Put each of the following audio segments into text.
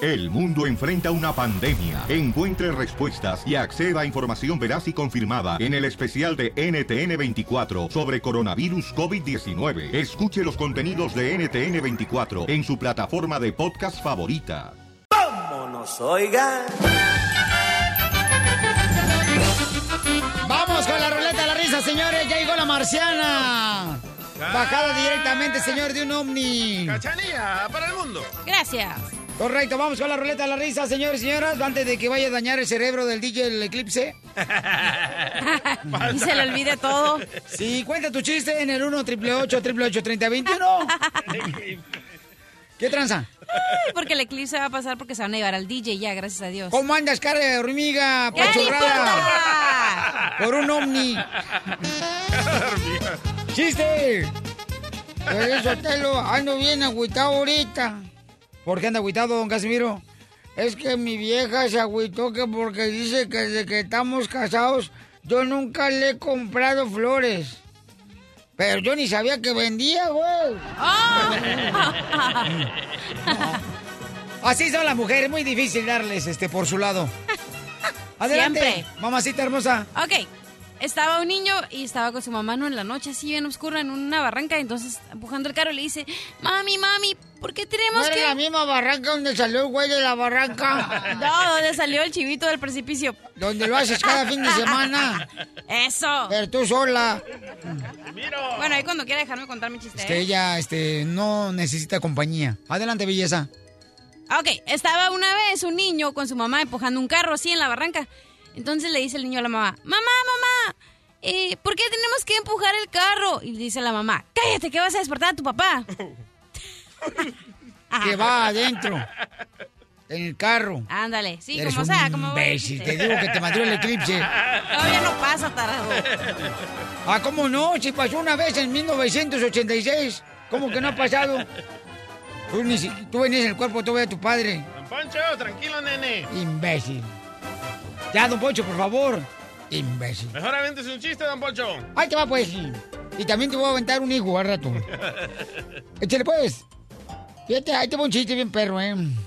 El mundo enfrenta una pandemia. Encuentre respuestas y acceda a información veraz y confirmada en el especial de NTN24 sobre coronavirus COVID-19. Escuche los contenidos de NTN24 en su plataforma de podcast favorita. ¡Vámonos, oigan! Vamos con la ruleta de la risa, señores. Ya llegó la marciana. Bajada directamente, señor, de un ovni. Cachanilla, para el mundo. Gracias. Correcto, vamos con la ruleta de la risa, señores y señoras. Antes de que vaya a dañar el cerebro del DJ el eclipse. Y se le olvide todo. Sí, cuenta tu chiste en el 1-888-888-3021. ¿Qué tranza? Ay, porque el eclipse va a pasar porque se van a llevar al DJ ya, gracias a Dios. ¿Cómo andas, cara de hormiga pachurrada? Por un ovni. ¡Chiste! Eso, Telo, ando bien agüitado ahorita. ¿Por qué anda agüitado, don Casimiro? Es que mi vieja se agüitó que porque dice que desde que estamos casados yo nunca le he comprado flores. Pero yo ni sabía que vendía, güey. Oh. Así son las mujeres, muy difícil darles por su lado. Adelante, siempre. Mamacita hermosa. Ok. Estaba un niño y estaba con su mamá, ¿no? En la noche, así bien oscura, en una barranca. Entonces, empujando el carro, le dice, mami, ¿por qué tenemos que...? ¿No era la misma barranca donde salió el güey de la barranca? No, donde salió el chivito del precipicio. Donde lo haces cada fin de semana. Eso. Pero tú sola. Bueno, ahí cuando quiera dejarme contar mi chiste. Ella, no necesita compañía. Adelante, belleza. Ok, estaba una vez un niño con su mamá empujando un carro así en la barranca. Entonces le dice el niño a la mamá, mamá, ¿por qué tenemos que empujar el carro? Y le dice la mamá, cállate, que vas a despertar a tu papá. Que va adentro, en el carro. Ándale, sí, eres como sea, como va. Imbécil, te digo que te mandó el eclipse. Todavía no pasa, tarado. Ah, ¿cómo no? Si pasó una vez en 1986. ¿Cómo que no ha pasado? Tú venías en el cuerpo todavía de tu padre. Don Poncho, tranquilo, nene. Imbécil. Ya, don Poncho, por favor. Imbécil. Mejor avéntese un chiste, don Poncho. Ahí te va, pues. Y también te voy a aventar un hijo al rato. Échale, pues. Fíjate, ahí te va un chiste bien perro,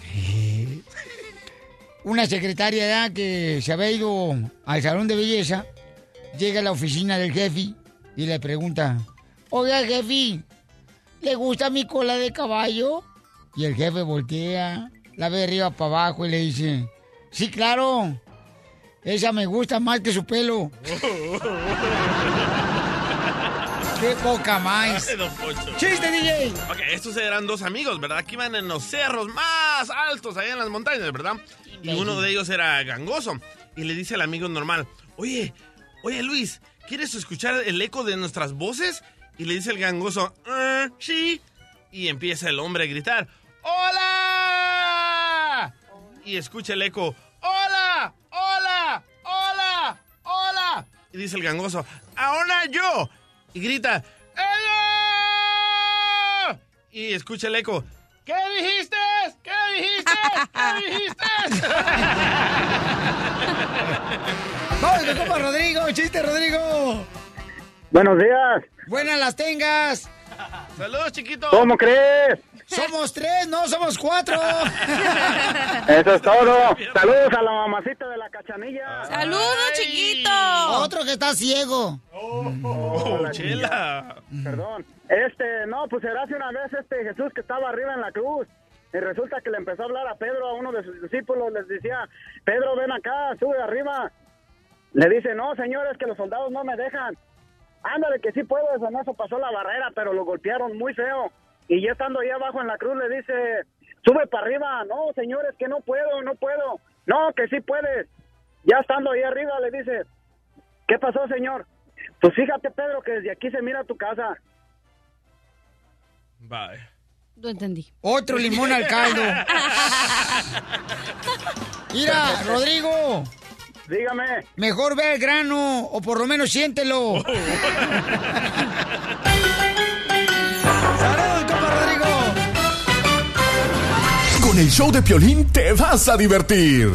Una secretaria que se había ido al salón de belleza, llega a la oficina del jefe y le pregunta, oiga, jefe, ¿le gusta mi cola de caballo? Y el jefe voltea, la ve de arriba para abajo y le dice, sí, claro. Esa me gusta más que su pelo. ¡Qué poca más! ¡Chiste, DJ! Ok, estos eran dos amigos, ¿verdad? Que iban en los cerros más altos, allá en las montañas, ¿verdad? Y uno de ellos era gangoso. Y le dice al amigo normal, oye, Luis, ¿quieres escuchar el eco de nuestras voces? Y le dice el gangoso, sí. Y empieza el hombre a gritar, ¡hola! Y escucha el eco, ¡hola! ¡Hola! ¡Hola! ¡Hola! Y dice el gangoso, ¡ahora yo! Y grita, ¡hello! Y escucha el eco, ¿qué dijiste? ¿Qué dijiste? ¿Qué dijiste? ¡Vamos, mi compa Rodrigo! ¡Chiste, Rodrigo! Buenos días. ¡Buenas las tengas! ¡Saludos, chiquito! ¿Cómo crees? Somos 3, no, somos 4. Eso es todo. Saludos a la mamacita de la Cachanilla. ¡Saludos, chiquito! Otro que está ciego. Chela. Perdón. No, pues era hace una vez Jesús que estaba arriba en la cruz. Y resulta que le empezó a hablar a Pedro, a uno de sus discípulos. Les decía, Pedro, ven acá, sube arriba. Le dice, no, señores, que los soldados no me dejan. Ándale, que sí puedes. En eso pasó la barrera, pero lo golpearon muy feo. Y ya estando ahí abajo en la cruz le dice, sube para arriba. No, señores, que no puedo. No, que sí puedes. Ya estando ahí arriba le dice, ¿qué pasó, señor? Pues fíjate, Pedro, que desde aquí se mira tu casa. Bye. No entendí. Otro limón al caldo. Mira, Rodrigo. Dígame. Mejor ve el grano, o por lo menos siéntelo. ¡Saludos, compa Rodrigo! Con el show de Piolín te vas a divertir.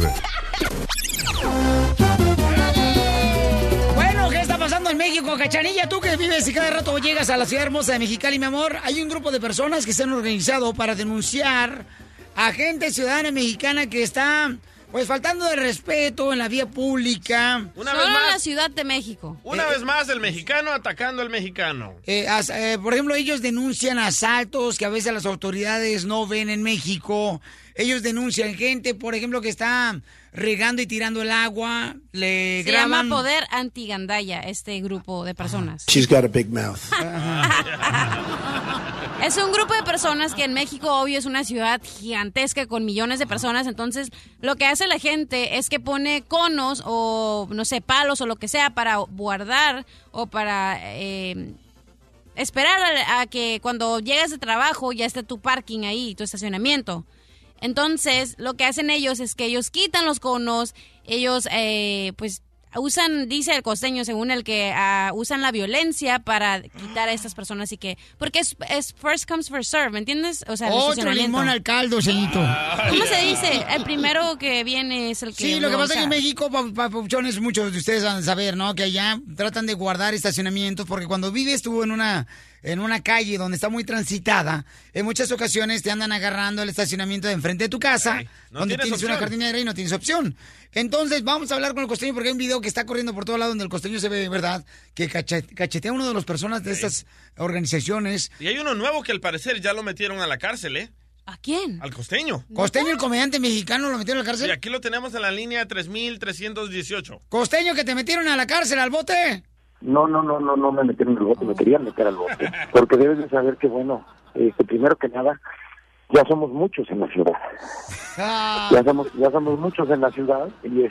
Bueno, ¿qué está pasando en México, Cachanilla? Tú que vives y cada rato llegas a la ciudad hermosa de Mexicali, mi amor. Hay un grupo de personas que se han organizado para denunciar a gente ciudadana mexicana que está, pues, faltando de respeto en la vía pública. Una Solo vez más, en la Ciudad de México. Una vez más, el mexicano atacando al mexicano. Por ejemplo, ellos denuncian asaltos que a veces las autoridades no ven en México. Ellos denuncian gente, por ejemplo, que está regando y tirando el agua. Le Se graban. llama Poder Antigandaya, este grupo de personas. She's got a big mouth. Es un grupo de personas que en México, obvio, es una ciudad gigantesca con millones de personas. Entonces, lo que hace la gente es que pone conos o, no sé, palos o lo que sea para guardar o para esperar a que cuando llegas de trabajo ya esté tu parking ahí, tu estacionamiento. Entonces, lo que hacen ellos es que ellos quitan los conos, ellos, pues, usan, dice el costeño, según el que usan la violencia para quitar a estas personas y que, porque es first comes, first serve, ¿me entiendes? O sea, el Otro estacionamiento. limón al caldo, señorito. ¿Cómo se dice? El primero que viene es el que... Sí, lo que uno pasa es que en usa. México, papuchones, muchos de ustedes van a saber, ¿no? Que allá tratan de guardar estacionamientos porque cuando vives tú en una calle donde está muy transitada, en muchas ocasiones te andan agarrando el estacionamiento de enfrente de tu casa, no donde tienes tienes una opción. jardinera y no tienes opción. Entonces, vamos a hablar con el costeño porque hay un video que está corriendo por todo lado donde el costeño se ve, ¿verdad? Que cachetea a uno de las personas de estas organizaciones. Y hay uno nuevo que al parecer ya lo metieron a la cárcel, ¿eh? ¿A quién? Al costeño. Costeño, el comediante mexicano, lo metieron a la Y cárcel. aquí lo tenemos en la línea 3318. Costeño, que te metieron a la cárcel, al bote. No me metieron al bote, me querían meter al bote. Porque debes de saber que, bueno, primero que nada, ya somos muchos en la ciudad. Ya somos muchos en la ciudad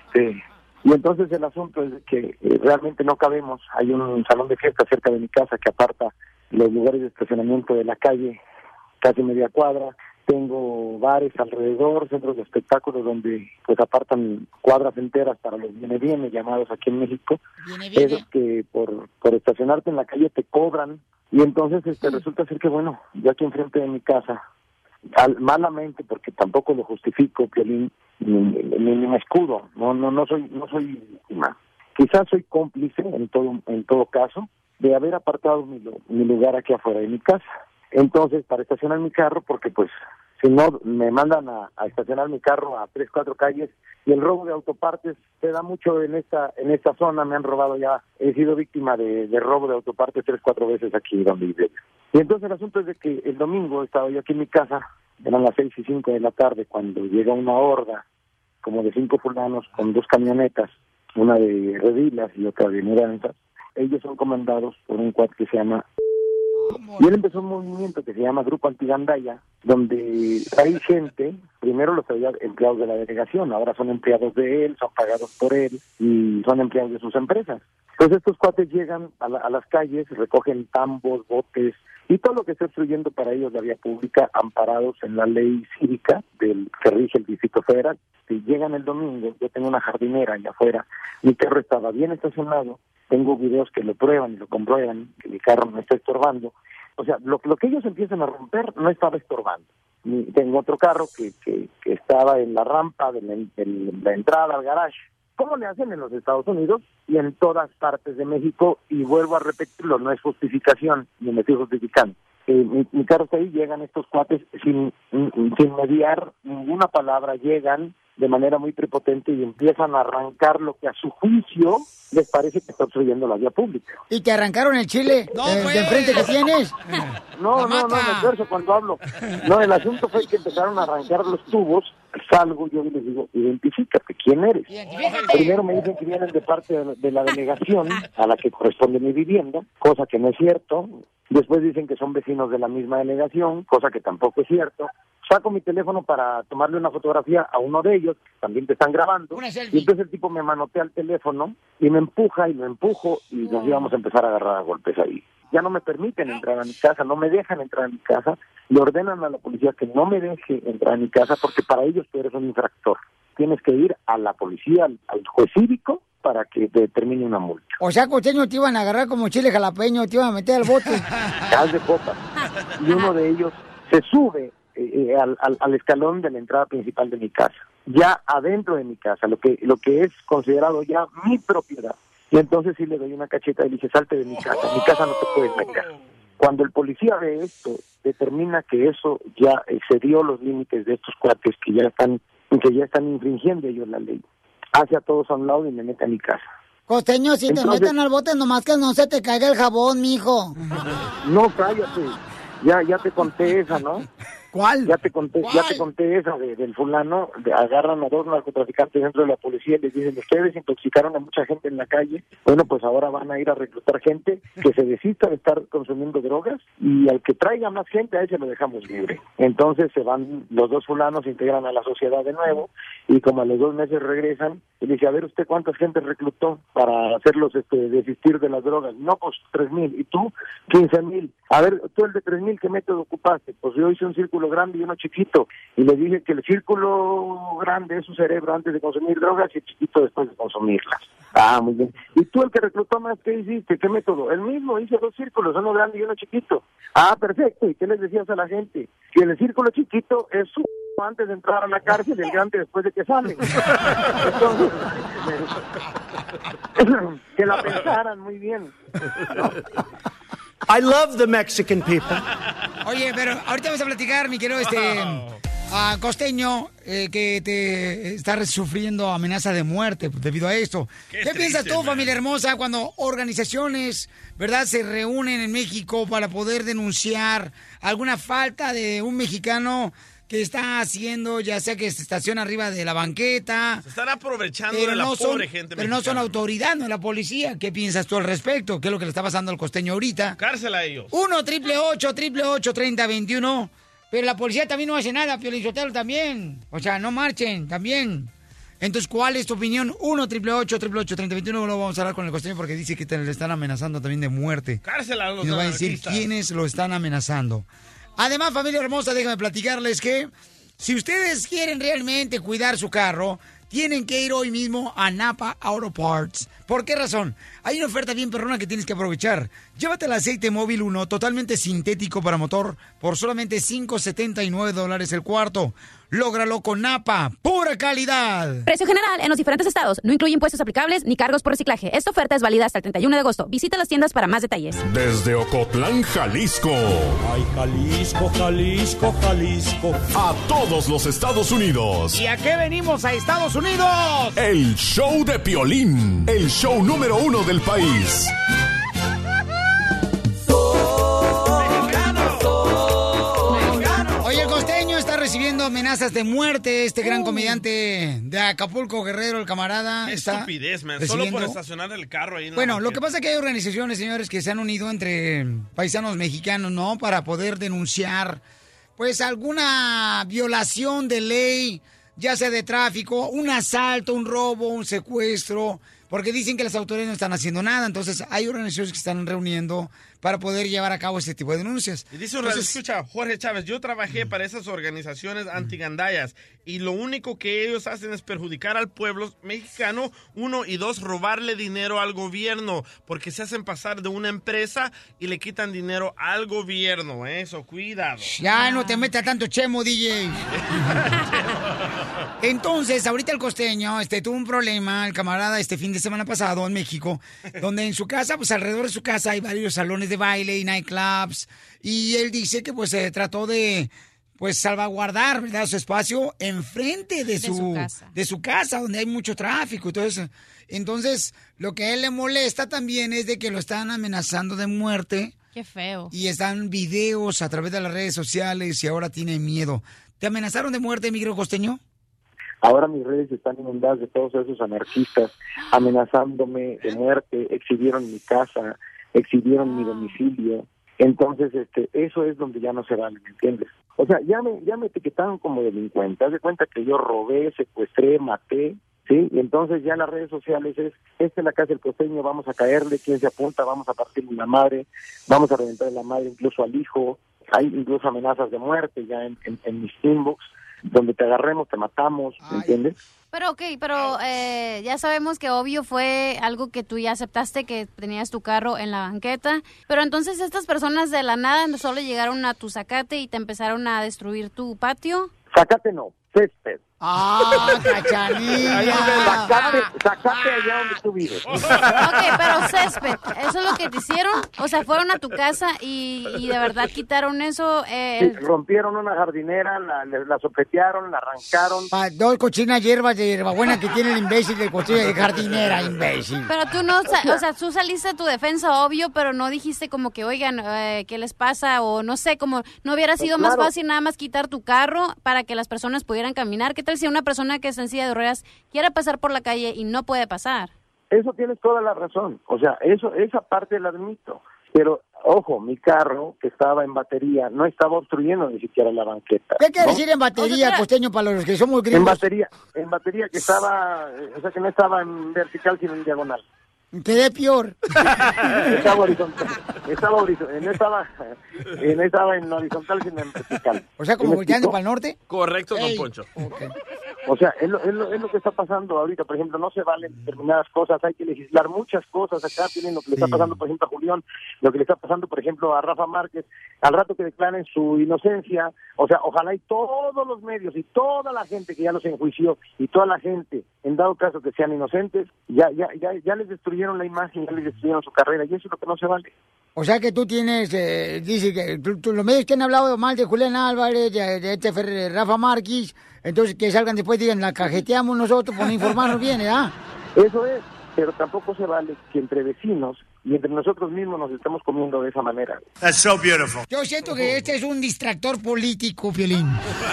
y entonces el asunto es que realmente no cabemos. Hay un salón de fiesta cerca de mi casa que aparta los lugares de estacionamiento de la calle, casi media cuadra. Tengo bares alrededor, centros de espectáculos donde pues apartan cuadras enteras para los viene llamados aquí en México. Esos que por estacionarte en la calle te cobran y entonces resulta ser que bueno, yo aquí enfrente de mi casa, malamente, porque tampoco lo justifico, Piolín, ni me escudo, no soy quizás soy cómplice en todo caso de haber apartado mi lugar aquí afuera de mi casa. Entonces, para estacionar mi carro, porque pues si no me mandan a estacionar mi carro a 3-4 calles y el robo de autopartes se da mucho en esta zona. Me han robado ya, he sido víctima de robo de autopartes 3-4 veces aquí donde vivo. Y entonces el asunto es de que el domingo estaba yo aquí en mi casa, eran las 6:05 de la tarde cuando llega una horda como de 5 fulanos con 2 camionetas, una de Redilas y otra de Mudanzas. Ellos son comandados por un cuate que se llama... Y él empezó un movimiento que se llama Grupo Antigandaya, donde hay gente, primero los había empleados de la delegación, ahora son empleados de él, son pagados por él y son empleados de sus empresas. Entonces estos cuates llegan a las calles, recogen tambos, botes y todo lo que está obstruyendo para ellos la vía pública, amparados en la ley cívica que rige el Distrito Federal. Si llegan el domingo, yo tengo una jardinera allá afuera, mi carro estaba bien estacionado, tengo videos que lo prueban y lo comprueban, que mi carro no está estorbando. O sea, lo que ellos empiezan a romper no estaba estorbando. Tengo otro carro que estaba en la rampa de la entrada al garage. ¿Cómo le hacen en los Estados Unidos y en todas partes de México? Y vuelvo a repetirlo, no es justificación, ni me estoy justificando. Mi carro está ahí, llegan estos cuates sin mediar ninguna palabra, llegan de manera muy prepotente y empiezan a arrancar lo que a su juicio les parece que está obstruyendo la vía pública. ¿Y te arrancaron el chile de enfrente que tienes? No, me esfuerzo cuando hablo. No, el asunto fue que empezaron a arrancar los tubos, salgo yo y les digo, identifícate, ¿quién eres? Primero me dicen que vienen de parte de la delegación a la que corresponde mi vivienda, cosa que no es cierto. Después dicen que son vecinos de la misma delegación, cosa que tampoco es cierto. Saco mi teléfono para tomarle una fotografía a uno de ellos, también te están grabando, y entonces el tipo me manotea el teléfono y me empuja y lo empujo y nos íbamos a empezar a agarrar a golpes ahí. Ya no me permiten entrar a mi casa, no me dejan entrar a mi casa, le ordenan a la policía que no me deje entrar a mi casa porque para ellos tú eres un infractor. Tienes que ir a la policía, al juez cívico, para que te determine una multa. O sea, costeño, te iban a agarrar como chile jalapeño, te iban a meter al bote. Haz de copas. Y uno de ellos se sube al escalón de la entrada principal de mi casa, ya adentro de mi casa, lo que es considerado ya mi propiedad. Y entonces sí le doy una cacheta y le dije, salte de mi casa no te puedes meter. Cuando el policía ve esto, determina que eso ya excedió los límites de estos cuates que ya están infringiendo ellos la ley. Hace a todos a un lado y me mete a mi casa. Costeño, si te meten al bote, nomás que no se te caiga el jabón, mijo. No, cállate. Ya te conté esa, ¿no? ¿Cuál? Ya te conté esa del fulano, agarran a 2 narcotraficantes dentro de la policía y les dicen, ustedes intoxicaron a mucha gente en la calle, bueno, pues ahora van a ir a reclutar gente que se desista de estar consumiendo drogas y al que traiga más gente, a ese lo dejamos libre. Entonces se van los 2 fulanos, se integran a la sociedad de nuevo y como a los 2 meses regresan y dice, a ver usted cuántas gente reclutó para hacerlos desistir de las drogas. No, pues 3,000. ¿Y tú? 15,000. A ver, tú el de 3,000, ¿qué método ocupaste? Pues yo hice un círculo grande y uno chiquito, y le dije que el círculo grande es su cerebro antes de consumir drogas y el chiquito después de consumirlas. Ah, muy bien. ¿Y tú el que reclutó más, qué hiciste? ¿Qué método? El mismo, hice 2 círculos, uno grande y uno chiquito. Ah, perfecto. ¿Y qué les decías a la gente? Que el círculo chiquito es su antes de entrar a la cárcel y el grande después de que salen. Entonces, que la pensaran muy bien, ¿no? I love the Mexican people. Oye, pero ahorita vamos a platicar, mi querido Costeño, que te está sufriendo amenaza de muerte debido a esto. ¿Qué piensas tú, familia hermosa, cuando organizaciones, verdad, se reúnen en México para poder denunciar alguna falta de un mexicano que está haciendo, ya sea que se estaciona arriba de la banqueta? Se están aprovechando de la pobre gente pero mexicana. no son autoridad, no es la policía. ¿Qué piensas tú al respecto? ¿Qué es lo que le está pasando al costeño ahorita? Cárcel a ellos. 1-888-888-3021. Pero la policía también no hace nada, Piolinsotelo también. O sea, no marchen también. Entonces, ¿cuál es tu opinión? 1-888-888-3021. No vamos a hablar con el costeño porque dice que le están amenazando también de muerte. Cárcel a los y nos va a decir anarquistas. quiénes lo están amenazando. Además, familia hermosa, déjame platicarles que si ustedes quieren realmente cuidar su carro, tienen que ir hoy mismo a Napa Auto Parts. ¿Por qué razón? Hay una oferta bien perrona que tienes que aprovechar. Llévate el aceite móvil 1 totalmente sintético para motor por solamente $5.79 el cuarto. Lógralo con Napa, pura calidad. Precio general en los diferentes estados. No incluye impuestos aplicables ni cargos por reciclaje. Esta oferta es válida hasta el 31 de agosto. Visita las tiendas para más detalles. Desde Ocotlán, Jalisco. Ay, Jalisco, Jalisco, Jalisco. A todos los Estados Unidos. ¿Y a qué venimos a Estados Unidos? El show de Piolín. El show número 1 del país. Oye, el costeño está recibiendo amenazas de muerte. Este gran comediante de Acapulco, Guerrero, el camarada. Qué está estupidez, man. recibiendo... Solo por estacionar el carro ahí. Bueno, lo que pasa es que hay organizaciones, señores, que se han unido entre paisanos mexicanos, ¿no? Para poder denunciar, pues, alguna violación de ley, ya sea de tráfico, un asalto, un robo, un secuestro, porque dicen que las autoridades no están haciendo nada. Entonces, hay organizaciones que están reuniendo para poder llevar a cabo este tipo de denuncias. Y dice un escucha, Jorge Chávez, yo trabajé para esas organizaciones antigandallas y lo único que ellos hacen es perjudicar al pueblo mexicano, 1 y 2, robarle dinero al gobierno, porque se hacen pasar de una empresa y le quitan dinero al gobierno. Eso, cuidado. Ya no te metas tanto chemo, DJ. Entonces, ahorita el costeño tuvo un problema, el camarada, este fin de semana pasado en México, donde en su casa, pues alrededor de su casa hay varios salones de baile y nightclubs, y él dice que pues se trató de pues salvaguardar, ¿verdad?, su espacio enfrente de su casa, donde hay mucho tráfico y todo eso. Entonces, lo que a él le molesta también es de que lo están amenazando de muerte. Qué feo. Y están videos a través de las redes sociales y ahora tiene miedo. ¿Te amenazaron de muerte, micro costeño? Ahora mis redes están inundadas de todos esos anarquistas amenazándome de muerte, exhibieron mi casa, exhibieron mi domicilio. Entonces, eso es donde ya no se vale, ¿me entiendes? O sea, ya me etiquetaron como delincuente. Haz de cuenta que yo robé, secuestré, maté, ¿sí? Y entonces ya en las redes sociales esta es la casa del costeño, vamos a caerle, ¿quién se apunta? Vamos a partirle la madre, vamos a reventar la madre incluso al hijo. Hay incluso amenazas de muerte ya en mis inbox, donde te agarremos, te matamos, ¿me entiendes? Pero ya sabemos que obvio fue algo que tú ya aceptaste, que tenías tu carro en la banqueta, pero entonces estas personas de la nada solo llegaron a tu zacate y te empezaron a destruir tu patio. Zacate no, césped. Cachanilla. Sacate allá donde tú vives. Ok, pero césped, ¿eso es lo que te hicieron? O sea, fueron a tu casa y de verdad quitaron eso. Sí, rompieron una jardinera, la sopetearon, la arrancaron. Dos cochinas hierbas de hierbabuena que tiene el imbécil de cochina de jardinera, imbécil. Pero tú no, o sea, tú saliste de tu defensa, obvio, pero no dijiste como que, oigan, ¿qué les pasa? O no sé, como no hubiera sido más fácil nada más quitar tu carro para que las personas pudieran caminar. ¿Qué tal si una persona que está en silla de ruedas quiere pasar por la calle y no puede pasar? Eso tienes toda la razón. O sea, esa parte la admito. Pero, ojo, mi carro, que estaba en batería, no estaba obstruyendo ni siquiera la banqueta. ¿Qué quiere decir en batería, costeño, para los que somos gringos? En batería que estaba, o sea, que no estaba en vertical, sino en diagonal. Quedé peor. Estaba horizontal. No estaba en horizontal, sino en vertical. O sea, como volteando para el norte. Correcto, don Poncho. Okay. O sea, es lo que está pasando ahorita. Por ejemplo, no se valen determinadas cosas. Hay que legislar muchas cosas. Acá tienen lo que le está pasando, por ejemplo, a Julián, lo que le está pasando, por ejemplo, a Rafa Márquez. Al rato que declaren su inocencia, o sea, ojalá y todos los medios y toda la gente que ya los enjuició y toda la gente, en dado caso que sean inocentes, ya les destruyeron la imagen, ya les destruyeron su carrera, y eso es lo que no se vale. O sea que tú tienes, dice que los medios que han hablado mal de Julián Álvarez, de Rafa Márquez, entonces que salgan después y digan, la cajeteamos nosotros por no informarnos bien, ¿verdad? Eso es, pero tampoco se vale que entre vecinos y entre nosotros mismos nos estamos comiendo de esa manera. That's so beautiful. Yo siento que este es un distractor político, Piolín.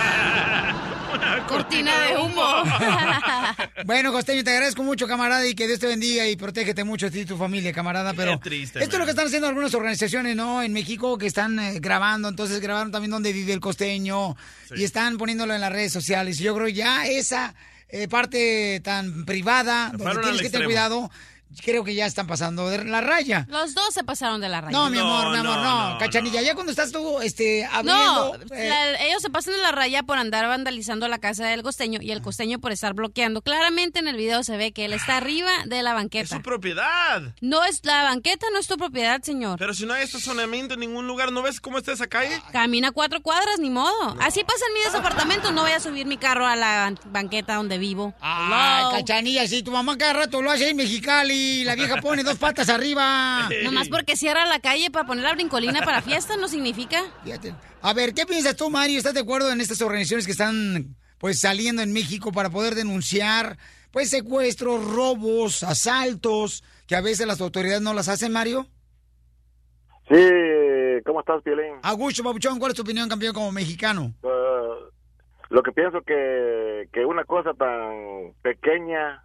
Cortina de humo. Bueno, costeño, te agradezco mucho, camarada, y que Dios te bendiga y protégete mucho a ti y tu familia, camarada. Pero triste, esto es lo que están haciendo algunas organizaciones, ¿no? En México, que están grabando, entonces grabaron también dónde vive el costeño y están poniéndolo en las redes sociales. Y yo creo ya esa parte tan privada, donde tienes que tener cuidado, creo que ya están pasando de la raya. Los dos se pasaron de la raya. No, mi amor, no. Cachanilla, ya cuando estás tú abriendo... No, ellos se pasan de la raya por andar vandalizando la casa del costeño y el costeño por estar bloqueando. Claramente en el video se ve que él está arriba de la banqueta. Es su propiedad. No es la banqueta, no es tu propiedad, señor. Pero si no hay estacionamiento en ningún lugar, ¿no ves cómo está esa calle? Camina 4 cuadras, ni modo. No. Así pasa en mi departamento, no voy a subir mi carro a la banqueta donde vivo. Cachanilla, si tu mamá cada rato lo hace en Mexicali, la vieja pone 2 patas arriba. Nomás porque cierra la calle para poner la brincolina para fiesta, ¿no significa? Fíjate. A ver, ¿qué piensas tú, Mario? ¿Estás de acuerdo en estas organizaciones que están pues saliendo en México para poder denunciar pues secuestros, robos, asaltos, que a veces las autoridades no las hacen, Mario? Sí, ¿cómo estás, Piolín? Augusto Papuchón, ¿cuál es tu opinión, campeón, como mexicano? Lo que pienso que una cosa tan pequeña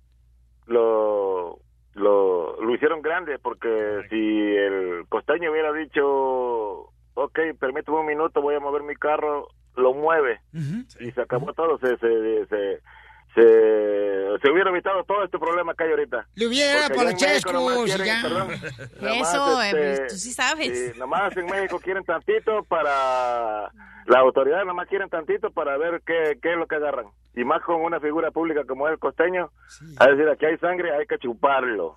lo hicieron grande, porque si el costeño hubiera dicho, ok, permíteme un minuto, voy a mover mi carro, lo mueve, y se acabó todo, se hubiera evitado todo este problema que hay ahorita. Le hubiera para los chescos, ya. Eso, tú sí sabes. Nomás en México quieren tantito para... Las autoridades nomás quieren tantito para ver qué es lo que agarran. Y más con una figura pública como el costeño, a decir, aquí hay sangre, hay que chuparlo.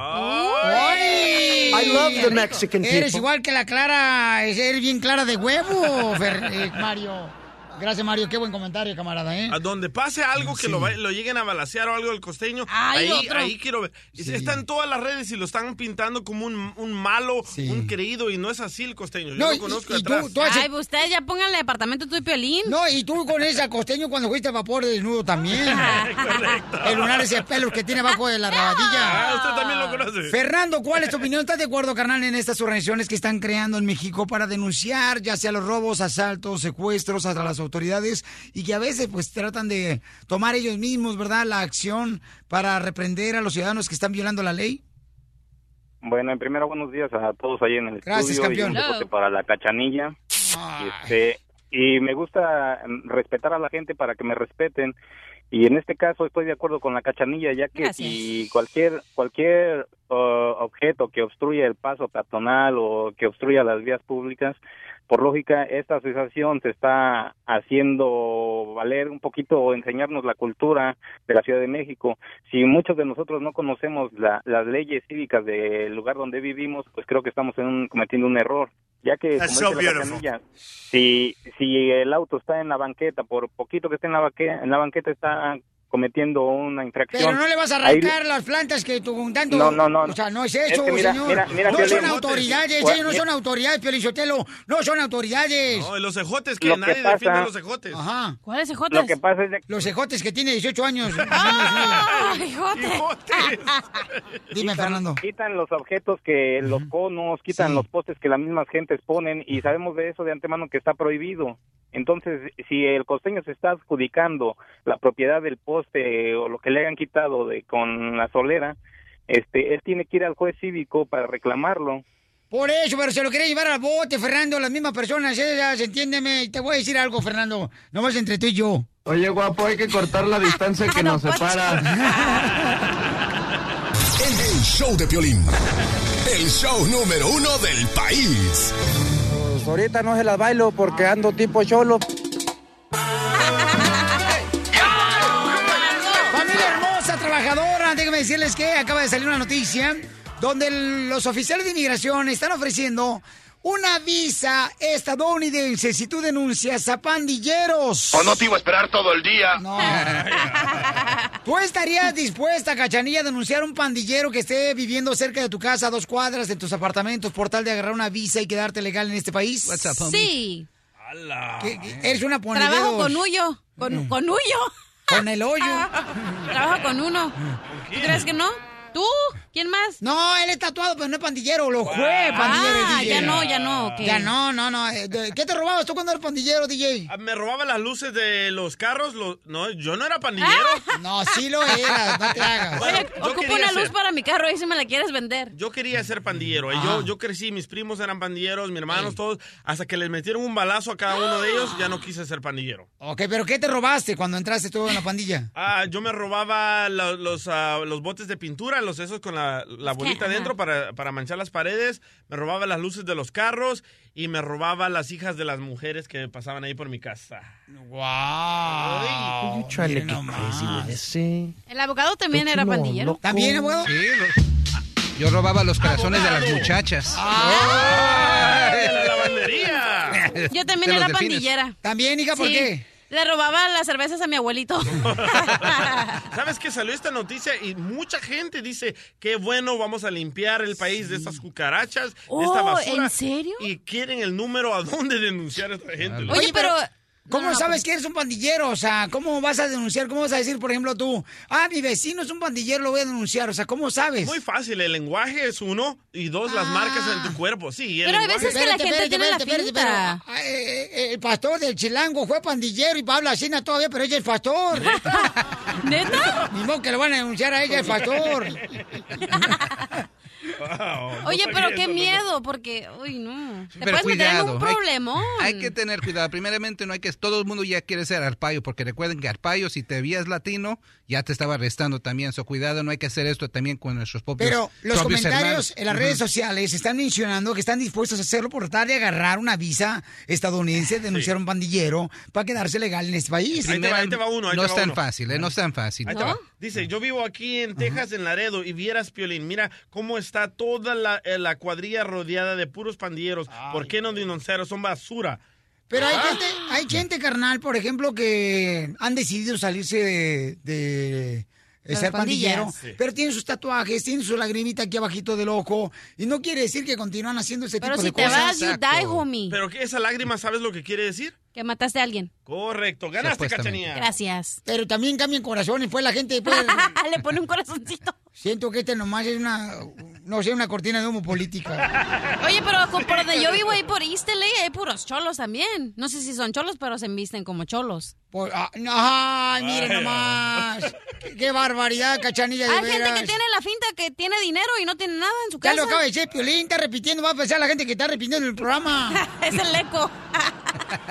¡Ay! I love the Mexican people. Eres igual que la Clara, eres bien clara de huevo, Mario. Gracias, Mario. Qué buen comentario, camarada, ¿eh? A donde pase algo que lo lleguen a balacear o algo del costeño, ahí quiero ver. Sí. Está en todas las redes y lo están pintando como un malo, un creído, y no es así el costeño. Yo lo conozco de atrás. Ay, ustedes ya pónganle departamento tú y Piolín. No, y tú con ese costeño cuando fuiste a vapor de desnudo también. Correcto. El lunar, ese pelos que tiene abajo de la rabadilla. Usted también lo conoce. Fernando, ¿cuál es tu opinión? ¿Estás de acuerdo, carnal, en estas organizaciones que están creando en México para denunciar ya sea los robos, asaltos, secuestros hasta las autoridades, y que a veces pues tratan de tomar ellos mismos, ¿verdad?, la acción para reprender a los ciudadanos que están violando la ley? Bueno, en primero, buenos días a todos ahí en el Gracias, estudio. campeón. Y un deporte para la Cachanilla. Y me gusta respetar a la gente para que me respeten. Y en este caso estoy de acuerdo con la Cachanilla, ya que si cualquier objeto que obstruya el paso peatonal o que obstruya las vías públicas, por lógica, esta asociación se está haciendo valer un poquito o enseñarnos la cultura de la Ciudad de México. Si muchos de nosotros no conocemos las leyes cívicas del lugar donde vivimos, pues creo que estamos cometiendo un error. ya que That's como so dice la beautiful. Cachanilla, si el auto está en la banqueta, por poquito que esté en la banqueta está cometiendo una infracción. Pero no le vas a arrancar las plantas que tú tanto... No. O sea, no es eso, Es que mira, señor. mira, no Piolín. son autoridades, ellos no son autoridades, Piolín Sotelo. No son autoridades. No, los ejotes, que Lo que nadie pasa- defiende los ejotes. Ajá. ¿Cuáles ejotes? Lo que pasa es de Los ejotes que tiene 18 años. ¡Ah, ejote! Dime, Fernando. quitan los objetos que los conos, quitan los postes que las mismas gentes ponen y sabemos de eso de antemano que está prohibido. Entonces, si el costeño se está adjudicando la propiedad del poste o lo que le hayan quitado con la solera, él tiene que ir al juez cívico para reclamarlo. Por eso, pero se lo quería llevar al bote, Fernando, las mismas personas, ellas, entiéndeme. Y te voy a decir algo, Fernando, nomás entre tú y yo. Oye, guapo, hay que cortar la distancia que nos separa. El show de Piolín. El show número 1 del país. Pues ahorita no se las bailo porque ando tipo cholo. Familia hermosa, trabajadora, déjenme decirles que acaba de salir una noticia donde los oficiales de inmigración están ofreciendo una visa estadounidense si tú denuncias a pandilleros. O no te iba a esperar todo el día. No. ¿Tú estarías dispuesta, Cachanilla, a denunciar a un pandillero que esté viviendo cerca de tu casa, a 2 cuadras de tus apartamentos, por tal de agarrar una visa y quedarte legal en este país? Sí. Eres una ponedera. Trabajo con Huyo. Con Huyo. Con el hoyo. Trabajo con uno. ¿Tú crees que no? ¿Tú? ¿Quién más? No, él es tatuado, pero no es pandillero. Lo fue pandillero, DJ. Ya no. ¿Qué? Ya no. ¿Qué te robabas tú cuando eras pandillero, DJ? Me robaba las luces de los carros. No, yo no era pandillero. No, sí lo eras, no te hagas. Bueno, Oye, yo ocupo quería una luz ser. para mi carro y si me la quieres vender. Yo quería ser pandillero. Yo crecí, mis primos eran pandilleros, mis hermanos, todos. Hasta que les metieron un balazo a cada uno de ellos, ya no quise ser pandillero. Ok, pero ¿qué te robaste cuando entraste tú en la pandilla? Yo me robaba los botes de pintura, esos con la bolita dentro para manchar las paredes. Me robaba las luces de los carros y me robaba las hijas de las mujeres que pasaban ahí por mi casa. ¡Wow! El abogado también era pandillero. ¿También, abogado? Sí, yo robaba los corazones de las muchachas. ¡De la lavandería! Yo también De los era delfines. pandillera. ¿También, hija? ¿Por qué? Le robaba las cervezas a mi abuelito. ¿Sabes que salió esta noticia? Y mucha gente dice, qué bueno, vamos a limpiar el país de estas cucarachas, de esta basura. ¿En serio? Y quieren el número a dónde denunciar a esta gente. Oye, pero ¿cómo sabes que eres un pandillero? O sea, ¿cómo vas a denunciar? ¿Cómo vas a decir, por ejemplo, tú, mi vecino es un pandillero, lo voy a denunciar? O sea, ¿cómo sabes? Muy fácil, el lenguaje es 1 y 2, las marcas en tu cuerpo. Sí, el Pero hay lenguaje. veces que la gente tiene la finta. El pastor del Chilango fue pandillero y habla así todavía, pero ella es pastor. ¿Neta? Ni modo que lo van a denunciar a ella, el pastor. Wow, Oye, no pero sabía qué eso, miedo, porque, uy, no. Te Pero puedes meter en un cuidado, problemón. hay que tener cuidado. Primeramente, no hay que todo el mundo ya quiere ser arpaio, porque recuerden que arpaio, si te veías latino, ya te estaba arrestando también. Cuidado, no hay que hacer esto también con nuestros propios Pero los propios comentarios hermanos. en las redes sociales están mencionando que están dispuestos a hacerlo por tratar de agarrar una visa estadounidense, denunciar a un pandillero para quedarse legal en este país. Ahí te va uno, ahí No te es va tan uno. fácil, no es tan fácil. Ahí te va. Dice, yo vivo aquí en Texas, en Laredo, y vieras, Piolín, mira cómo está toda la cuadrilla rodeada de puros pandilleros. ¿Por qué no denunciaron? Son basura. Pero hay gente, carnal, por ejemplo, que han decidido salirse de ser pandillero, pero tienen sus tatuajes, tienen su lagrimita aquí abajito del ojo, y no quiere decir que continúan haciendo ese Pero tipo si de te cosas. vas, you die, homie. Pero que esa lágrima, ¿sabes lo que quiere decir? Que mataste a alguien. Correcto, ganaste, Cachanilla. Gracias. Pero también cambian corazones, pues la gente... Pues, le pone un corazoncito. Siento que nomás es una cortina de humo política. Oye, pero por donde yo vivo ahí por East LA hay puros cholos también. No sé si son cholos, pero se visten como cholos. Ay, miren nomás. Qué barbaridad, Cachanilla, de Hay veras. gente que tiene la finta que tiene dinero y no tiene nada en su Ya casa. lo acaba de decir Piolín, está repitiendo, va a pensar la gente que está repitiendo el programa. Es el eco.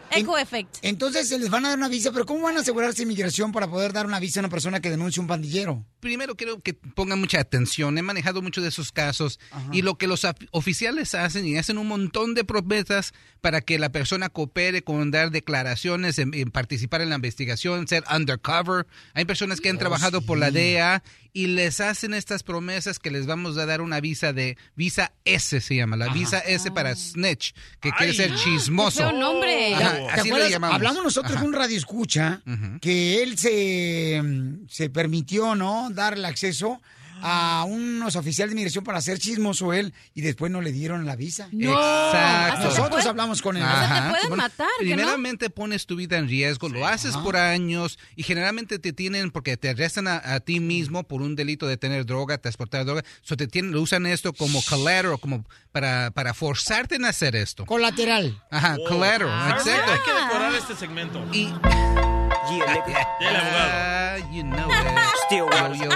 Echo effect. Entonces se les van a dar una visa, pero ¿cómo van a asegurarse inmigración para poder dar una visa a una persona que denuncia un pandillero? Primero quiero que pongan mucha atención. He manejado muchos de esos casos. Ajá. Y lo que los oficiales hacen, y hacen un montón de promesas para que la persona coopere con dar declaraciones, en participar en la investigación, ser undercover. Hay personas que han trabajado por la DEA y les hacen estas promesas que les vamos a dar una visa de visa S, se llama, la visa S para snitch, que quiere ser chismoso. ¡Qué nombre! Así lo llamamos. Hablamos nosotros con un radioescucha que él se permitió, ¿no?, darle acceso a unos oficiales de inmigración para hacer chismoso él y después no le dieron la visa. No. Exacto. Nosotros hablamos con él. O sea, te pueden matar, primeramente pones tu vida en riesgo, lo haces por años y generalmente te tienen, porque te arrestan a ti mismo por un delito de tener droga, transportar droga, lo usan esto como collateral, como para forzarte en hacer esto. Colateral. Ajá, collateral, exacto. Hay que decorar este segmento. Y... el abogado. You know it. Yo.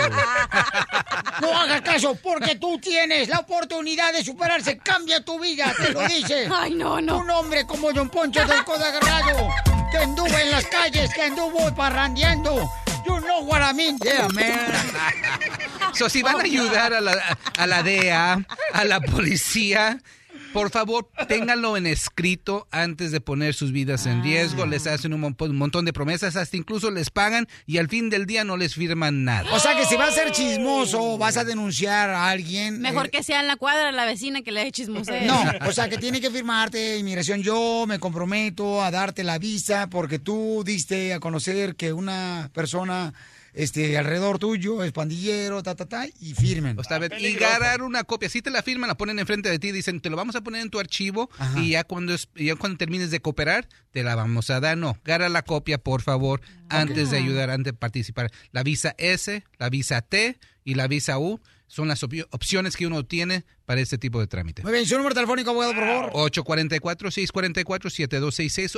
No hagas caso, porque tú tienes la oportunidad de superarse. Cambia tu vida, te lo dice. Ay, no. Un hombre como Don Poncho del Codo Agarrado, que anduvo en las calles, que anduvo parrandeando. You know what I mean. Yeah, man. So, si van a ayudar a la DEA, a la policía, por favor, ténganlo en escrito antes de poner sus vidas en riesgo. Les hacen un montón de promesas, hasta incluso les pagan y al fin del día no les firman nada. O sea que si vas a ser chismoso, vas a denunciar a alguien. Mejor que sea en la cuadra la vecina que le dé chismoseo. No, o sea que tiene que firmarte inmigración. Yo me comprometo a darte la visa porque tú diste a conocer que una persona... alrededor tuyo, es pandillero, y firmen. Y agarrar una copia. Si te la firman, la ponen enfrente de ti, dicen, te lo vamos a poner en tu archivo. Ajá. Y ya cuando termines de cooperar, te la vamos a dar. No, agarra la copia, por favor, antes de ayudar, antes de participar. La visa S, la visa T y la visa U son las opciones que uno tiene para este tipo de trámite. Muy bien, su número telefónico, abogado, por favor. 844-644-7266,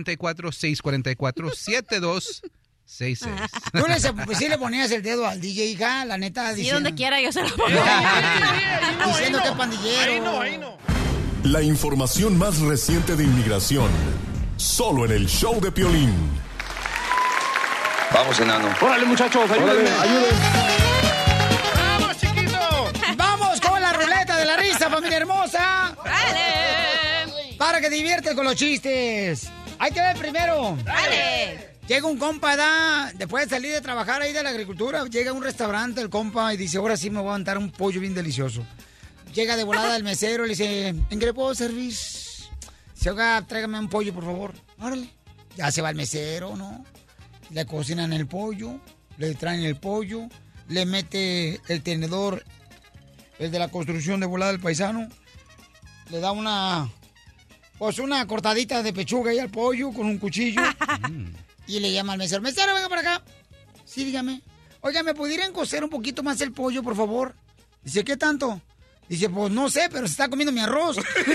844-644-7266. 6-6. ¿Tú sí le ponías el dedo al DJ, hija? La neta. Sí, donde quiera yo se lo pongo. Diciendo que es pandillero. Ahí no. La información más reciente de inmigración. Solo en el show de Piolín. Vamos, enano. Órale, muchachos, ayúdenme. ¡Vamos, chiquito! ¡Vamos con la ruleta de la risa, familia hermosa! ¡Dale! Para que te diviertes con los chistes. Ahí te ve primero. ¡Dale! Llega un compa, después de salir de trabajar ahí de la agricultura, llega a un restaurante el compa y dice, ahora sí me voy a aventar un pollo bien delicioso. Llega de volada el mesero y le dice, ¿en qué le puedo servir? Dice, oiga, tráigame un pollo, por favor. Órale. Ya se va el mesero, ¿no? Le cocinan el pollo, le traen el pollo, le mete el tenedor, el de la construcción de volada del paisano, le da una cortadita de pechuga ahí al pollo con un cuchillo. Y le llama al mesero, mesero, venga para acá. Sí, dígame. Oiga, ¿me pudieran cocer un poquito más el pollo, por favor? Dice, ¿qué tanto? Dice, pues no sé, pero se está comiendo mi arroz.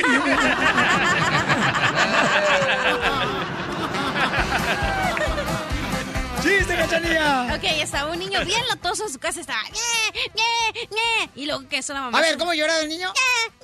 ¡Chiste, Cachanilla! Ok, estaba un niño bien latoso en su casa, estaba... Y luego que es una mamá... A ver, ¿cómo lloraba el niño?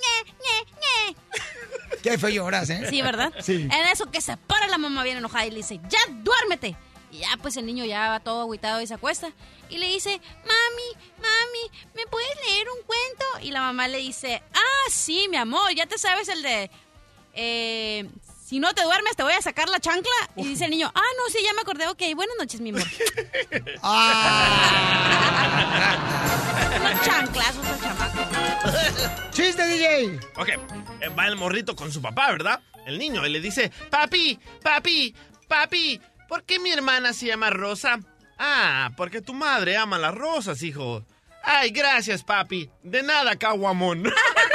Qué feo lloras, ¿eh? Sí, ¿verdad? Sí. En eso que se para la mamá bien enojada y le dice, ¡ya duérmete! Y ya pues el niño ya va todo agüitado y se acuesta. Y le dice, mami, ¿me puedes leer un cuento? Y la mamá le dice, sí, mi amor, ya te sabes el de... si no te duermes te voy a sacar la chancla. Y dice el niño, no, sí, ya me acordé. Ok, buenas noches, mi amor. Unos chanclazos al chamaco. ¡Chiste, DJ! Ok, va el morrito con su papá, ¿verdad? El niño, y le dice, papi, ¿por qué mi hermana se llama Rosa? Porque tu madre ama las rosas, hijo. Ay, gracias, papi. De nada, caguamón.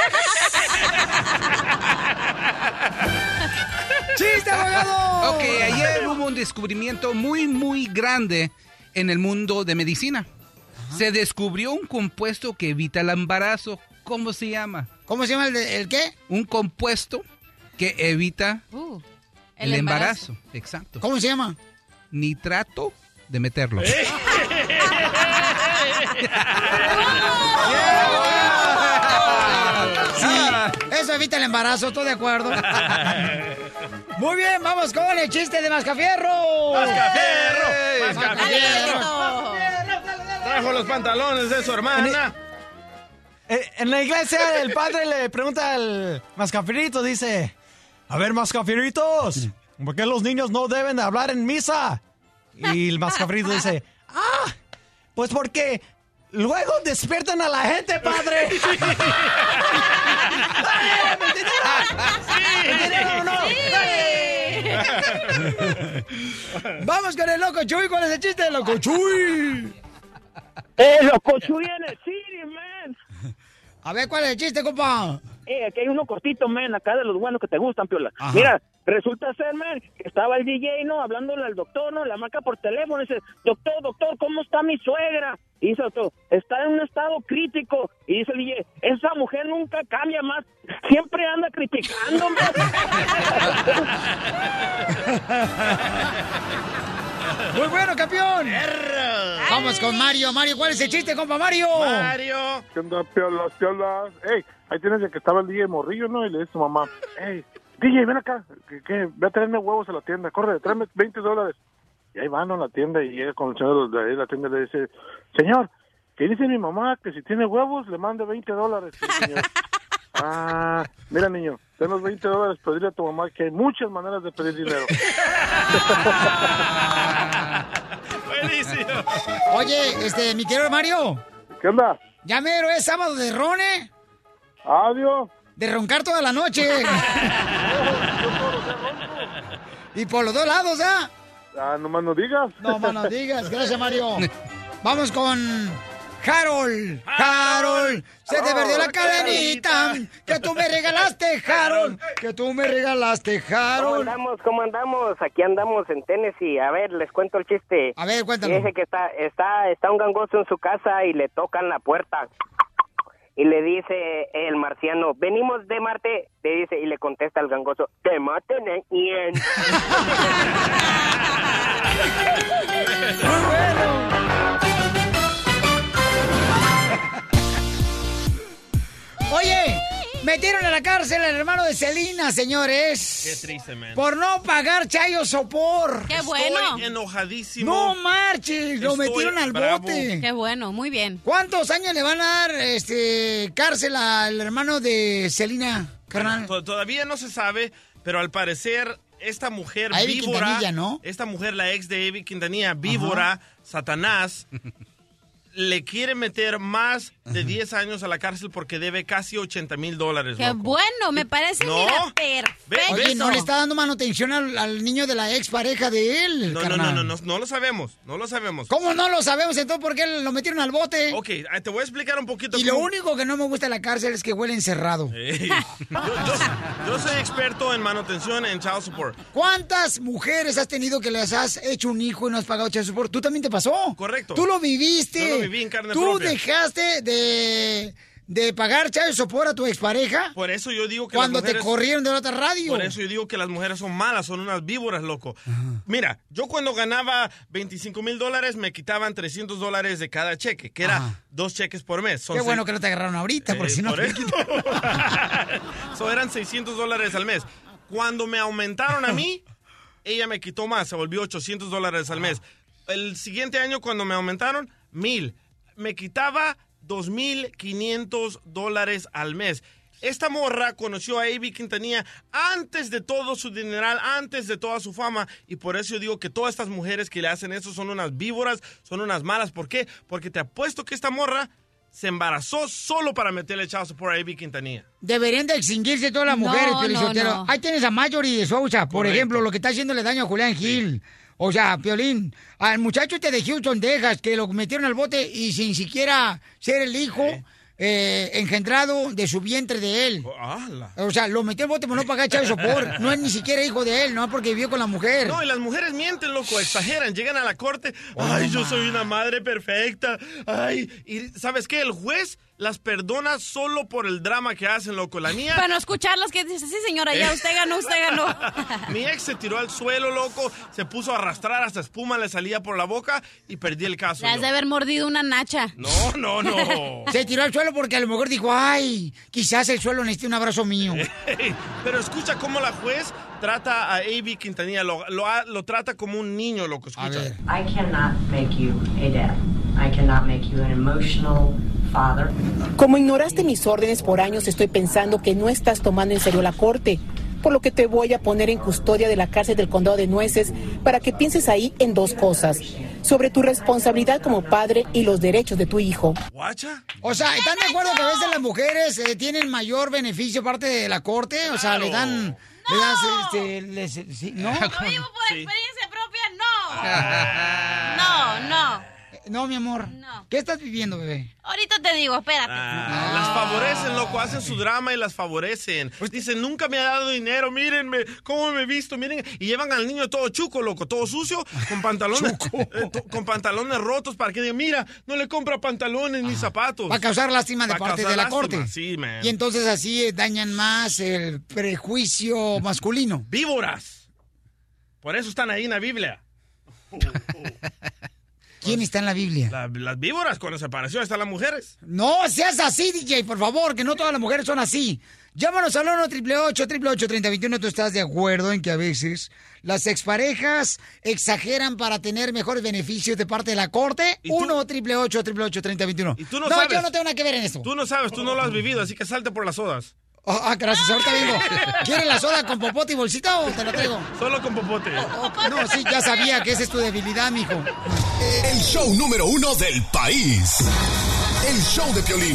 ¡Chiste, abogado! Ok, ayer hubo un descubrimiento muy grande en el mundo de medicina. Se descubrió un compuesto que evita el embarazo. ¿Cómo se llama? ¿Cómo se llama el qué? Un compuesto que evita el embarazo. Exacto. ¿Cómo se llama? Nitrato de meterlo. Sí, eso evita el embarazo, estoy de acuerdo. Muy bien, vamos con el chiste de Mascafierro. ¡Mascafierro! Trajo los pantalones de su hermana. En la iglesia el padre le pregunta al Mascafierrito, dice, a ver, Mascafierritos, ¿por qué los niños no deben de hablar en misa? Y el Mascafierrito dice, pues porque luego despiertan a la gente, padre. ¿Entendieron o no? Vamos con el Loco Chuy. ¿Cuál es el chiste del Loco Chuy? Loco Chuy en el City, man. A ver, ¿cuál es el chiste, compa? Aquí hay uno cortito, man, acá de los buenos que te gustan, piola. Ajá. Mira, resulta ser, man, que estaba el DJ, ¿no? Hablándole al doctor, ¿no? La marca por teléfono y dice, doctor, ¿cómo está mi suegra? Y dice el doctor, está en un estado crítico. Y dice el DJ, esa mujer nunca cambia más, siempre anda criticando, man. Muy bueno, campeón. Vamos con Mario. Mario, ¿cuál es el chiste, compa Mario? Mario. ¿Qué onda, piolas? Ey, ahí tienes el que estaba el DJ morrillo, ¿no? Y le dice a su mamá, ey, DJ, ven acá, que ve a traerme huevos a la tienda, corre, tráeme $20. Y ahí van a la tienda y llega con el señor de ahí la tienda y le dice, señor, que dice mi mamá que si tiene huevos le mande $20. Y el señor, mira, niño, ten los $20, pedirle a tu mamá que hay muchas maneras de pedir dinero. Buenísimo. Oye, mi querido Mario. ¿Qué onda? Ya mero es sábado de rone. Adiós. De roncar toda la noche. Y por los dos lados, ¿ah? Nomás no digas. No más no digas. Gracias, Mario. Vamos con Harold. Harold, se te perdió la cadenita que tú me regalaste, Harold. Que tú me regalaste, Harold. ¿Cómo andamos? Aquí andamos en Tennessee. A ver, les cuento el chiste. A ver, cuéntalo. Dice que está un gangoso en su casa y le tocan la puerta. Y le dice el marciano, venimos de Marte. Le dice, y le contesta el gangoso, te maten ¿quién? Muy bueno. Oye, metieron a la cárcel al hermano de Selena, señores. Qué triste, man. Por no pagar chayo sopor. ¡Qué bueno! Estoy enojadísimo. No marches, lo metieron al bote. ¡Qué bueno! Muy bien. ¿Cuántos años le van a dar cárcel al hermano de Selena, carnal? Todavía no se sabe, pero al parecer esta mujer a Ivy víbora, Quintanilla, ¿no? Esta mujer, la ex de Ivy Quintanilla, víbora, ajá, Satanás, le quiere meter más de 10 años a la cárcel porque debe casi $80,000. ¡Qué bueno! Me parece, mira, perfecto. Oye, ¿no le está dando manutención al niño de la ex pareja de él, carnal? No lo sabemos, no lo sabemos. ¿Cómo no lo sabemos? Entonces, ¿por qué lo metieron al bote? Ok, te voy a explicar un poquito. Y lo único que no me gusta de la cárcel es que huele encerrado. Yo soy experto en manutención en child support. ¿Cuántas mujeres has tenido que les has hecho un hijo y no has pagado child support? ¿Tú también te pasó? Correcto. Tú lo viviste. Yo lo viví en carne ¿Tú propia. dejaste de pagar child support a tu expareja? Por eso yo digo que cuando las mujeres, te corrieron de la otra radio. Por eso yo digo que las mujeres son malas, son unas víboras, loco. Ajá. Mira, yo cuando ganaba $25,000 me quitaban $300 de cada cheque, que era 2 cheques por mes. Qué bueno que no te agarraron ahorita, porque si no te quitan. So eran $600 al mes. Cuando me aumentaron a mí, ella me quitó más, se volvió $800 al mes. El siguiente año cuando me aumentaron, $1,000. Me quitaba $2,500 al mes. Esta morra conoció a Ivy Quintanilla antes de todo su dineral, antes de toda su fama, y por eso yo digo que todas estas mujeres que le hacen eso son unas víboras, son unas malas. ¿Por qué? Porque te apuesto que esta morra se embarazó solo para meterle child support a Ivy Quintanilla. Deberían de extinguirse todas las mujeres, no. Ahí tienes a Marjorie de Sousa, por ejemplo, lo que está haciéndole daño a Julián Gil. O sea, Piolín, al muchacho de Houston, Texas, que lo metieron al bote y sin siquiera ser el hijo engendrado de su vientre de él. O sea, lo metió al bote por no pagar child support. No es ni siquiera hijo de él, no porque vivió con la mujer. No, y las mujeres mienten, loco, exageran. Llegan a la corte, ay, yo soy una madre perfecta. Ay, y ¿sabes qué? El juez las perdona solo por el drama que hacen, loco. La mía... Para no escucharlas que dice, sí, señora, ya usted ganó, usted ganó. Mi ex se tiró al suelo, loco, se puso a arrastrar, hasta espuma le salía por la boca y perdí el caso. Le has de haber mordido una nacha. No. Se tiró al suelo porque a lo mejor dijo, ay, quizás el suelo necesite un abrazo mío. Pero escucha cómo la juez trata a Avi Quintanilla, lo trata como un niño, loco, escucha. I cannot make you a dad. I cannot make you an emotional father. Como ignoraste mis órdenes por años, estoy pensando que no estás tomando en serio la corte, por lo que te voy a poner en custodia de la cárcel del condado de Nueces para que pienses ahí en dos cosas: sobre tu responsabilidad como padre y los derechos de tu hijo. ¿Guacha? O sea, ¿están de acuerdo que a veces las mujeres tienen mayor beneficio parte de la corte? O sea, le dan... ¿no? Lo vivo por experiencia propia, no. No, mi amor. No. ¿Qué estás viviendo, bebé? Ahorita te digo, espérate. Las favorecen, loco, hacen su drama y las favorecen. Dicen, nunca me ha dado dinero, mírenme, cómo me he visto, miren. Y llevan al niño todo chuco, loco, todo sucio, con pantalones con pantalones rotos para que digan, mira, no le compra pantalones ni zapatos. Va a causar lástima de parte de la corte. Sí, man. Y entonces así dañan más el prejuicio masculino. ¡Víboras! Por eso están ahí en la Biblia. ¿Quién está en la Biblia? Las víboras, con la separación están las mujeres. No seas así, DJ, por favor, que no todas las mujeres son así. Llámanos al 1-888-888-3021. ¿Tú estás de acuerdo en que a veces las exparejas exageran para tener mejores beneficios de parte de la corte? 1-888-888-3021. Y tú no sabes. Yo no tengo nada que ver en esto. Tú no sabes, tú no lo has vivido, así que salte por las sodas. Gracias, ahorita vengo. ¿Quieres la soda con popote y bolsita o te la traigo? Solo con popote. No, sí, ya sabía que esa es tu debilidad, mijo. El show número 1 del país. El show de Piolín.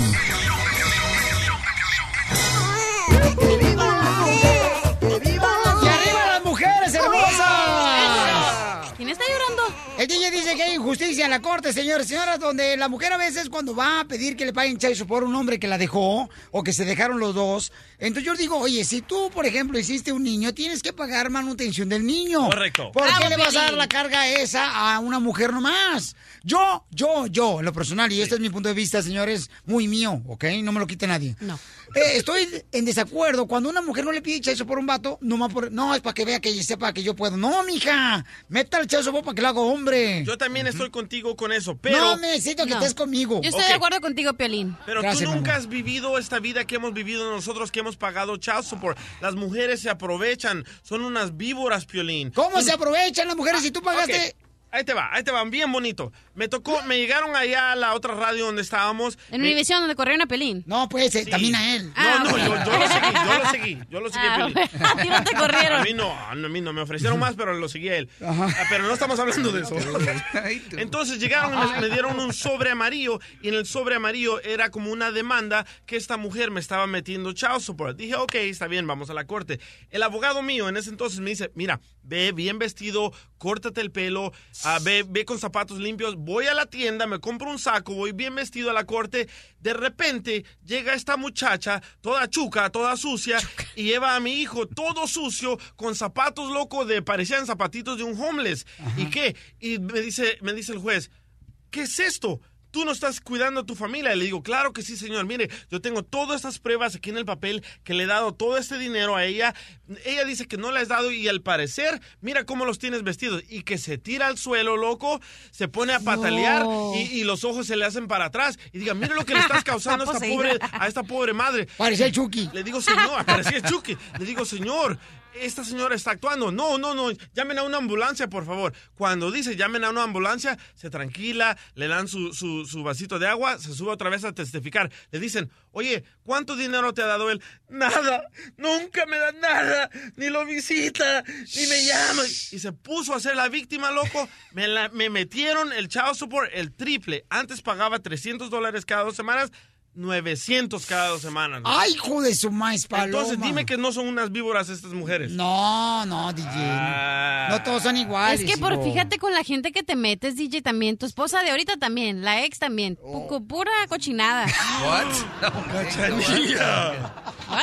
¡Y arriba las mujeres hermosas! ¿Quién está llorando? El DJ dice que hay injusticia en la corte, señores y señoras, donde la mujer a veces cuando va a pedir que le paguen child support por un hombre que la dejó o que se dejaron los dos, entonces yo digo, oye, si tú, por ejemplo, hiciste un niño, tienes que pagar manutención del niño. Correcto. ¿Por qué le vas a dar la carga esa a una mujer nomás? Yo, en lo personal, y este es mi punto de vista, señores, muy mío, ¿ok? No me lo quite nadie. No. Estoy en desacuerdo. Cuando una mujer no le pide child support por un vato, no, es para que vea que sepa que yo puedo. No, mija, meta el child support para que lo haga hombre. Yo también estoy contigo con eso, pero... No necesito que estés conmigo. Yo estoy de acuerdo contigo, Piolín. Pero Gracias, tú nunca mamá. has vivido esta vida que hemos vivido nosotros, que hemos pagado child support. Las mujeres se aprovechan, son unas víboras, Piolín. ¿Cómo se aprovechan las mujeres si tú pagaste? Okay. Ahí te va, bien bonito. Me llegaron allá a la otra radio donde estábamos. En Univisión, donde corrieron a Pelín. No, pues, también a él. Yo lo seguí a Pelín. A ti no te corrieron. A mí no, me ofrecieron más, pero lo seguí a él. Pero no estamos hablando de eso. Entonces llegaron y me dieron un sobre amarillo, y en el sobre amarillo era como una demanda que esta mujer me estaba metiendo child support. Dije, ok, está bien, vamos a la corte. El abogado mío en ese entonces me dice, mira, ve bien vestido, córtate el pelo, ve con zapatos limpios, voy a la tienda, me compro un saco, voy bien vestido a la corte. De repente llega esta muchacha, toda chuca, toda sucia, y lleva a mi hijo todo sucio, con zapatos locos, parecían zapatitos de un homeless. Ajá. ¿Y qué? Y me dice el juez, ¿qué es esto? ¿Tú no estás cuidando a tu familia? Y le digo, claro que sí, señor. Mire, yo tengo todas estas pruebas aquí en el papel que le he dado todo este dinero a ella. Ella dice que no le has dado y al parecer, mira cómo los tienes vestidos. Y que se tira al suelo, loco, se pone a patalear y los ojos se le hacen para atrás. Y diga, mira lo que le estás causando a esta pobre madre. Parecía el Chucky. Le digo, señor, parecía el Chucky. Le digo, señor, esta señora está actuando. No, llamen a una ambulancia, por favor. Cuando dice llamen a una ambulancia, se tranquila, le dan su vasito de agua, se sube otra vez a testificar. Le dicen, oye, ¿cuánto dinero te ha dado él? Nada, nunca me da nada, ni lo visita, ni me llama. Y se puso a ser la víctima, loco. Me metieron el child support el triple. Antes pagaba $300 cada 2 semanas. 900 cada 2 semanas. ¿No? ¡Ay, hijo de su maíz paloma! Entonces dime que no son unas víboras estas mujeres. No, DJ. No todos son iguales. Es que fíjate con la gente que te metes, DJ, también. Tu esposa de ahorita también, la ex también. Pura cochinada. ¡Cachanilla!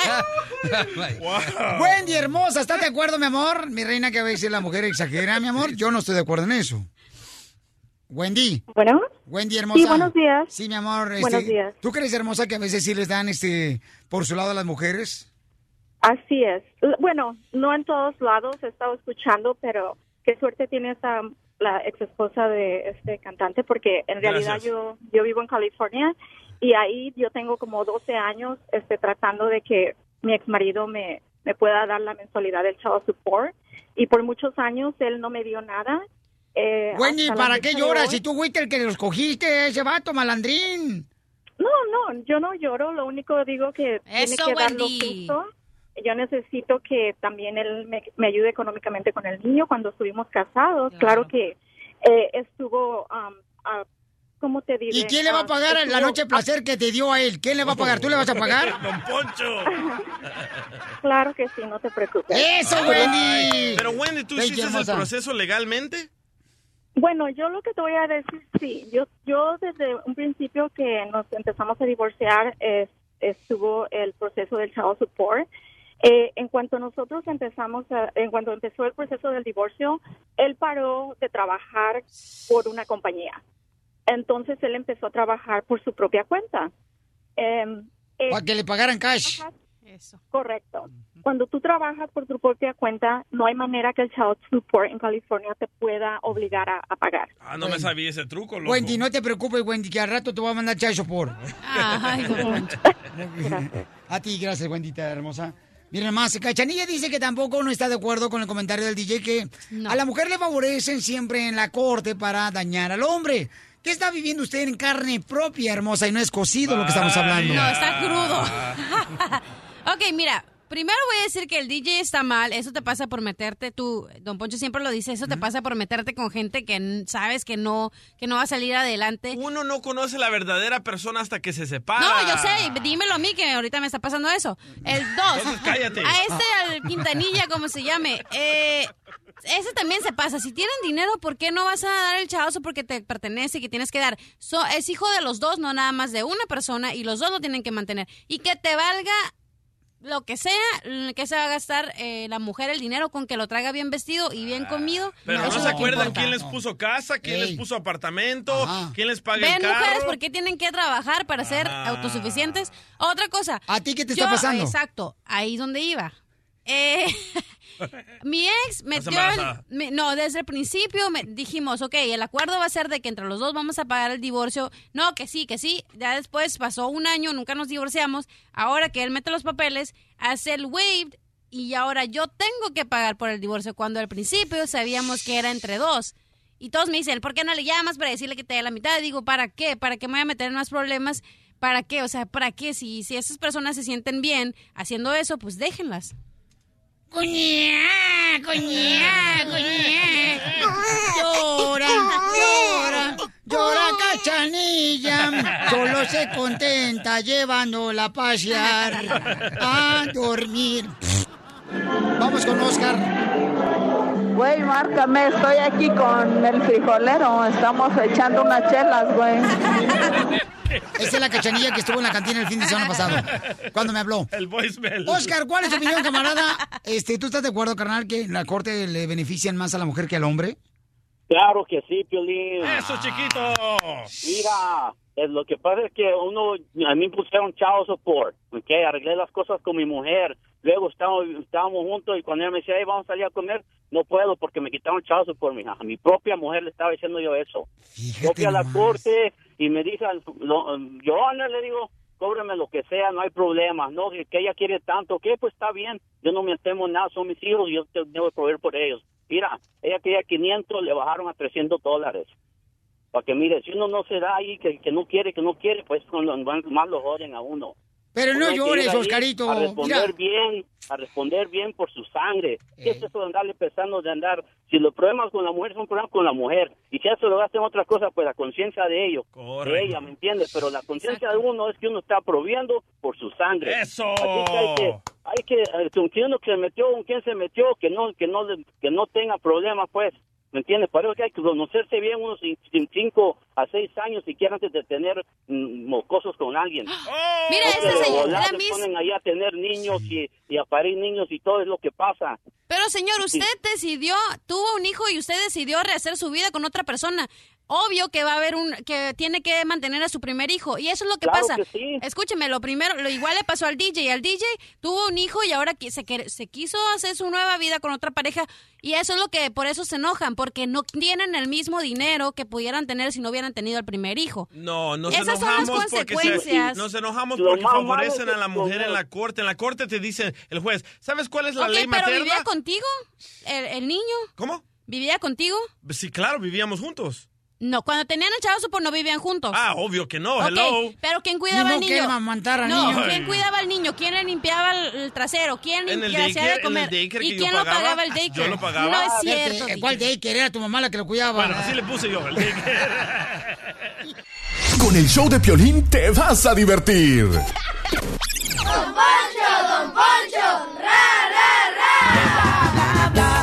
Wow. Wendy, hermosa, ¿estás de acuerdo, mi amor? Mi reina, que a veces la mujer exagera, mi amor. Yo no estoy de acuerdo en eso. Wendy. Bueno. Wendy, hermosa. Sí, buenos días. Sí, mi amor. Buenos días. ¿Tú crees, hermosa, que a veces sí les dan por su lado a las mujeres? Así es. Bueno, no en todos lados he estado escuchando, pero qué suerte tiene la ex esposa de este cantante, porque en realidad yo vivo en California y ahí yo tengo como 12 años tratando de que mi ex marido me me pueda dar la mensualidad del child support. Y por muchos años él no me dio nada. Wendy, ¿para qué lloras? Si tú fuiste el que los cogiste, ese vato malandrín. No, yo no lloro. Lo único digo que tiene que dar lo justo. Yo necesito que también él me ayude económicamente con el niño cuando estuvimos casados. Claro que estuvo, ¿cómo te diré? ¿Y quién le va a pagar la noche de placer que te dio a él? ¿Quién le va a pagar? ¿Tú le vas a pagar? ¡Don Poncho! Claro que sí, no te preocupes. ¡Eso, Wendy! Pero Wendy, ¿tú hiciste el proceso legalmente? Bueno, yo lo que te voy a decir, sí. Yo desde un principio que nos empezamos a divorciar, estuvo el proceso del child support. En cuanto nosotros en cuanto empezó el proceso del divorcio, él paró de trabajar por una compañía. Entonces él empezó a trabajar por su propia cuenta. Para que le pagaran cash. Eso. Correcto. Cuando tú trabajas por tu propia cuenta, no hay manera que el child support en California te pueda obligar a pagar. No me sabía ese truco, loco. Wendy, no te preocupes, Wendy, que al rato te voy a mandar child support. Ay, A ti, gracias, Wendy, hermosa. Miren más, Cachanilla dice que tampoco no está de acuerdo con el comentario del DJ que a la mujer le favorecen siempre en la corte para dañar al hombre. ¿Qué está viviendo usted en carne propia, hermosa? Y no es cocido lo que estamos hablando. No, está crudo. Ok, mira, primero voy a decir que el DJ está mal. Eso te pasa por meterte, Don Poncho siempre lo dice, eso te pasa por meterte con gente que sabes que no va a salir adelante. Uno no conoce la verdadera persona hasta que se separa. No, yo sé, dímelo a mí que ahorita me está pasando eso. El 2. Entonces cállate. Al Quintanilla, como se llame, ese también se pasa. Si tienen dinero, ¿por qué no vas a dar el chavazo porque te pertenece y que tienes que dar? Es hijo de los dos, no nada más de una persona, y los dos lo tienen que mantener. Y que te valga lo que sea, que se va a gastar la mujer el dinero con que lo traiga bien vestido y bien comido. Pero no se acuerdan quién les puso casa, quién les puso apartamento, quién les paga el carro. Mujeres, ¿por qué tienen que trabajar para ser autosuficientes? Otra cosa. ¿A ti qué te está pasando? Exacto, ahí donde iba. Mi ex metió desde el principio dijimos, ok, el acuerdo va a ser de que entre los dos vamos a pagar el divorcio. No, que sí, ya después pasó un año, nunca nos divorciamos. Ahora que él mete los papeles, hace el waived y ahora yo tengo que pagar por el divorcio, cuando al principio sabíamos que era entre dos. Y todos me dicen, ¿por qué no le llamas para decirle que te dé la mitad? Y digo, ¿para qué? ¿Para qué me voy a meter en más problemas? ¿Para qué? O sea, ¿para qué? Si esas personas se sienten bien haciendo eso, pues déjenlas. Coñá. Llora, Cachanilla. Solo se contenta llevándola a pasear, a dormir. Vamos con Oscar. Güey, márcame, estoy aquí con el frijolero. Estamos echando unas chelas, güey. Esa es la Cachanilla que estuvo en la cantina el fin de semana pasado, cuando me habló. El voicemail. Oscar, ¿cuál es tu opinión, camarada? ¿Tú estás de acuerdo, carnal, que en la corte le benefician más a la mujer que al hombre? Claro que sí, Piolín. ¡Eso, chiquito! Mira, lo que pasa es que a mí pusieron child support, ¿ok? Arreglé las cosas con mi mujer. Luego estábamos juntos y cuando ella me decía, hey, vamos a salir a comer, no puedo porque me quitaron child support, mija. A mi propia mujer le estaba diciendo yo eso. Fui a la corte y me dice, Johanna, le digo, cóbreme lo que sea, no hay problema. No, que ella quiere tanto, ¿qué? Pues está bien. Yo no me temo nada, son mis hijos y yo debo proveer por ellos. Mira, ella quería 500, le bajaron a $300. Para que mire, si uno no se da ahí, que no quiere, pues más lo joden a uno. Pero no llores, Oscarito. A responder bien por su sangre. ¿Qué es eso de andarle pensando de andar? Si los problemas con la mujer son problemas con la mujer. Y si eso lo gastan en otra cosa, pues la conciencia de ellos. Correcto. De ella, ¿me entiendes? Pero la conciencia de uno es que uno está proviendo por su sangre. ¡Eso! Hay que uno que se metió, con quien se metió, que no tenga problemas, pues. ¿Me entiendes? Parece que hay que conocerse bien unos 5 a 6 años siquiera antes de tener mocosos con alguien. ¡Oh! Mira, este señor, se ponen ahí a tener niños y a parir niños y todo es lo que pasa. Pero señor, usted tuvo un hijo y usted decidió rehacer su vida con otra persona. obvio que va a haber que tiene que mantener a su primer hijo. Y eso es lo que Claro pasa. que sí. Escúcheme, lo primero, lo igual le pasó al DJ. Al DJ tuvo un hijo y ahora se quiso hacer su nueva vida con otra pareja. Y eso es lo que, por eso se enojan, porque no tienen el mismo dinero que pudieran tener si no hubieran tenido el primer hijo. No, nos Esas son las enojamos porque consecuencias. nos enojamos Lo porque más malo favorecen es a la que mujer como- en la corte. En la corte te dice el juez, ¿sabes cuál es la Ok, ley pero materna? ¿vivía contigo el niño? ¿Cómo? ¿Vivía contigo? Sí, claro, vivíamos juntos. No, cuando tenían el chavo support no vivían juntos. Ah, obvio que no, Ok, hello. pero ¿quién cuidaba Ni al modo que niño? amamantar al no, niño. ¿quién cuidaba al niño? ¿Quién le limpiaba el trasero? ¿Quién En el le hacía de daycare, comer? en el daycare ¿Y que quién yo lo pagaba, pagaba el daycare? yo lo pagaba. No es cierto. ¿Cuál DJ. daycare? Era tu mamá la que lo cuidaba. Bueno, así le puse yo, el daycare. Con el show de Piolín te vas a divertir. ¡Don Poncho, Don Poncho! ¡Ra, ra, ra!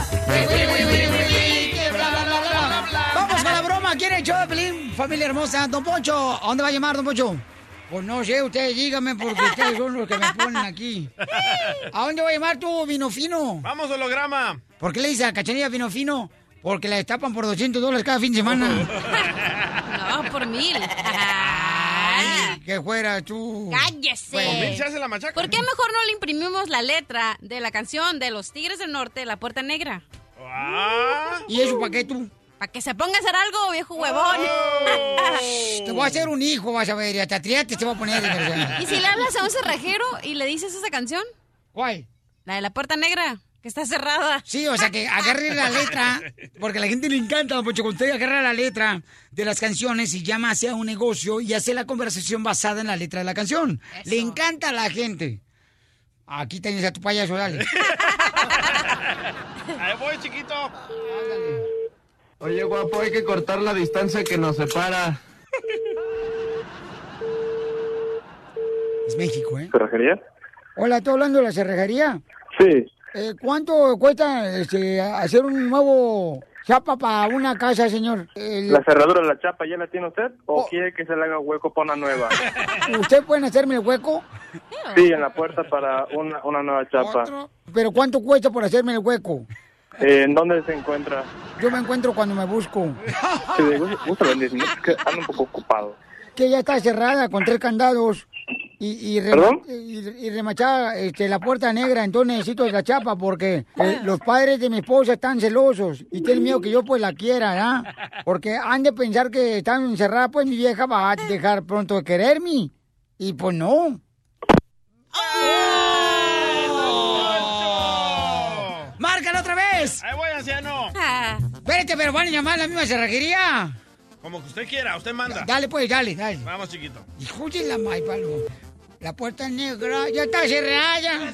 Vamos con la broma. ¿Quién es el show de Piolín? Familia hermosa. Don Poncho, ¿a dónde va a llamar, Don Poncho? Pues no sé, ustedes díganme porque ustedes son los que me ponen aquí. ¿A dónde va a llamar tú, Vino Fino? Vamos, holograma. ¿Por qué le dice a Cachanilla Vino Fino? Porque la destapan por $200 cada fin de semana. No, por 1,000. Ay, que fuera tú. ¡Cállese! Con 1,000 se hace la machaca. ¿Por qué mejor no le imprimimos la letra de la canción de los Tigres del Norte, La Puerta Negra? ¿Y eso para qué tú? Para que se ponga a hacer algo, viejo huevón. Te voy a hacer un hijo, vas a ver, y hasta triate te va a poner. ¿Y si le hablas a un cerrajero y le dices esa canción? ¿Cuál? La de La Puerta Negra, que está cerrada. Sí, o sea que agarre la letra, porque a la gente le encanta, don Poncho, cuando usted agarra la letra de las canciones y llama hacia un negocio y hace la conversación basada en la letra de la canción. Eso. Le encanta a la gente. Aquí tienes a tu payaso, dale. Ahí voy, chiquito. Oye, guapo, hay que cortar la distancia que nos separa. Es México, ¿eh? ¿Cerrajería? Hola, ¿estoy hablando de la cerrajería? Sí. ¿Cuánto cuesta hacer un nuevo chapa para una casa, señor? ¿La cerradura de la chapa ya la tiene usted o quiere que se le haga hueco para una nueva? ¿Usted puede hacerme el hueco? Sí, en la puerta para una nueva chapa. ¿Pero cuánto cuesta por hacerme el hueco? ¿En dónde se encuentra? Yo me encuentro cuando me busco. Sí, gusta los 10 minutos, que ando un poco ocupado. Que ya está cerrada con 3 candados ¿Perdón? y remachada la puerta negra, entonces necesito la chapa porque los padres de mi esposa están celosos y tienen miedo que yo pues la quiera, ¿ya? Porque han de pensar que están encerrada, pues mi vieja va a dejar pronto de quererme y pues no. ¡Márcala otra vez! Ahí voy, anciano. Espérate, pero van a llamar a la misma cerrajería. Como que usted quiera, usted manda. Dale, pues, dale. Vamos, chiquito. Hijo de la maipalo. La puerta negra ya está cerrada. Ya.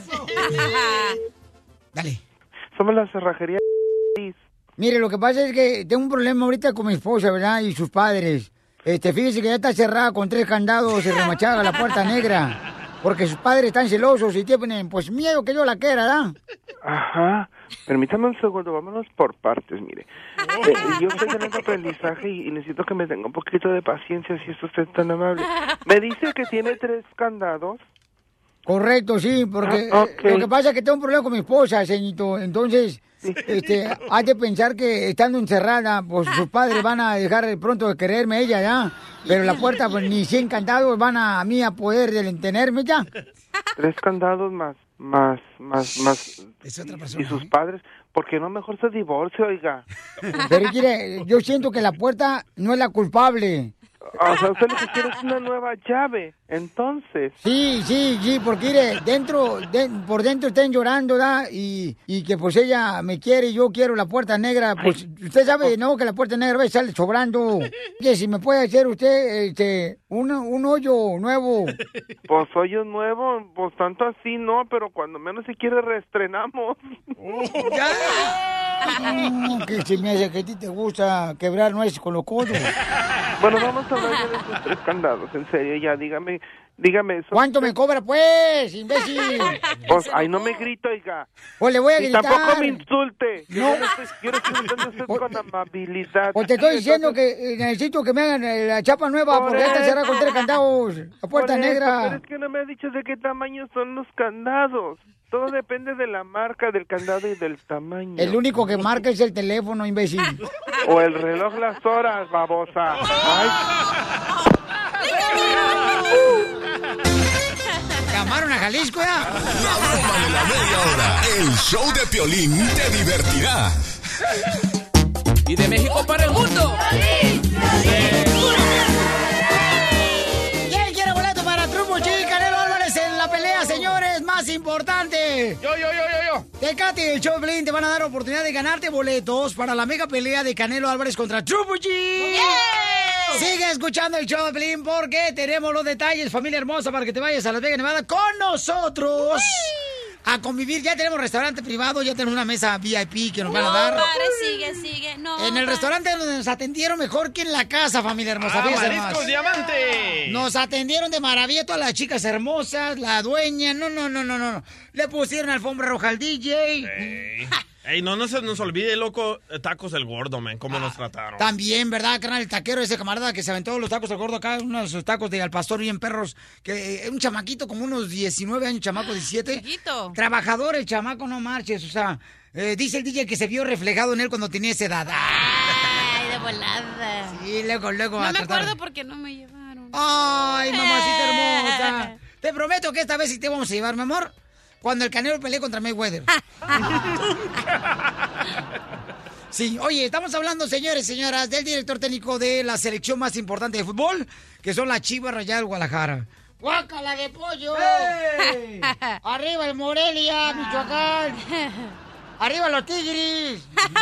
Dale. Somos la cerrajería. Mire, lo que pasa es que tengo un problema ahorita con mi esposa, ¿verdad? Y sus padres. Fíjese que ya está cerrada con 3 candados y remachada la puerta negra. Porque sus padres están celosos y tienen, pues, miedo que yo la quiera, ¿verdad? Ajá. Permítame un segundo, vámonos por partes, mire. Yo estoy teniendo aprendizaje y necesito que me tenga un poquito de paciencia si es usted tan amable. Me dice que tiene 3 candados. Correcto, sí, porque lo que pasa es que tengo un problema con mi esposa, señorito. Entonces, hay de pensar que estando encerrada, pues sus padres van a dejar pronto de quererme ella, ¿ya? Pero la puerta, pues ni 100 candados van a mí a poder tenerme ya. 3 candados más. Es otra persona, ¿Y sus padres? ¿Por qué no mejor se divorcia, oiga? Pero mire, yo siento que la puerta no es la culpable. O sea, usted lo que quiere es una nueva llave, entonces. Sí, porque mire, por dentro están llorando, ¿da? Y que pues ella me quiere y yo quiero la puerta negra. Pues usted sabe, ¿no? Que la puerta negra va a sale sobrando. Que si me puede hacer usted un hoyo nuevo. Pues hoyo nuevo, pues tanto así no, pero cuando menos se quiere reestrenamos. Que se me hace que a ti te gusta quebrar nueces con los codos. Bueno, vamos a hablar ya de esos 3 candados, en serio, ya dígame, Dígame eso. ¿Cuánto me cobra, pues, imbécil? Pues, ay, no me grito, oiga. Pues le voy a Y gritar. tampoco me insulte. No. Yo no estoy gritando usted con amabilidad. Pues te estoy diciendo que necesito que me hagan la chapa nueva Por porque esta eso. cerrada con 3 candados. La puerta Por eso, negra. Pero es que no me ha dicho de qué tamaño son los candados. Todo depende de la marca del candado y del tamaño. El único que marca es el teléfono, imbécil. O el reloj las horas, babosa. Ay. ¿Llamaron a Jalisco ya? La broma de la media hora. El show de Piolín te divertirá. Y de México para el mundo. ¿Quién quiere boleto para Triple G? Canelo Álvarez en la pelea, señores, más importante. Yo. Tecate y el show de Piolín te van a dar oportunidad de ganarte boletos para la mega pelea de Canelo Álvarez contra Triple G. Sigue escuchando el show de Piolín porque tenemos los detalles, familia hermosa, para que te vayas a Las Vegas, Nevada con nosotros. A convivir, ya tenemos restaurante privado, ya tenemos una mesa VIP que nos van a dar. Sigue. No, En el restaurante donde nos atendieron mejor que en la casa, familia hermosa. Fíjense Mariscos nomás. Diamante. Nos atendieron de maravilla todas las chicas hermosas, la dueña, no. Le pusieron alfombra roja al DJ. Ey, no se nos olvide, loco, tacos del gordo, man, cómo nos trataron. También, ¿verdad, carnal? El taquero ese camarada que se aventó los tacos del gordo acá, unos de sus tacos de al pastor bien perros, que un chamaquito como unos 19 años, chamaco 17. Chiquito. Trabajador el chamaco, no marches, o sea, dice el DJ que se vio reflejado en él cuando tenía esa edad. Ay, de volada. Sí, luego No a me tratar. acuerdo porque no me llevaron. Ay, mamacita hermosa. Te prometo que esta vez sí te vamos a llevar, mi amor. Cuando el Canelo pelee contra Mayweather. Sí, oye, estamos hablando, señores y señoras, del director técnico de la selección más importante de fútbol, que son las Chivas Rayadas del Guadalajara. ¡Guácala de pollo! ¡Hey! ¡Arriba el Morelia, Michoacán! ¡Arriba los Tigres!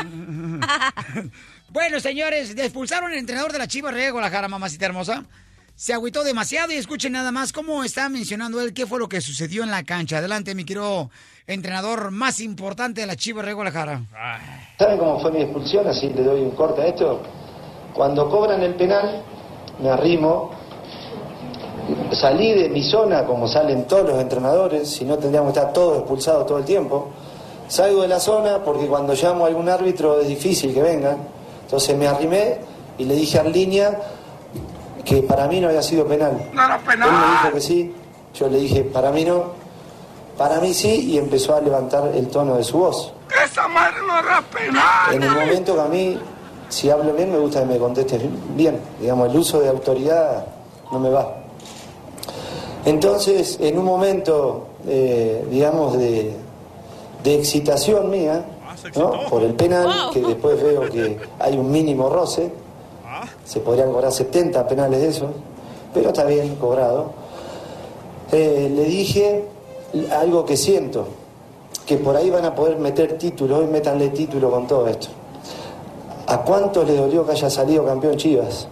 Bueno, señores, expulsaron al entrenador de la Chivas Rayadas de Guadalajara, mamacita hermosa. Se agüitó demasiado y escuchen nada más cómo está mencionando él qué fue lo que sucedió en la cancha. Adelante, mi querido entrenador más importante de la Chivas Rayadas de Guadalajara. ¿Saben cómo fue mi expulsión? Así le doy un corte a esto. Cuando cobran el penal, me arrimo, salí de mi zona como salen todos los entrenadores, si no tendríamos que estar todos expulsados todo el tiempo. Salgo de la zona porque cuando llamo a algún árbitro es difícil que vengan. Entonces me arrimé y le dije a Arlinia que para mí no había sido penal. ¡No era penal! Él me dijo que sí, yo le dije para mí no, para mí sí, y empezó a levantar el tono de su voz. ¡Esa madre no era penal! En el momento que a mí, si hablo bien, me gusta que me contestes bien. Digamos, el uso de autoridad no me va. Entonces, en un momento, digamos, de excitación mía, ¿no? Por el penal, que después veo que hay un mínimo roce, se podrían cobrar 70 penales de esos, pero está bien cobrado. Le dije algo que siento, que por ahí van a poder meter títulos, hoy métanle título con todo esto. ¿A cuánto le dolió que haya salido campeón Chivas?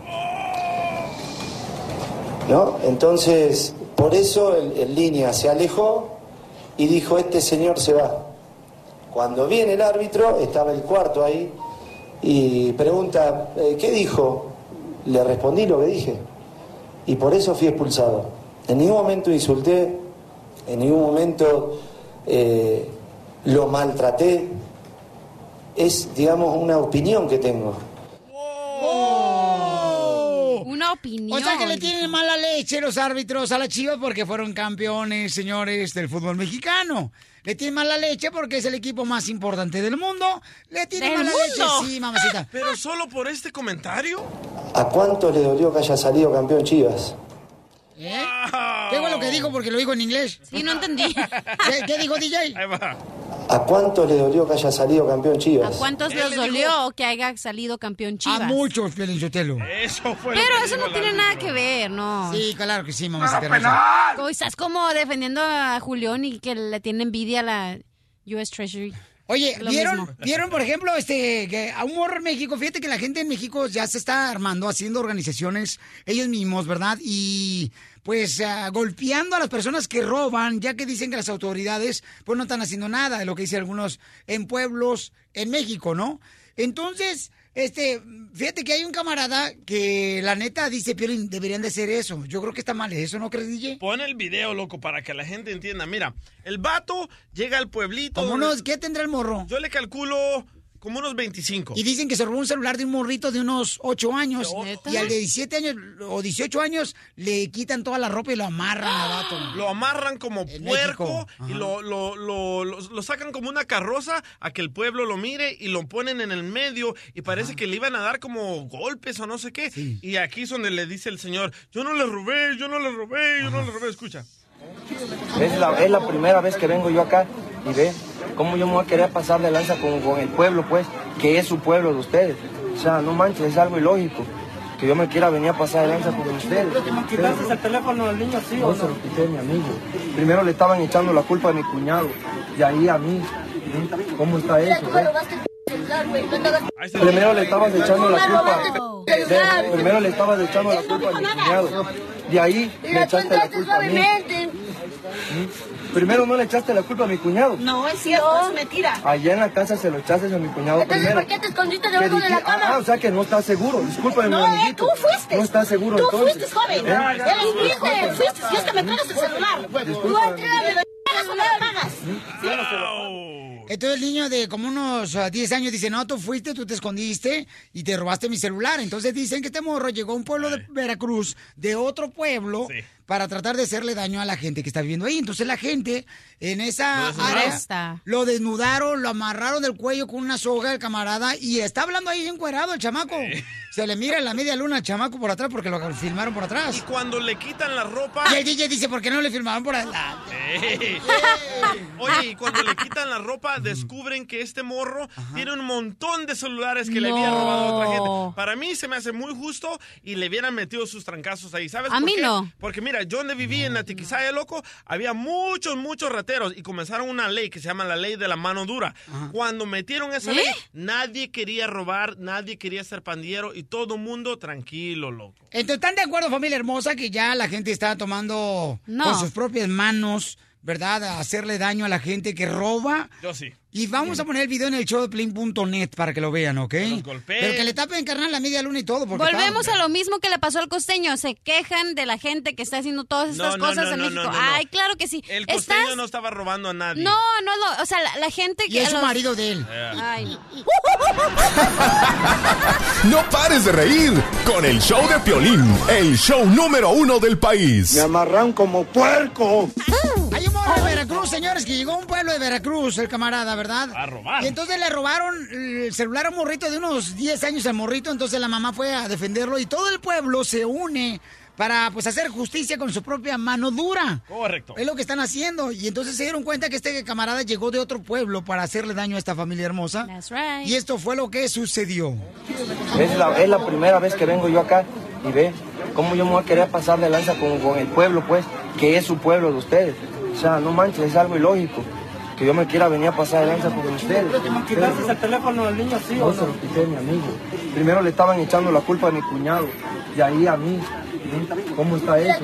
¿No? Entonces, por eso el línea se alejó y dijo, este señor se va. Cuando viene el árbitro, estaba el cuarto ahí, y pregunta, ¿qué dijo? Le respondí lo que dije. Y por eso fui expulsado. En ningún momento insulté, en ningún momento lo maltraté. Es, digamos, una opinión que tengo. Una opinión. O sea que le tienen mala leche los árbitros a las Chivas porque fueron campeones, señores, del fútbol mexicano. Le tienen mala leche porque es el equipo más importante del mundo. Le tienen ¿Del mala mundo? leche, sí, mamacita. ¿Pero solo por este comentario? ¿A cuánto le dolió que haya salido campeón Chivas? ¿Eh? ¿Qué fue lo que dijo? Porque lo dijo en inglés. Sí, no entendí. ¿Qué dijo, DJ? Ahí va. ¿A cuánto le dolió que haya salido campeón ¿A Chivas? cuántos les dolió que haya salido campeón Chivas? A muchos, Felicitelo. Eso fue Pero eso no tiene nada que ver, ¿no? Sí, claro que sí, mamacita hermosa. Estás como defendiendo a Julián y que le tiene envidia a la US Treasury. Oye, Lo ¿vieron, mismo. por ejemplo, que a Humor México? Fíjate que la gente en México ya se está armando, haciendo organizaciones ellos mismos, ¿verdad? Y pues golpeando a las personas que roban, ya que dicen que las autoridades pues no están haciendo nada de lo que dicen algunos en pueblos en México, ¿no? Entonces, Fíjate que hay un camarada que la neta dice, Piolín, deberían de hacer eso. Yo creo que está mal eso, ¿no crees, DJ? Pon el video, loco, para que la gente entienda. Mira, el vato llega al pueblito. ¿Qué tendrá el morro? Yo le calculo como unos 25. Y dicen que se robó un celular de un morrito de unos 8 años. Y al de 17 años o 18 años le quitan toda la ropa y lo amarran al vato. Lo amarran como puerco y lo sacan como una carroza a que el pueblo lo mire y lo ponen en el medio y parece que le iban a dar como golpes o no sé qué. Sí. Y aquí es donde le dice el señor, yo no le robé. Escucha. Es la primera vez que vengo yo acá y ve cómo yo me voy a querer pasar de lanza con el pueblo, pues, que es su pueblo de ustedes. O sea, no manches, es algo ilógico que yo me quiera venir a pasar de lanza con ustedes. ¿Quitaste el teléfono del niño, sí o no? No se lo quité, mi amigo. Primero le estaban echando la culpa a mi cuñado y ahí a mí. ¿Cómo está eso? Primero le estabas echando la culpa. Primero le estabas echando la culpa a mi cuñado. De ahí le echaste la culpa a mí. Primero no le echaste la culpa a mi cuñado. No, es cierto, es mentira. Allá en la casa se lo echaste a mi cuñado. Entonces, primero. ¿por qué te escondiste debajo de la cama? O sea que no estás seguro. Discúlpame, no, mi amiguito. Tú fuiste. No estás seguro Tú entonces. fuiste, joven. Eres fuiste. Si es que me traes el celular. Tú entrégame o me lo pagas. Entonces el niño de como unos 10 años dice, no, tú fuiste, tú te escondiste y te robaste mi celular. Entonces dicen que este morro llegó a un pueblo de Veracruz, de otro pueblo, para tratar de hacerle daño a la gente que está viviendo ahí. Entonces la gente en esa área lo desnudaron, lo amarraron del cuello con una soga el camarada y está hablando ahí encuerado el chamaco. Se le mira en la media luna al chamaco por atrás porque lo filmaron por atrás. Y cuando le quitan la ropa... Y el DJ dice, ¿por qué no le filmaron por adelante? Oye, y cuando le quitan la ropa, descubren que este morro tiene un montón de celulares que le había robado a otra gente. Para mí se me hace muy justo y le hubieran metido sus trancazos ahí. ¿Sabes por qué? A mí no. Porque mira, yo donde viví en la Tiquisaya, loco, había muchos rateros y comenzaron una ley que se llama la ley de la mano dura. Cuando metieron esa ley, nadie quería robar, nadie quería ser pandillero y todo el mundo tranquilo, loco. Entonces, ¿están de acuerdo, familia hermosa, que ya la gente está tomando con sus propias manos, ¿verdad?, a hacerle daño a la gente que roba? Yo sí. Y vamos a poner el video en el showdeplin.net para que lo vean, ¿ok? Pero que le tapen, carnal, la media luna y todo. Volvemos a lo mismo que le pasó al costeño. Se quejan de la gente que está haciendo todas estas cosas en México. Ay, claro que sí. El costeño no estaba robando a nadie. No, o sea, la gente que... Y es su marido de él. Ay, No pares de reír con el show de Piolín, el show número 1 del país. Me amarran como puerco. Hay un morro de Veracruz, señores, que llegó a un pueblo de Veracruz, el camarada, ¿verdad? A robar. Y entonces le robaron el celular a un morrito de unos 10 años al morrito, entonces la mamá fue a defenderlo y todo el pueblo se une para, pues, hacer justicia con su propia mano dura. Correcto. Es lo que están haciendo. Y entonces se dieron cuenta que este camarada llegó de otro pueblo para hacerle daño a esta familia hermosa. That's right. Y esto fue lo que sucedió. Es la primera vez que vengo yo acá y ve cómo yo me voy a querer pasar de lanza con el pueblo, pues, que es su pueblo de ustedes. O sea, no manches, es algo ilógico que yo me quiera venir a pasar de lanza con ustedes. ¿Quitaste el teléfono del niño, sí o no? No se lo quité, mi amigo. Primero le estaban echando la culpa a mi cuñado y ahí a mí. ¿Cómo está eso?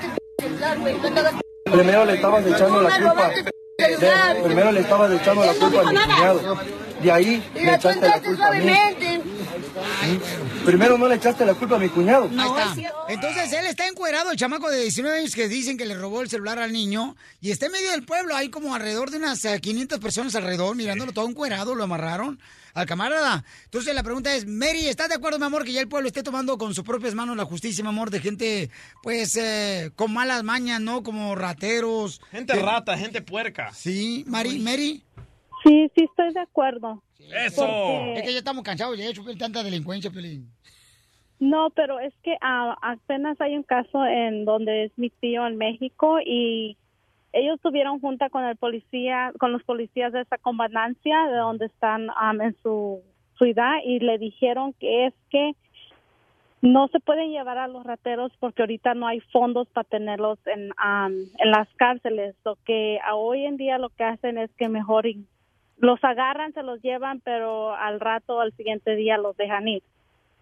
Primero le estabas echando la culpa. Primero le estabas echando la culpa a mi cuñado. De ahí le echaste la culpa a mí. Primero no le echaste la culpa a mi cuñado. No, entonces él está encuerado, el chamaco de 19 años que dicen que le robó el celular al niño y está en medio del pueblo, hay como alrededor de unas 500 personas alrededor mirándolo todo encuerado, lo amarraron al camarada. Entonces la pregunta es, Mary, ¿estás de acuerdo, mi amor, que ya el pueblo esté tomando con sus propias manos la justicia, mi amor, de gente, pues, con malas mañas, ¿no? Como rateros. Gente rata, gente puerca. Sí, Mary. Sí, estoy de acuerdo. ¡Eso! Es que ya estamos cansados de hecho, tanta delincuencia, Pelín. No, pero es que apenas hay un caso en donde es mi tío en México y ellos tuvieron junta con el policía, con los policías de esa comandancia de donde están en su ciudad y le dijeron que es que no se pueden llevar a los rateros porque ahorita no hay fondos para tenerlos en las cárceles. Lo que hoy en día lo que hacen es que mejor los agarran, se los llevan, pero al siguiente día los dejan ir.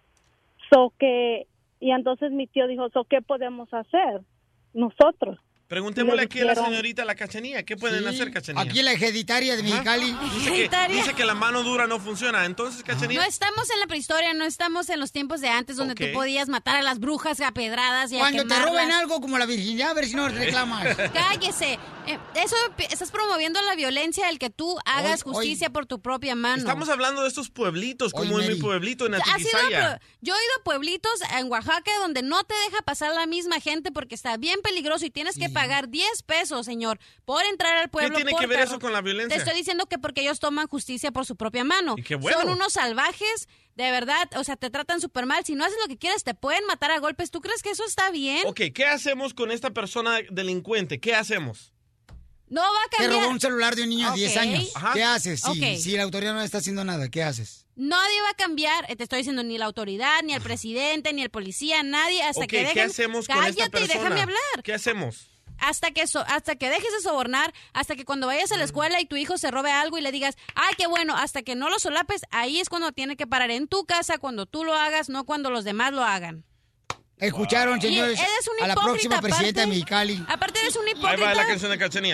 Y entonces mi tío dijo, ¿qué podemos hacer nosotros? Preguntémosle aquí a la señorita, la Cachanilla, ¿qué pueden hacer, Cachanilla? Aquí la hereditaria de Mexicali. Dice que la mano dura no funciona. Entonces, Cachanilla... No estamos en la prehistoria, no estamos en los tiempos de antes donde tú podías matar a las brujas a pedradas y Cuando a quemarlas. te roben algo como la virginidad, a ver si no reclamas. Cállese. Eso estás promoviendo la violencia, el que tú hagas justicia por tu propia mano. Estamos hablando de estos pueblitos, como en mi pueblito, en Atiquizaya. Yo he ido a pueblitos en Oaxaca donde no te deja pasar la misma gente porque está bien peligroso y tienes que pagar 10 pesos, señor, por entrar al pueblo. ¿Qué tiene que ver eso con la violencia? Te estoy diciendo que porque ellos toman justicia por su propia mano. Y qué bueno. Son unos salvajes, de verdad, o sea, te tratan súper mal. Si no haces lo que quieres, te pueden matar a golpes. ¿Tú crees que eso está bien? Ok, ¿qué hacemos con esta persona delincuente? ¿Qué hacemos? No va a cambiar. Te robó un celular de un niño de 10 años. Ajá. ¿Qué haces? Si la autoridad no está haciendo nada, ¿qué haces? Nadie va a cambiar, te estoy diciendo, ni la autoridad, ni el presidente, ni el policía, nadie, hasta que dejen... ¿Qué hacemos con esta persona? Cállate y déjame hablar. ¿Qué hacemos? Hasta que dejes de sobornar, hasta que cuando vayas a la escuela y tu hijo se robe algo y le digas, ay, qué bueno, hasta que no lo solapes, ahí es cuando tiene que parar en tu casa, cuando tú lo hagas, no cuando los demás lo hagan. Escucharon, señores, a la próxima presidenta de Mexicali. Aparte eres un hipócrita. Ahí va la canción de Cachanilla.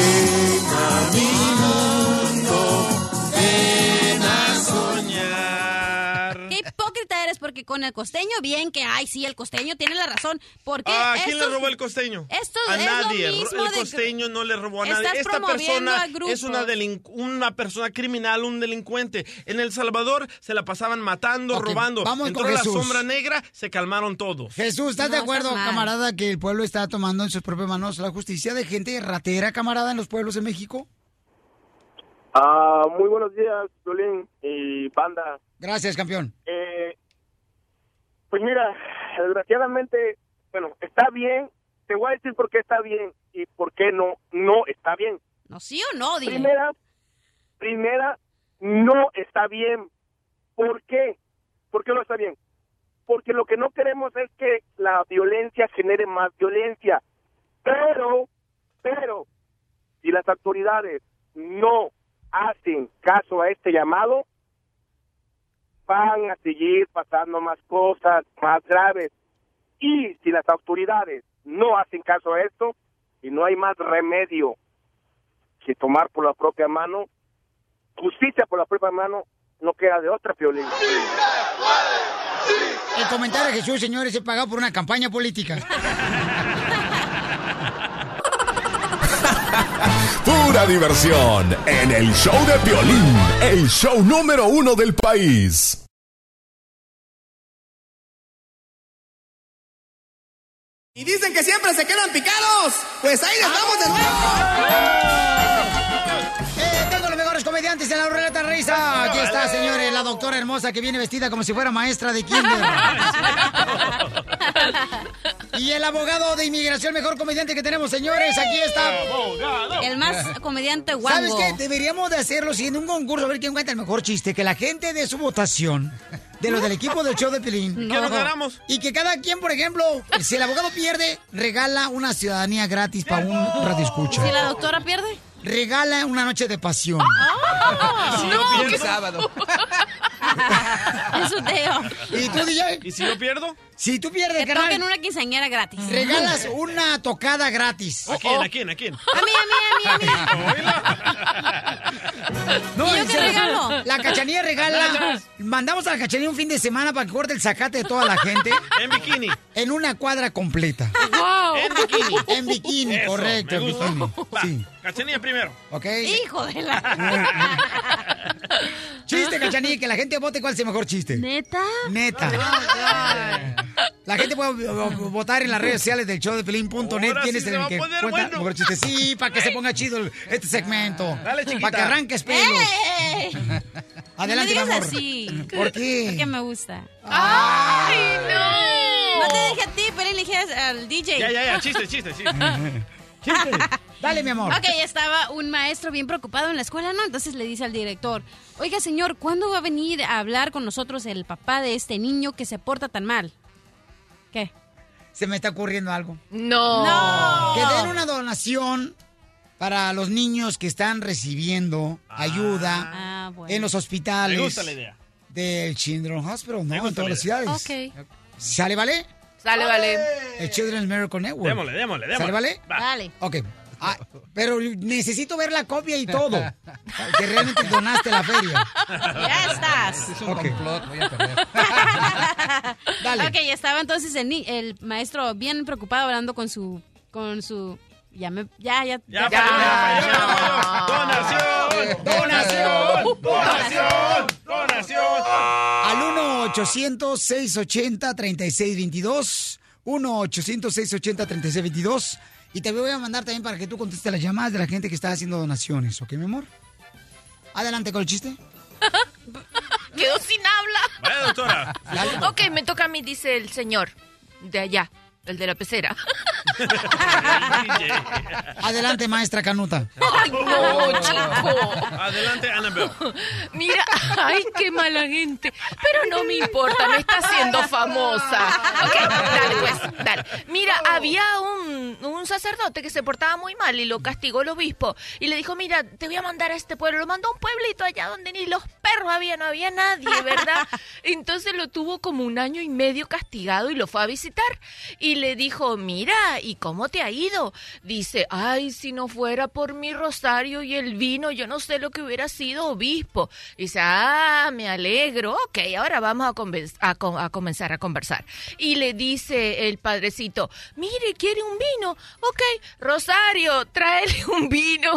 Ven a soñar. Qué hipócrita eres, porque con el costeño, bien que, ay, sí, el costeño tiene la razón. Porque ¿quién le robó el costeño? A nadie. Lo mismo el costeño no le robó a nadie. Esta persona es una persona criminal, un delincuente. En El Salvador se la pasaban matando, robando. Vamos Entró con la Jesús. sombra negra, se calmaron todos. Jesús, ¿estás de acuerdo, camarada, que el pueblo está tomando en sus propias manos la justicia de gente ratera, camarada, en los pueblos de México? Muy buenos días, Violín y banda. Gracias, campeón. Pues mira, desgraciadamente, bueno, está bien. Te voy a decir por qué está bien y por qué no está bien. No, sí o no, dile. Primera, no está bien. ¿Por qué? ¿Por qué no está bien? Porque lo que no queremos es que la violencia genere más violencia. Pero, si las autoridades no hacen caso a este llamado, van a seguir pasando más cosas más graves. Y si las autoridades no hacen caso a esto, y no hay más remedio que tomar por la propia mano, justicia por la propia mano, no queda de otra, violencia. El comentario de Jesús, señores, es pagado por una campaña política. Pura diversión en el show de Piolín, el show número 1 del país. Y dicen que siempre se quedan picados. Pues ahí estamos de nuevo. Tengo los mejores comediantes en la ruleta risa. Aquí está, señores, la doctora hermosa que viene vestida como si fuera maestra de kinder. Y el abogado de inmigración, mejor comediante que tenemos, señores. Aquí está. El más comediante guango. ¿Sabes qué? Deberíamos de hacerlo siguiendo un concurso, a ver quién cuenta el mejor chiste. Que la gente dé su votación de los del equipo del show de Piolín. ¿Qué nos ganamos? Y que cada quien, por ejemplo, si el abogado pierde, regala una ciudadanía gratis para un radioescucha. ¿Si la doctora pierde? Regala una noche de pasión. ¡Oh! Si yo No, pierdo, qué sábado. Es un teo. ¿Y tú, DJ? ¿Y si yo pierdo? Si tú pierdes, Te toquen una quinceañera gratis. regalas una tocada gratis. ¿A quién? ¿A quién? ¿A quién? A mí. No, ¿Y yo qué regalo? La Cachanilla regala. Mandamos a la Cachanilla un fin de semana para que corte el zacate de toda la gente. En bikini. En una cuadra completa. Wow. En bikini. En bikini, Eso, correcto, me en gustó. bikini. Va, Sí. Cachanilla primero. ¿Ok? Hijo de la... Chiste, Cachanilla, que la gente vote cuál es el mejor chiste. ¿Neta? Neta. La gente puede votar en las redes sociales del show de Pelín.net. Ahora ¿Quién sí es se el va a que poner cuenta bueno. mejor chiste? Sí, para que se ponga chido este segmento. Dale, chiquita. Para que arranques pelos. ¡Ey! Adelante, mi no me amor. digas así. ¿Por qué? Porque me gusta. ¡Ay, no! No te dije a ti, pero le dije al DJ. Ya. Chiste. Chiste. Dale, mi amor. Ok, estaba un maestro bien preocupado en la escuela, ¿no? Entonces le dice al director, oiga, señor, ¿cuándo va a venir a hablar con nosotros el papá de este niño que se porta tan mal? ¿Qué? Se me está ocurriendo algo. No. Que den una donación para los niños que están recibiendo ayuda bueno. en los hospitales. Me gusta la idea. Del Children's Hospital, ¿no? En gusta todas la las ciudades. Ok. ¿Sale, vale? Dale, vale. El Children's Miracle Network. Démosle. ¿Sale, vale? Dale. Ok. Pero necesito ver la copia y todo. Que realmente donaste la feria. Ya estás. Es un complot, voy a perder. Dale. Ok, estaba entonces el maestro bien preocupado hablando con su... Ya. ¡Donación! Al 1-800-680-3622. 1-800-680-3622. Y te voy a mandar también para que tú contestes las llamadas de la gente que está haciendo donaciones. ¿Ok, mi amor? Adelante con el chiste. Quedó sin habla. Vaya, doctora. Ok, me toca a mí, dice el señor de allá, el de la pecera. Adelante, maestra Canuta. Ay, no, chico. Adelante, Annabelle. Mira, ay, qué mala gente. Pero no me importa, me está haciendo famosa. Ok, dale, pues, dale. Mira, había un sacerdote que se portaba muy mal y lo castigó el obispo. Y le dijo, mira, te voy a mandar a este pueblo. Lo mandó a un pueblito allá donde ni los perros había, no había nadie, ¿verdad? Entonces lo tuvo como 1 año y medio castigado y lo fue a visitar. Y le dijo, mira, ¿y cómo te ha ido? Dice, ay, si no fuera por mi rosario y el vino, yo no sé lo que hubiera sido obispo. Dice, me alegro. Ok, ahora vamos a comenzar a conversar. Y le dice el padrecito, mire, ¿quiere un vino? Ok, Rosario, tráele un vino.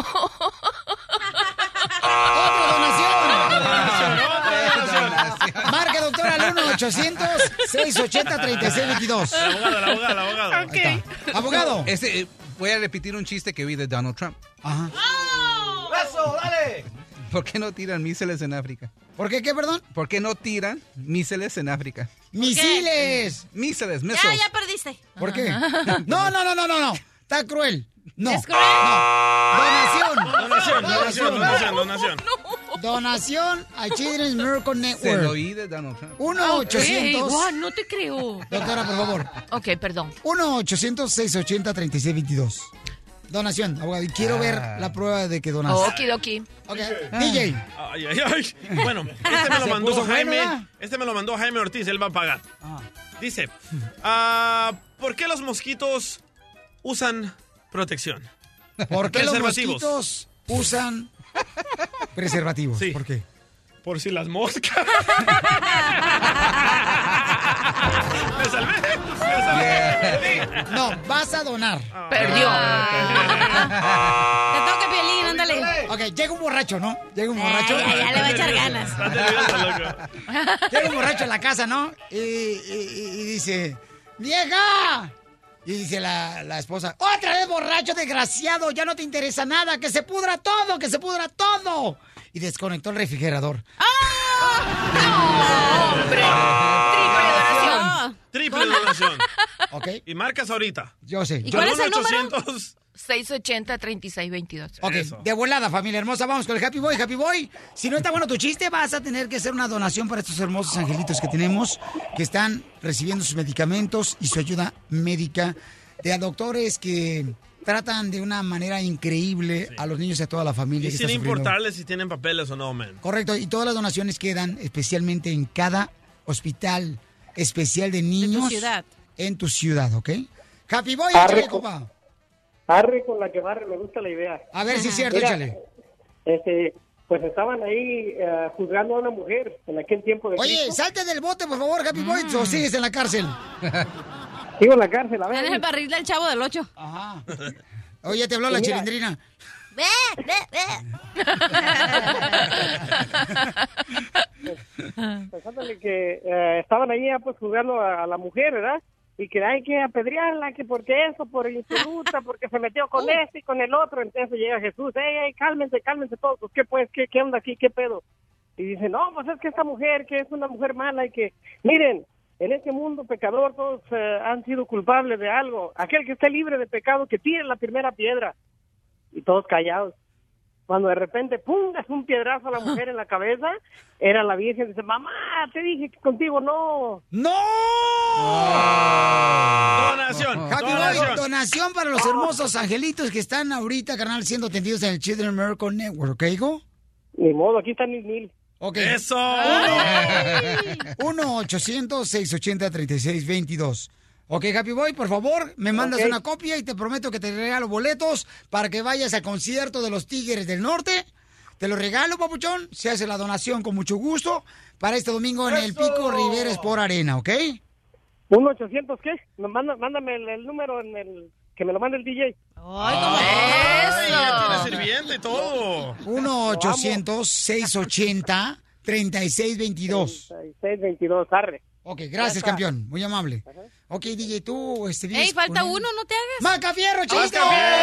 ¡Otra donación! Marca, doctora, al 1-800-680-3622. El abogado. Okay. Abogado. Voy a repetir un chiste que vi de Donald Trump. Ajá. ¡Eso, dale! ¿Por qué no tiran misiles en África? ¿Por qué, perdón? ¿Por qué no tiran misiles en África? ¡Misiles! Missiles. Ya perdiste. ¿Por qué? No. Está cruel. No. ¿Es cruel? Donación. Donación a Children's Miracle Network. Se lo oí de Donald Trump. 1-800. No te creo. Doctora, por favor. Ok, perdón. 1-800-680-3622. Donación, abogado. Y quiero ver la prueba de que donaste. Okidoki. Okay. DJ. Ay. Bueno, este me lo mandó Jaime Ortiz, él va a pagar. Dice, ¿por qué los mosquitos usan protección? ¿Por qué los mosquitos usan preservativos? Sí. ¿Por qué? Por si las moscas. Me salvé. No, vas a donar. Perdió. Te toca, Piolín, ándale. Ok, llega un borracho, ¿no? Ya le va a echar ganas. Llega un borracho a la casa, ¿no? Y dice, ¡vieja! Y dice la esposa, ¡otra vez borracho, desgraciado! Ya no te interesa nada, que se pudra todo, Y desconectó el refrigerador. ¡No, hombre! Triple donación. Ok. Y marcas ahorita. Yo sé. ¿Y cuál es el número? 680-3622. Ok, de volada, familia hermosa, vamos con el Happy Boy. Happy Boy, si no está bueno tu chiste, vas a tener que hacer una donación para estos hermosos angelitos que tenemos, que están recibiendo sus medicamentos y su ayuda médica de doctores que tratan de una manera increíble a los niños y a toda la familia. Y que sin está sufriendo. importarles si tienen papeles o no, man. Correcto, y todas las donaciones quedan especialmente en cada hospital especial de niños. En tu ciudad. En tu ciudad, ¿ok? Happy Boy, Arre, échale, compa. Arre con la que barre, me gusta la idea. A ver si es cierto, Mira, échale. Pues estaban ahí juzgando a una mujer en aquel tiempo de Oye, Cristo. salte del bote, por favor, Happy Boy, o sigues en la cárcel. Sigo en la cárcel, a ver. En el barril del Chavo del 8. Ajá. Oye, te habló la Mira. chilindrina. Pensándole que estaban ahí pues juzgando a la mujer, ¿verdad? Y que hay que apedrearla, que porque eso, por insoluta, porque se metió con este y con el otro. Entonces llega Jesús, cálmense todos, pues, ¿qué onda aquí, qué pedo? Y dice, no, pues es que esta mujer, que es una mujer mala y que, miren, en este mundo pecador todos han sido culpables de algo. Aquel que esté libre de pecado, que tire la primera piedra. Y todos callados. Cuando de repente, ¡pum!, es un piedrazo a la mujer en la cabeza, era la Virgen, dice, mamá, te dije que contigo no. ¡No! Donación. Happy Boy, donación para los hermosos angelitos que están ahorita, carnal, siendo atendidos en el Children's Miracle Network, ¿ok, hijo? Ni modo, aquí están mis 1000. Ok. ¡Eso! 1-800-680-3622. Ok, Happy Boy, por favor, me mandas Ok. una copia y te prometo que te regalo boletos para que vayas al concierto de los Tigres del Norte. Te lo regalo, papuchón. Se hace la donación con mucho gusto para este domingo en el ¡Eso! Pico Rivera Sport Arena, ¿ok? 1-800, ¿qué? Mándame el número que me lo mande el DJ. ¡Ay, ya tiene sirviente y todo. 1-800-680-3622. 3622, arre. Ok, Ya gracias, está. campeón. Muy amable. Ok, DJ, tú... ¡Ey, falta uno! ¡No te hagas! ¡Macafierro, chiste!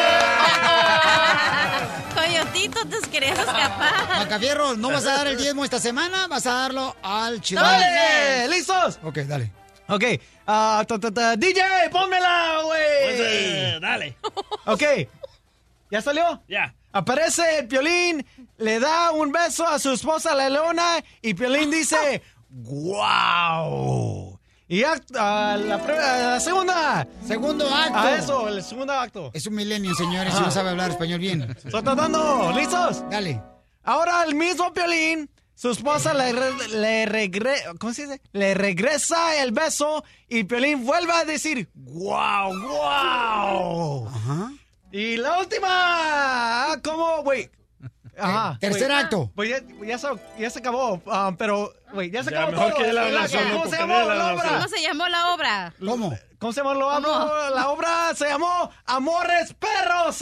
Coyotito, te querías escapar. Macafierro, ¿no vas a dar el diezmo esta semana? ¿Vas a darlo al chival? ¡Dale! ¿Listos? Ok, dale. Ok. DJ, pónmela, güey. Pues, dale. Ok. ¿Ya salió? Ya. Aparece el Piolín, le da un beso a su esposa, la Leona, y Piolín dice, ¡guau! Y la segunda. Segundo acto. Eso, el segundo acto. Es un milenio, señores, y no sabe hablar español bien. Estoy tratando. ¿Listos? Dale. Ahora el mismo Piolín, su esposa le regresa el beso y Piolín vuelve a decir, ¡guau, guau! Ajá. Y la última, ¿cómo, güey? Ajá. Tercer acto. Pues ya se acabó, pero, güey, ya se Ya, acabó mejor todo. que dé la donación, ¿Cómo loco, se que llamó dé la la obra? ¿Cómo se llamó la obra? ¿Cómo? ¿Cómo se llamó la obra? La obra se llamó Amores Perros.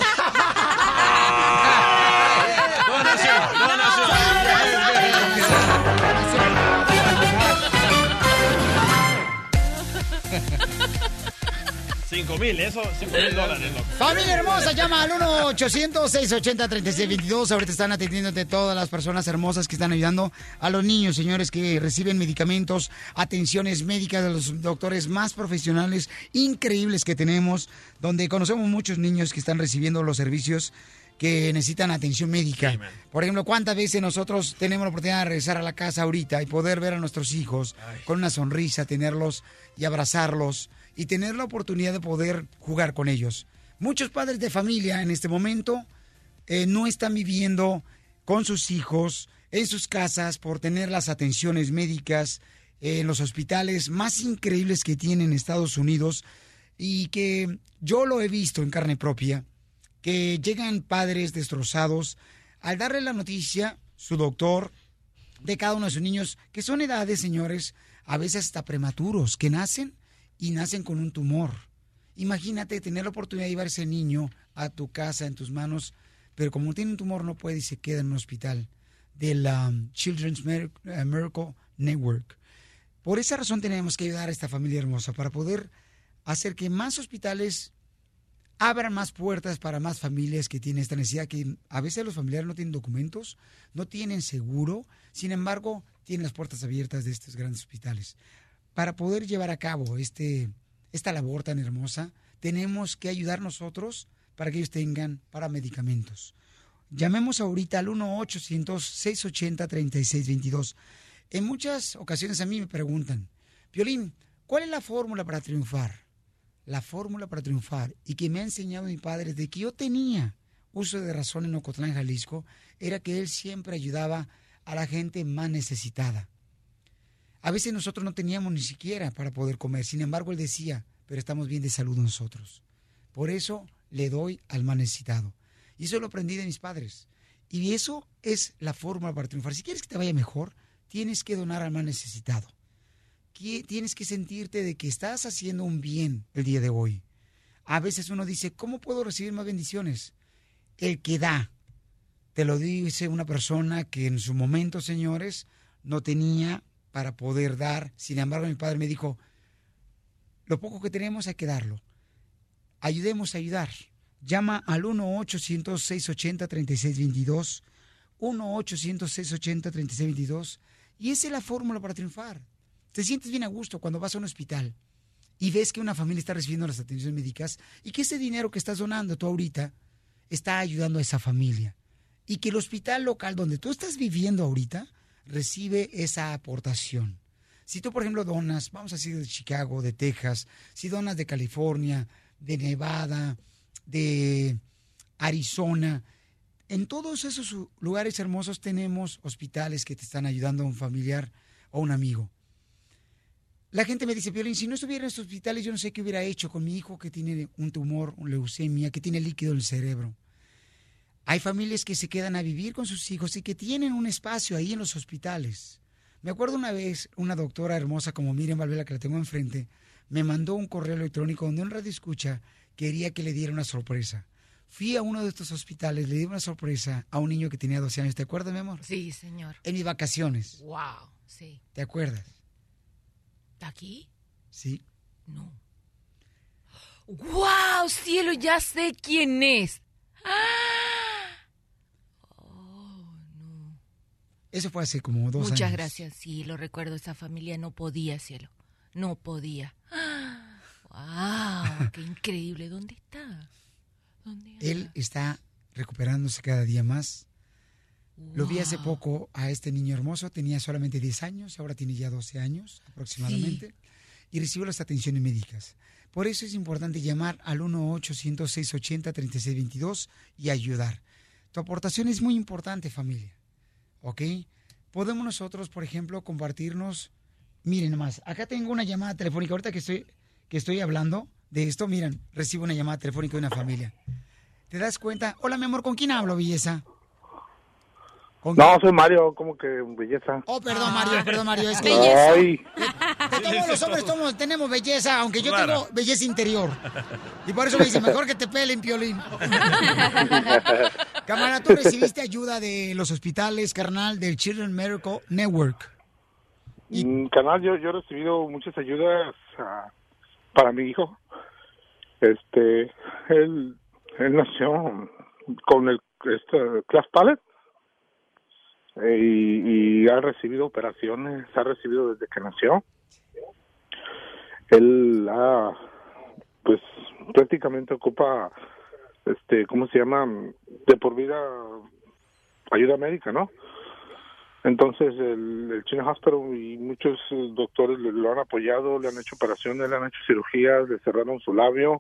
$5,000, eso, $5,000, loco. Familia hermosa, llama al 1-800-680-3622. Ahorita están atendiéndote todas las personas hermosas que están ayudando a los niños, señores, que reciben medicamentos, atenciones médicas de los doctores más profesionales, increíbles que tenemos, donde conocemos muchos niños que están recibiendo los servicios que necesitan atención médica. Sí, man. Por ejemplo, ¿cuántas veces nosotros tenemos la oportunidad de regresar a la casa ahorita y poder ver a nuestros hijos con una sonrisa, tenerlos y abrazarlos y tener la oportunidad de poder jugar con ellos? Muchos padres de familia en este momento no están viviendo con sus hijos en sus casas por tener las atenciones médicas en los hospitales más increíbles que tienen Estados Unidos, y que yo lo he visto en carne propia, que llegan padres destrozados al darle la noticia, su doctor, de cada uno de sus niños, que son edades, señores, a veces hasta prematuros, que nacen y nacen con un tumor. Imagínate tener la oportunidad de llevar ese niño a tu casa, en tus manos, pero como tiene un tumor no puede y se queda en un hospital del Children's Miracle Network. Por esa razón tenemos que ayudar a esta familia hermosa para poder hacer que más hospitales abran más puertas para más familias que tienen esta necesidad, que a veces los familiares no tienen documentos, no tienen seguro, sin embargo, tienen las puertas abiertas de estos grandes hospitales. Para poder llevar a cabo esta labor tan hermosa, tenemos que ayudar nosotros para que ellos tengan para medicamentos. Llamemos ahorita al 1-800-680-3622. En muchas ocasiones a mí me preguntan, Piolín, ¿cuál es la fórmula para triunfar? La fórmula para triunfar, y que me ha enseñado mi padre desde que yo tenía uso de razón en Ocotlán, Jalisco, era que él siempre ayudaba a la gente más necesitada. A veces nosotros no teníamos ni siquiera para poder comer, sin embargo él decía, pero estamos bien de salud nosotros. Por eso le doy al más necesitado. Y eso lo aprendí de mis padres. Y eso es la fórmula para triunfar. Si quieres que te vaya mejor, tienes que donar al más necesitado. Tienes que sentirte de que estás haciendo un bien el día de hoy. A veces uno dice, ¿cómo puedo recibir más bendiciones? El que da. Te lo dice una persona que en su momento, señores, no tenía para poder dar. Sin embargo, mi padre me dijo, lo poco que tenemos hay que darlo. Ayudemos a ayudar. Llama al 1-800-680-3622, 1-800-680-3622, y esa es la fórmula para triunfar. Te sientes bien a gusto cuando vas a un hospital y ves que una familia está recibiendo las atenciones médicas y que ese dinero que estás donando tú ahorita está ayudando a esa familia. Y que el hospital local donde tú estás viviendo ahorita recibe esa aportación. Si tú, por ejemplo, donas, vamos a decir de Chicago, de Texas, si donas de California, de Nevada, de Arizona, en todos esos lugares hermosos tenemos hospitales que te están ayudando a un familiar o un amigo. La gente me dice, Piolín, si no estuviera en estos hospitales, yo no sé qué hubiera hecho con mi hijo que tiene un tumor, una leucemia, que tiene líquido en el cerebro. Hay familias que se quedan a vivir con sus hijos y que tienen un espacio ahí en los hospitales. Me acuerdo una vez, una doctora hermosa como Miriam Valvela, que la tengo enfrente, me mandó un correo electrónico donde un radioescucha quería que le diera una sorpresa. Fui a uno de estos hospitales, le di una sorpresa a un niño que tenía 12 años. ¿Te acuerdas, mi amor? Sí, señor. En mis vacaciones. Wow, sí. ¿Te acuerdas? ¿Está aquí? Sí. No. ¡Wow, cielo! Ya sé quién es. Eso fue hace como 2 años. Muchas gracias, sí, lo recuerdo. Esa familia no podía, cielo. No podía. ¡Wow! ¡Qué increíble! ¿Dónde está? Él está recuperándose cada día más. Lo vi hace poco a este niño hermoso. Tenía solamente 10 años, ahora tiene ya 12 años aproximadamente. Sí. Y recibe las atenciones médicas. Por eso es importante llamar al 1-800-680-3622 y ayudar. Tu aportación es muy importante, familia. ¿Ok? Podemos nosotros, por ejemplo, compartirnos. Miren nomás, acá tengo una llamada telefónica. Ahorita que estoy hablando de esto, miren, recibo una llamada telefónica de una familia. ¿Te das cuenta? Hola, mi amor, ¿con quién hablo, belleza? No, soy Mario, como que belleza. Oh, perdón, Mario, es que belleza. De todos los hombres tenemos belleza, aunque yo tengo belleza interior. Y por eso me dicen, mejor que te pelen, Piolín. Cámara, ¿tú recibiste ayuda de los hospitales, carnal, del Children's Miracle Network? Carnal, yo he recibido muchas ayudas para mi hijo. Él nació con el Class Pallet. Y ha recibido operaciones, ha recibido desde que nació. Él pues prácticamente ocupa, ¿cómo se llama? De por vida ayuda médica, ¿no? Entonces el Children's Hospital y muchos doctores lo han apoyado, le han hecho operaciones, le han hecho cirugías, le cerraron su labio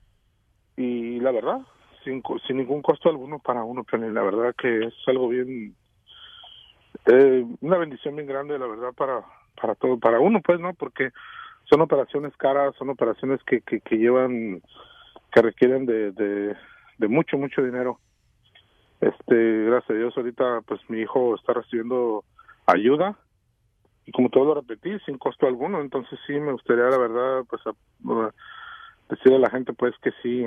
y la verdad, sin ningún costo alguno para uno, pero la verdad que es algo bien... una bendición bien grande, la verdad, para todo, para uno, pues, ¿no? Porque son operaciones caras, son operaciones que llevan, que requieren de mucho dinero. Gracias a Dios, ahorita, pues, mi hijo está recibiendo ayuda, y como todo lo repetí, sin costo alguno, entonces sí me gustaría, la verdad, pues, decirle a la gente, pues, que sí,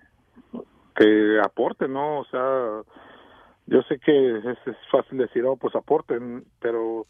que aporte, ¿no? O sea... Yo sé que es fácil decir, pues aporten, pero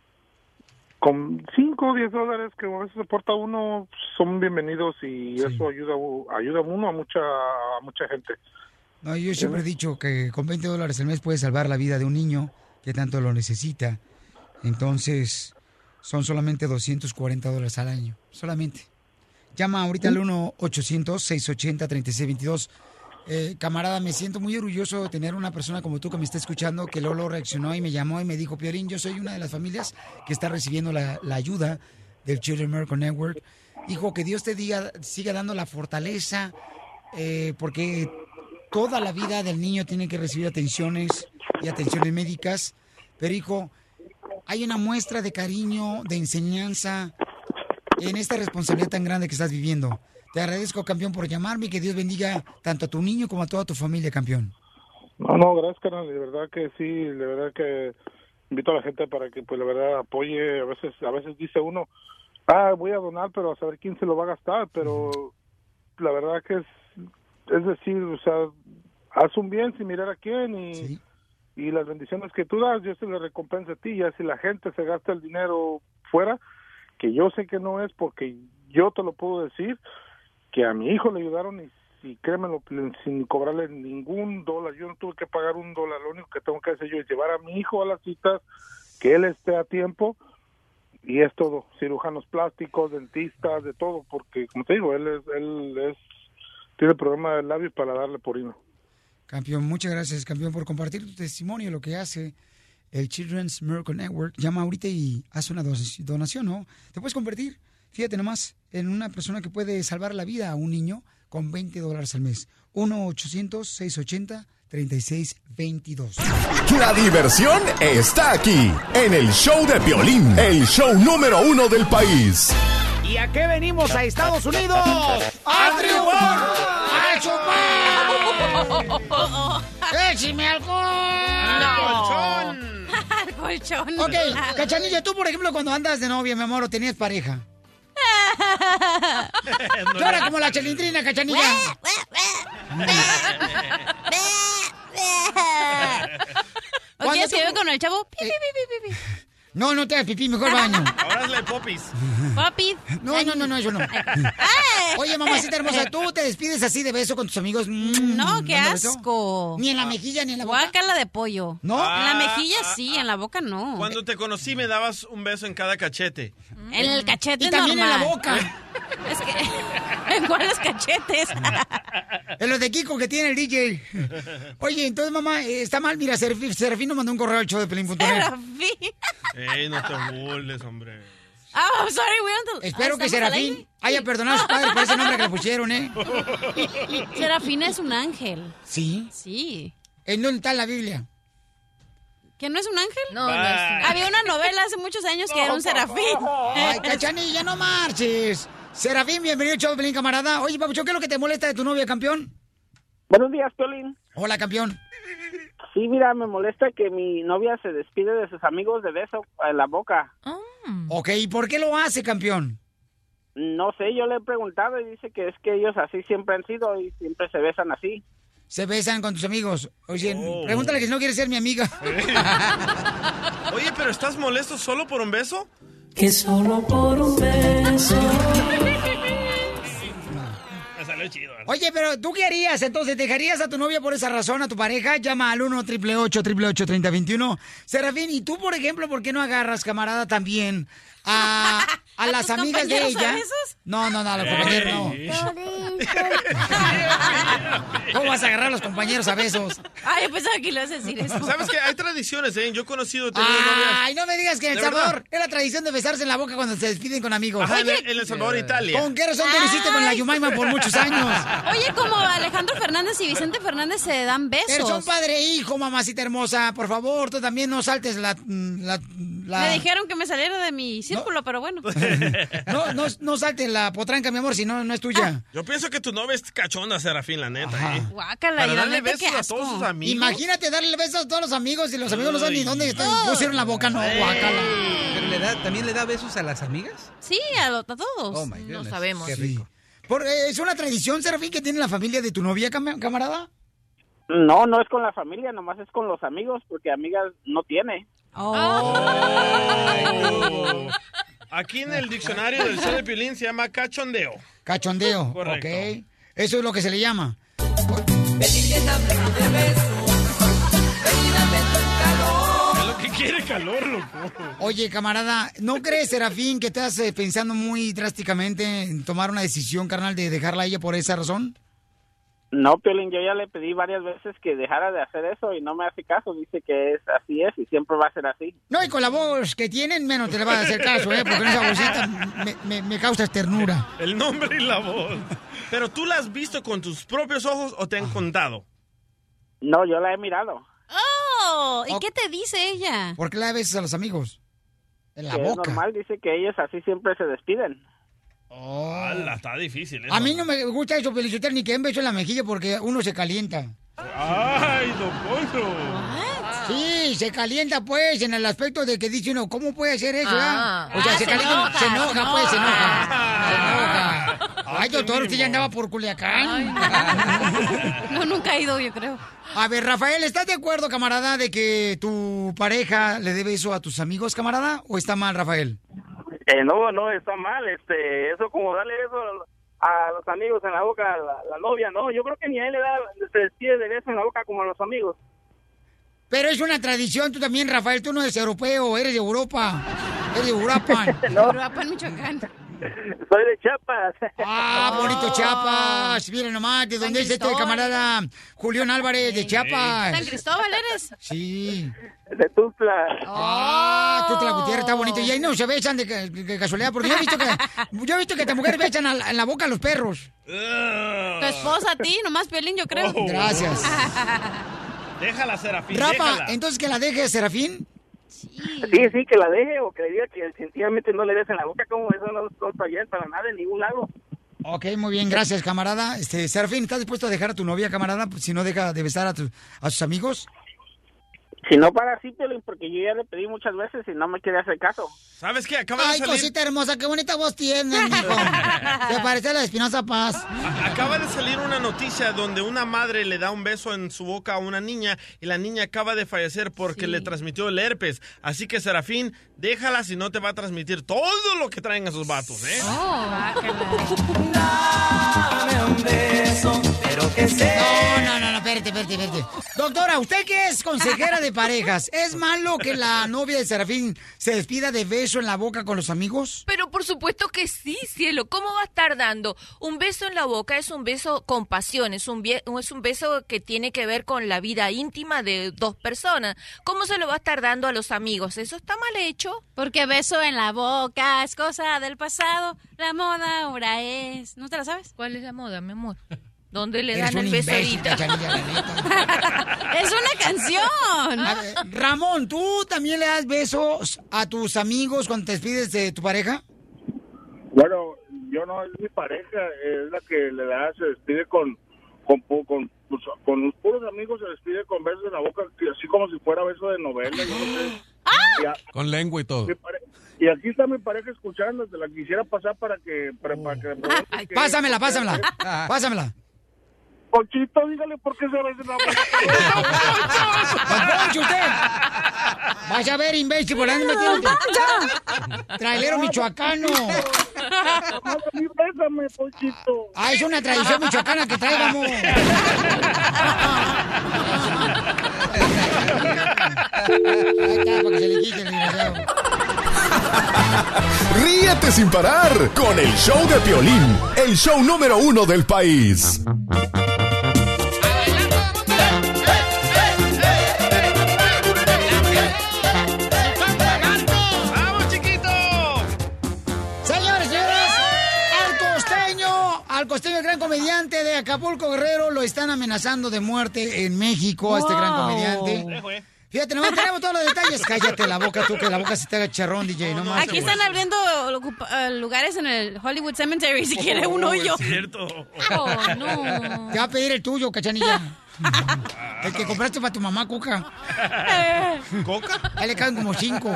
con $5 o $10 que a veces aporta uno, son bienvenidos y sí. Eso ayuda a uno a mucha gente. No, yo siempre he dicho que con $20 al mes puedes salvar la vida de un niño que tanto lo necesita. Entonces, son solamente $240 al año, solamente. Llama ahorita al 1-800-680-3622. Camarada, me siento muy orgulloso de tener una persona como tú que me está escuchando, que Lolo reaccionó y me llamó y me dijo, Piolín, yo soy una de las familias que está recibiendo la ayuda del Children's Miracle Network. Hijo, que Dios te siga dando la fortaleza, porque toda la vida del niño tiene que recibir atenciones médicas. Pero, hijo, hay una muestra de cariño, de enseñanza en esta responsabilidad tan grande que estás viviendo. Te agradezco, campeón, por llamarme y que Dios bendiga tanto a tu niño como a toda tu familia, campeón. No, gracias, carnal. De verdad que sí, de verdad que invito a la gente para que, pues, la verdad, apoye. A veces dice uno, voy a donar, pero a saber quién se lo va a gastar. Pero la verdad que es decir, o sea, haz un bien sin mirar a quién y las bendiciones que tú das, Dios se le recompensa a ti. Ya si la gente se gasta el dinero fuera, que yo sé que no es, porque yo te lo puedo decir, que a mi hijo le ayudaron y créemelo, sin cobrarle ningún dólar. Yo no tuve que pagar $1. Lo único que tengo que hacer yo es llevar a mi hijo a las citas, que él esté a tiempo, y es todo. Cirujanos plásticos, dentistas, de todo, porque, como te digo, él tiene problema del labio para darle porino. Campeón, muchas gracias, campeón, por compartir tu testimonio, lo que hace el Children's Miracle Network. Llama ahorita y haz una donación, ¿no? Te puedes convertir, fíjate nomás, en una persona que puede salvar la vida a un niño con $20 al mes. 1-800-680-3622. La diversión está aquí, en el show de Piolín, el show número 1 del país. ¿Y a qué venimos a Estados Unidos? ¡A triunfar! ¡A chupar! ¡Écheme alcohol! ¡Al colchón! Ok, Cachanilla, tú, por ejemplo, cuando andas de novia, mi amor, o tenías pareja. Llora como la Chilindrina, Cachanilla. ¿O quieres que vea con el chavo? Pi, pi, pi, pi, pi. No, no te hagas pipí, mejor baño. Ahora hazle popis. Popis. No, eso no. Oye, mamacita hermosa, ¿tú te despides así de beso con tus amigos? No, qué ¿dando beso? asco. Ni en la mejilla, ni en la boca. Guácala de pollo. ¿No? En la mejilla sí, en la boca no. Cuando te conocí me dabas un beso en cada cachete. En el cachete y también normal. en la boca. Es que, ¿en cuáles cachetes? En los de Kiko que tiene el DJ. Oye, entonces, mamá, está mal. Mira, Serafín nos mandó un correo al show de Pelín.net. Serafín. Ey, no te burles, hombre. Oh, sorry, we don't... Espero que Serafín haya perdonado a sus padres por ese nombre que le pusieron, ¿eh? Serafín es un ángel. ¿Sí? Sí. ¿En dónde está la Biblia? ¿Que no es un ángel? No, no es un ángel. Había una novela hace muchos años que era un serafín. Ay, Cachanilla, no marches. Serafín, bienvenido al show de Pelín, camarada. Oye, Papuchón, ¿qué es lo que te molesta de tu novia, campeón? Buenos días, Piolín. Hola, campeón. Sí, mira, me molesta que mi novia se despide de sus amigos de beso en la boca. Ok, ¿y por qué lo hace, campeón? No sé, yo le he preguntado y dice que es que ellos así siempre han sido y siempre se besan así. Se besan con tus amigos. Oye, pregúntale que si no quiere ser mi amiga. Oye, pero ¿estás molesto solo por un beso? Que solo por un beso. Me salió chido, ¿verdad? Oye, pero ¿tú qué harías? Entonces, ¿dejarías a tu novia por esa razón, a tu pareja? Llama al 1-888-888-3021. Serafín, ¿y tú, por ejemplo, por qué no agarras, camarada, también a las amigas de ella? ¿A besos? No, a los compañeros no. ¿Cómo vas a agarrar a los compañeros a besos? Ay, yo pensaba que le ibas a decir eso. ¿Sabes qué? Hay tradiciones, ¿eh? Yo he conocido tener novias. Ay, no me digas que en El ¿De Salvador verdad? es la tradición de besarse en la boca cuando se despiden con amigos. Ajá, en El Salvador, Italia. ¿Con qué razón te lo hiciste con la Yumaima por muchos años? Oye, como Alejandro Fernández y Vicente Fernández se dan besos. Pero son padre e hijo, mamacita hermosa. Por favor, tú también no saltes la... Me dijeron que me saliera de mi círculo, pero bueno. No saltes la potranca, mi amor, si no, no es tuya. Yo pienso que tu novia es cachonda, Serafín, la neta, ¿eh? Guácala, Para y darle realmente besos qué a todos asco. sus amigos. Imagínate darle besos a todos los amigos y los amigos no saben ni dónde pusieron la boca, no, guácala. ¿Pero también le da besos a las amigas? Sí, a todos. Oh, my goodness. No sabemos. Qué rico. ¿Es una tradición, Serafín, que tiene la familia de tu novia, camarada? No, no es con la familia, nomás es con los amigos, porque amigas no tiene. Aquí en el diccionario del show de Piolín se llama cachondeo. Cachondeo, Correcto. ok. Eso es lo que se le llama. Es lo que quiere calor, loco. Oye, camarada, ¿no crees, Serafín, que estás pensando muy drásticamente en tomar una decisión, carnal, de dejarla a ella por esa razón? No, Piolín, yo ya le pedí varias veces que dejara de hacer eso y no me hace caso. Dice que así es y siempre va a ser así. No, y con la voz que tienen, menos te le vas a hacer caso, porque en esa vocita me causas ternura. El nombre y la voz. ¿Pero tú la has visto con tus propios ojos o te han contado? No, yo la he mirado. Oh, ¿y qué te dice ella? ¿Por qué la besas a los amigos? En la Que boca. es normal, dice que ellos así siempre se despiden. ¡Hala! Está difícil eso. A mí no me gusta eso, Feliciter, ni que den beso en la mejilla porque uno se calienta. ¡Ay, don Poncho! Sí, se calienta pues en el aspecto de que dice uno, ¿cómo puede hacer eso? O sea, se calienta, se enoja. Se enoja. Ay, doctor, usted ya andaba por Culiacán. No, nunca he ido, yo creo. A ver, Rafael, ¿estás de acuerdo, camarada, de que tu pareja le dé beso a tus amigos, camarada? ¿O está mal, Rafael? No, está mal. Eso como darle eso a los amigos en la boca a la novia, no. Yo creo que ni a él se despide de beso en la boca como a los amigos. Pero es una tradición, tú también, Rafael, tú no eres europeo, eres de Europa. Eres de Uruapan. Uruapan, Michoacán. Soy de Chiapas. Ah, bonito Chiapas. Miren nomás, ¿de dónde es este camarada Julián Álvarez? De Chiapas. ¿San Cristóbal eres? Sí. De Tuxtla. Ah, Tuxtla Gutiérrez, está bonito. Y ahí no se besan de casualidad, porque yo he visto que estas mujeres besan en la boca a los perros. Tu esposa a ti, nomás Piolín, yo creo. Gracias. Déjala, Serafín, Rafa, déjala. entonces que la dejes, Serafín. Sí, que la deje o que le diga que definitivamente no le des en la boca, como eso no está bien para nada en ningún lado. Ok, muy bien, gracias, camarada. Serafín, ¿estás dispuesto a dejar a tu novia, camarada, si no deja de besar a sus amigos? Si no para así, porque yo ya le pedí muchas veces y no me quiere hacer caso. ¿Sabes qué? Acaba de Ay, salir... cosita hermosa, qué bonita voz tienes, mijo. Se parece a la de Espinosa Paz. Acaba de salir una noticia donde una madre le da un beso en su boca a una niña y la niña acaba de fallecer porque le transmitió el herpes. Así que, Serafín, déjala, si no te va a transmitir todo lo que traen esos vatos, ¿eh? Dame un beso, pero que sea... No, espérate. Doctora, usted que es consejera de parejas, ¿es malo que la novia de Serafín se despida de beso en la boca con los amigos? Pero por supuesto que sí, cielo. ¿Cómo va a estar dando? Un beso en la boca es un beso con pasión, es un beso que tiene que ver con la vida íntima de dos personas. ¿Cómo se lo va a estar dando a los amigos? ¿Eso está mal hecho? Porque beso en la boca es cosa del pasado, la moda ahora es... ¿No te la sabes? ¿Cuál es la moda, mi amor? ¿Dónde le Eres dan el beso ahorita? ¡Es una canción! A ver, Ramón, ¿tú también le das besos a tus amigos cuando te despides de tu pareja? Bueno, yo no, es mi pareja, es la que le da, se despide con los puros amigos, se despide con besos en la boca, así como si fuera beso de novela. Yo no sé. Con lengua y todo. Y aquí está mi pareja escuchando, te la quisiera pasar para que... Pásamela. Ponchito, dígale por qué se besa en la boca. ¡Poncho, usted! Vaya a ver, imbécil, por ahí me tiene. Trailero michoacano. Bésame, Ponchito. Ah, es una tradición michoacana que traigamos. Ahí está, para que se le quite el desgraciado. Ríete sin parar con el show de Piolín, el show número 1 del país. ¡Vamos, chiquito! Señores, al costeño, el gran comediante de Acapulco, Guerrero, lo están amenazando de muerte en México, a este gran comediante. Fíjate, nomás tenemos todos los detalles. Cállate la boca tú, que la boca se te haga charrón, DJ. No más. Aquí están abriendo lugares en el Hollywood Cemetery si quiere un hoyo. Es cierto. Oh, no. Te va a pedir el tuyo, Cachanilla. El que compraste para tu mamá, Coca. ¿Coca? Ahí le caben como 5.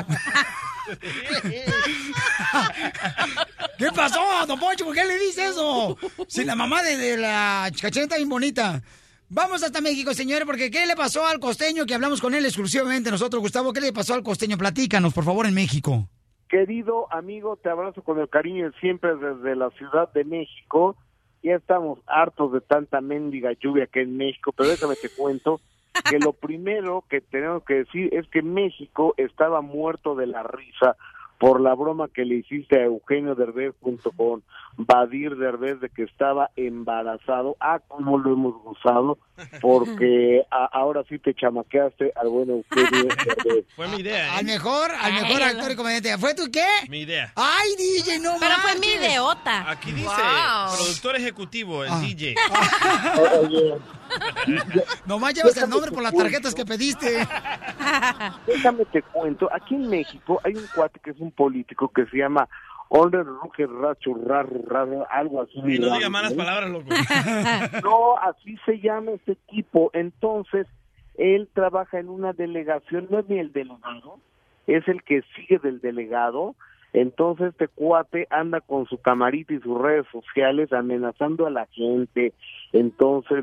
¿Qué pasó, don Poncho? ¿Por qué le dice eso? Si la mamá de la Cachanilla está bien bonita. Vamos hasta México, señores, porque ¿qué le pasó al costeño? Que hablamos con él exclusivamente nosotros, Gustavo. ¿Qué le pasó al costeño? Platícanos, por favor, en México. Querido amigo, te abrazo con el cariño de siempre desde la Ciudad de México. Ya estamos hartos de tanta mendiga lluvia que en México, pero déjame te cuento que lo primero que tenemos que decir es que México estaba muerto de la risa por la broma que le hiciste a Eugenio Derbez junto con Badir Derbez de que estaba embarazado. Cómo lo hemos gozado, porque ahora sí te chamaqueaste al buen Eugenio Derbez. Fue mi idea, ¿eh? Al mejor actor y comediante. ¿Fue tu qué? Mi idea. Ay, DJ, no Pero manches. fue mi ideota. Aquí dice productor ejecutivo, el DJ. Oye, nomás llevas el nombre por las tarjetas que pediste. déjame te cuento, aquí en México hay un cuate que es un político que se llama Older Roger Racho Raro, algo así. Y no diga malas palabras, loco. No, así se llama ese tipo. Entonces, él trabaja en una delegación, no es ni el delegado, es el que sigue del delegado. Entonces este cuate anda con su camarita y sus redes sociales amenazando a la gente, entonces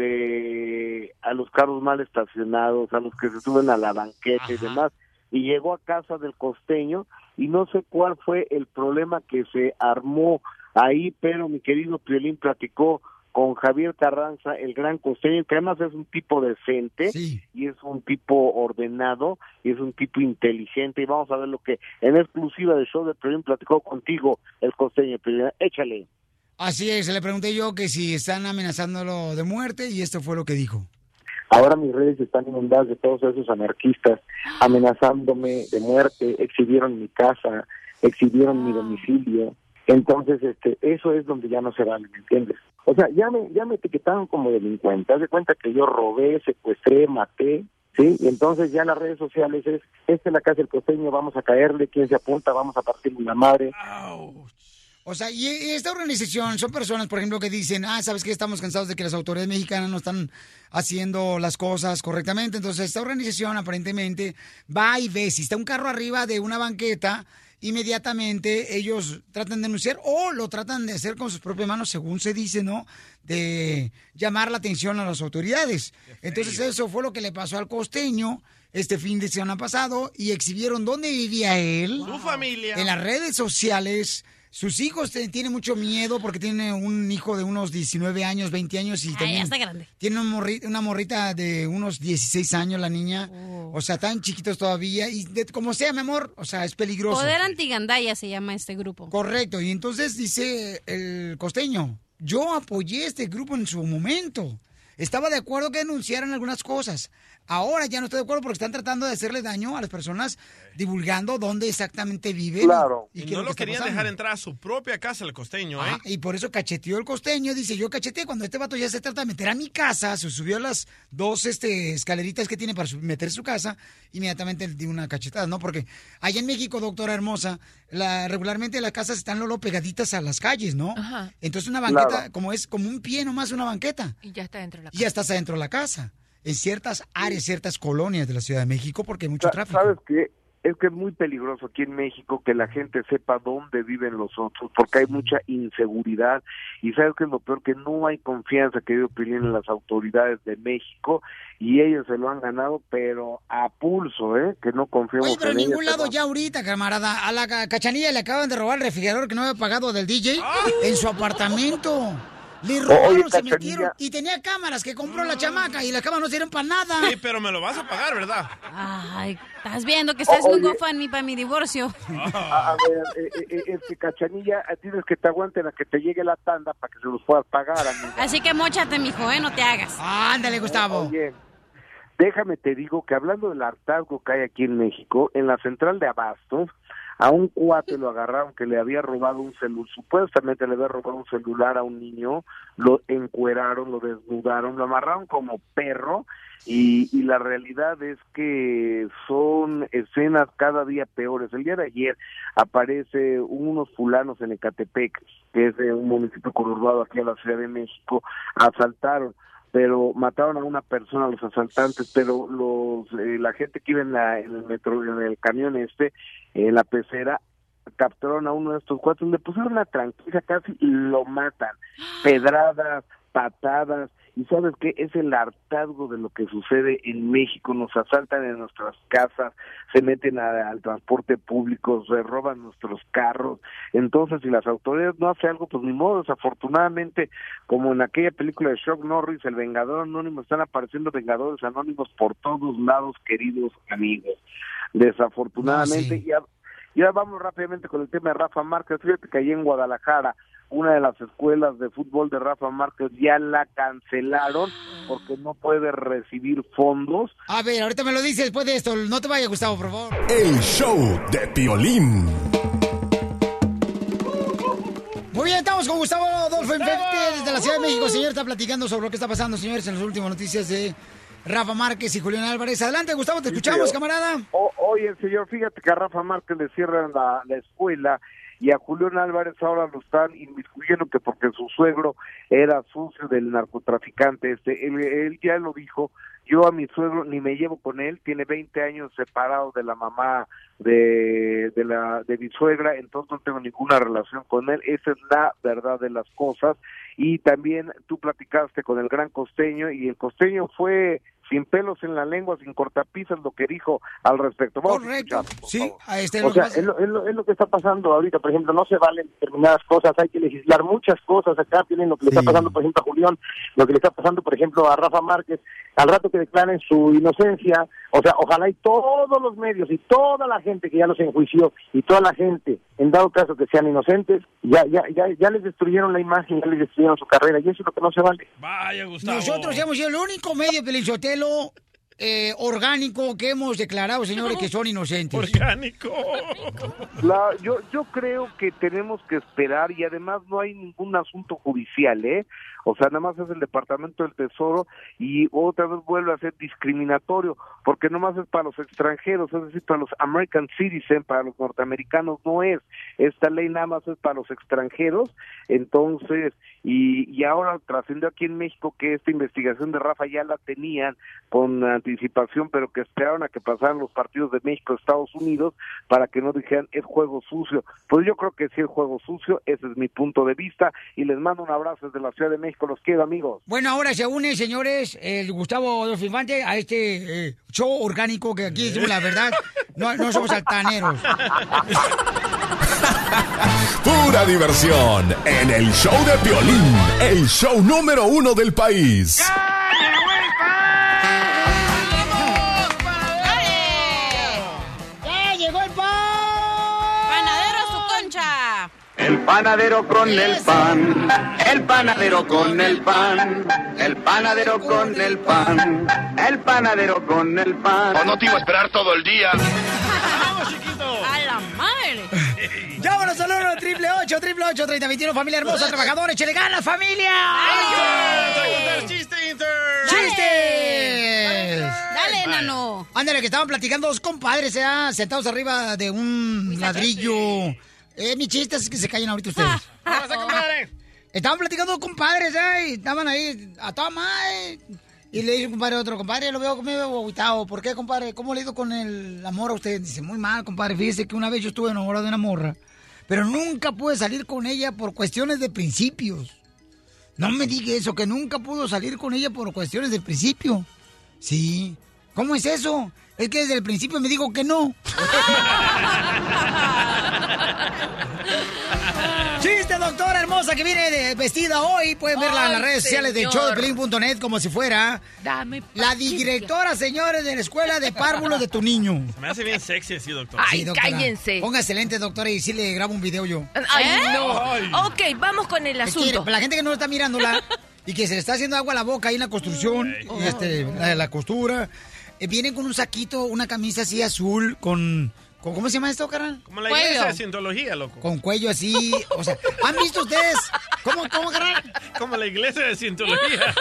a los carros mal estacionados, a los que se suben a la banqueta y demás, y llegó a casa del costeño y no sé cuál fue el problema que se armó ahí, pero mi querido Piolín platicó con Javier Carranza, el gran costeño, que además es un tipo decente, y es un tipo ordenado, y es un tipo inteligente, y vamos a ver lo que en exclusiva del show de Piolín platicó contigo el costeño. Piolín, échale. Así es, le pregunté yo que si están amenazándolo de muerte, y esto fue lo que dijo. Ahora mis redes están inundadas de todos esos anarquistas amenazándome de muerte, exhibieron mi casa, exhibieron mi domicilio. Entonces, eso es donde ya no se vale, ¿me entiendes? O sea, ya me etiquetaron como delincuente. Haz de cuenta que yo robé, secuestré, maté, ¿sí? Y entonces ya en las redes sociales es, esta es la casa del costeño, vamos a caerle, quién se apunta, vamos a partirle la madre. O sea, y esta organización son personas, por ejemplo, que dicen, ¿sabes qué? Estamos cansados de que las autoridades mexicanas no están haciendo las cosas correctamente. Entonces, esta organización aparentemente va y ve, si está un carro arriba de una banqueta, inmediatamente ellos tratan de denunciar o lo tratan de hacer con sus propias manos, según se dice, ¿no? De llamar la atención a las autoridades. Entonces, eso fue lo que le pasó al costeño este fin de semana pasado y exhibieron dónde vivía él. Su familia. En las redes sociales. Sus hijos tienen mucho miedo porque tiene un hijo de unos 19 años, 20 años y también ya está grande. Tiene una morrita de unos 16 años la niña. O sea, tan chiquitos todavía y como sea, mi amor, o sea, es peligroso. Poder Antigandaya se llama este grupo. Correcto, y entonces dice el costeño, yo apoyé este grupo en su momento. Estaba de acuerdo que denunciaran algunas cosas. Ahora ya no estoy de acuerdo porque están tratando de hacerle daño a las personas divulgando dónde exactamente viven. Claro. Y no lo querían dejar entrar a su propia casa el costeño, ¿eh? Y por eso cacheteó el costeño. Dice, yo cacheteé cuando este vato ya se trata de meter a mi casa. Se subió a las dos escaleritas que tiene para meter su casa. Inmediatamente le dio una cachetada, ¿no? Porque allá en México, doctora hermosa, regularmente las casas están luego pegaditas a las calles, ¿no? Ajá. Entonces una banqueta, Claro. como es como un pie nomás una banqueta. Y ya está dentro de la Y ya estás adentro de la casa. En ciertas áreas, ciertas colonias de la Ciudad de México, porque hay mucho tráfico. ¿Sabes qué? Es que es muy peligroso aquí en México que la gente sepa dónde viven los otros, porque hay mucha inseguridad. Y ¿sabes qué es lo peor? Que no hay confianza, querido Pilín, en las autoridades de México, y ellos se lo han ganado, pero a pulso, ¿eh? Que no confiamos Oye, pero en ellos, ningún lado pero- ya ahorita, camarada. A la Cachanilla le acaban de robar el refrigerador que no había pagado del DJ en su apartamento. Le robaron, Oye, se Cachanilla. metieron. Y tenía cámaras que compró la chamaca y las cámaras no sirven para nada. Sí, pero me lo vas a pagar, ¿verdad? Ay, estás viendo que estás en un Oye. GoFundMe para mi divorcio. A ver, Cachanilla, tienes que te aguanten a que te llegue la tanda para que se los puedas pagar, amigo. Así que móchate, mijo, no te hagas. Ándale, Gustavo. Oye, déjame te digo que hablando del hartazgo que hay aquí en México, en la central de Abastos, a un cuate lo agarraron que le había robado un celular, supuestamente le había robado un celular a un niño, lo encueraron, lo desnudaron, lo amarraron como perro y la realidad es que son escenas cada día peores. El día de ayer aparece unos fulanos en Ecatepec, que es un municipio conurbado aquí en la Ciudad de México, asaltaron, pero mataron a una persona, los asaltantes, pero la gente que iba en el metro, en el camión en la pecera, capturaron a uno de estos cuatro, le pusieron una tranquila, casi lo matan, pedradas, patadas, y ¿sabes qué? Es el hartazgo de lo que sucede en México, nos asaltan en nuestras casas, se meten al transporte público, se roban nuestros carros, entonces si las autoridades no hacen algo, pues ni modo, desafortunadamente, como en aquella película de Chuck Norris, el Vengador Anónimo, están apareciendo Vengadores Anónimos por todos lados, queridos amigos, desafortunadamente. Ya vamos rápidamente con el tema de Rafa Márquez. Fíjate que allí en Guadalajara, una de las escuelas de fútbol de Rafa Márquez ya la cancelaron porque no puede recibir fondos. A ver, ahorita me lo dices después de esto. No te vayas, Gustavo, por favor. El show de Piolín. Muy bien, estamos con Gustavo Adolfo Infante desde la Ciudad de México. Señor, está platicando sobre lo que está pasando, señores, en las últimas noticias de Rafa Márquez y Julián Álvarez. Adelante, Gustavo, te escuchamos, señor. camarada. Oye, señor, fíjate que a Rafa Márquez le cierran la escuela y a Julián Álvarez ahora lo están inmiscuyendo que porque su suegro era socio del narcotraficante. Él ya lo dijo, yo a mi suegro ni me llevo con él, tiene 20 años separado de la mamá de mi suegra, entonces no tengo ninguna relación con él. Esa es la verdad de las cosas. Y también tú platicaste con el gran Costeño y el Costeño fue sin pelos en la lengua, sin cortapisas, lo que dijo al respecto. Vamos Correcto, sí. o sea, es lo que está pasando ahorita, por ejemplo, no se valen determinadas cosas, hay que legislar muchas cosas acá, tienen lo que le está pasando, por ejemplo, a Julián, lo que le está pasando, por ejemplo, a Rafa Márquez, al rato que declaren su inocencia, o sea, ojalá y todos los medios y toda la gente que ya los enjuició y toda la gente, en dado caso que sean inocentes, ya les destruyeron la imagen, ya les destruyeron su carrera, y eso es lo que no se vale. Vaya, Gustavo. Nosotros hemos sido el único medio, Pelichotelo, orgánico que hemos declarado, señores, que son inocentes? Orgánico. Yo creo que tenemos que esperar y además no hay ningún asunto judicial, ¿eh? O sea, nada más es el Departamento del Tesoro y otra vez vuelve a ser discriminatorio, porque nomás es para los extranjeros, es decir, para los American Citizen, para los norteamericanos no es. Esta ley nada más es para los extranjeros, entonces, y ahora trascendió aquí en México que esta investigación de Rafa ya la tenían con anticipación, pero que esperaron a que pasaran los partidos de México, Estados Unidos, para que no dijeran es juego sucio. Pues yo creo que sí es juego sucio, ese es mi punto de vista, y les mando un abrazo desde la Ciudad de México, los quiero, amigos. Bueno, ahora se une, señores, el Gustavo Adolfo Infante a este show orgánico que aquí decimos la verdad, no somos altaneros. Pura diversión en el show de Piolín, el show número 1 del país. ¡Ya llegó el pan! ¡Panadero a su concha! El panadero con el pan, el panadero con el pan, el panadero con el pan, el panadero con el pan. O no te iba a esperar todo el día. ¡Vamos, chiquito! ¡A la madre! Llámanos al 1-888-888-3021, familia hermosa, trabajadores, échale ganas, familia. ¡Chiste, ¡Chistes! Dale, enano. Ándale, que estaban platicando dos compadres, sentados arriba de un ladrillo. Mi chiste es que se callen ahorita ustedes. Estaban platicando dos compadres, y estaban ahí a toda madre. Y le dice un compadre a otro, compadre, lo veo medio agüitado. ¿Por qué, compadre? ¿Cómo le ha ido con el amor a usted? Dice, muy mal, compadre. Fíjese que una vez yo estuve enamorado de una morra, pero nunca pude salir con ella por cuestiones de principios. No me diga eso, que nunca pudo salir con ella por cuestiones de principio. Sí. ¿Cómo es eso? Es que desde el principio me dijo que no. Chiste, doctora hermosa que viene vestida hoy. Pueden verla en las redes sociales de showdepiolín.net como si fuera la directora, señores, de la escuela de párvulos de tu niño. Me hace bien sexy así, doctor. Ay, Sí, cállense. Póngase lente, doctora, y sí le grabo un video yo. Ay, no. Ok, vamos con el asunto. Para la gente que no está mirándola y que se le está haciendo agua a la boca ahí en la construcción, la costura, vienen con un saquito, una camisa así azul con ¿cómo se llama esto, carnal? Como la iglesia de Cientología, loco. Con cuello así, o sea, ¿han visto ustedes? ¿Cómo, carnal? Como la iglesia de Cientología.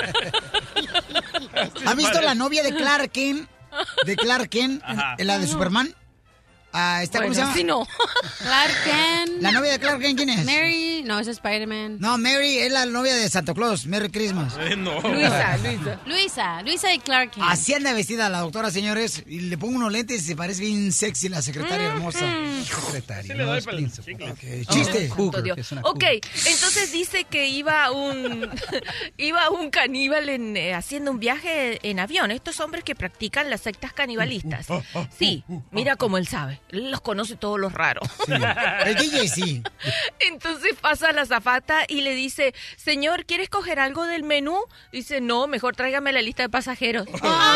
¿Han visto la novia de Clark Kent? De Clark Kent, la de Superman. ¿Cómo se llama? Sí, no. Clark Kent. ¿La novia de Clark Kent quién es? Mary, no, es Spider-Man. No, Mary es la novia de Santa Claus. Merry Christmas. No. Luisa y Clark Kent. Así anda vestida la doctora, señores. Y le pongo unos lentes y se parece bien sexy la secretaria hermosa. Sí Secretaria. le doy No, chicle. Okay. Chiste. Ok, entonces dice que iba un caníbal haciendo un viaje en avión. Estos hombres que practican las sectas canibalistas. Sí, mira cómo él sabe. Él los conoce todos los raros. Sí. El DJ sí. Entonces pasa la azafata y le dice, señor, ¿quieres coger algo del menú? Dice, no, mejor tráigame la lista de pasajeros.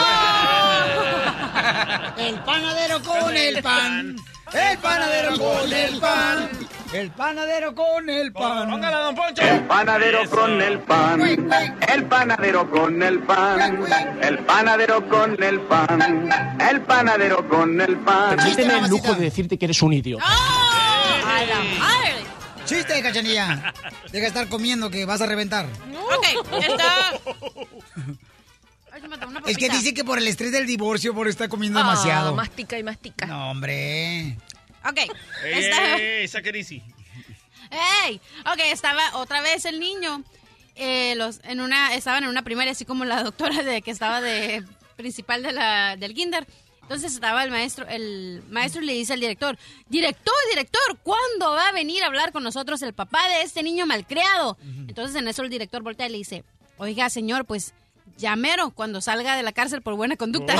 El panadero con el pan. El panadero con el pan. El panadero con el pan. Póngala, don Poncho. El panadero con el pan, el panadero con el pan, el panadero con el pan, el panadero con el pan. Permíteme el lujo de decirte que eres un idiota. ¡A la madre! Chiste, Cachanilla. Deja de estar comiendo que vas a reventar. Ok, está... Es que dice que por el estrés del divorcio, por estar comiendo demasiado. Mastica y mastica. No, hombre. Ok. Sacarisi. ¡Ey! Ok, estaba otra vez el niño. Estaban en una primaria, así como la doctora que estaba de principal del kinder. Entonces estaba el maestro le dice al director, director, ¿cuándo va a venir a hablar con nosotros el papá de este niño malcriado? Entonces en eso el director voltea y le dice, oiga, señor, pues ya mero, cuando salga de la cárcel por buena conducta.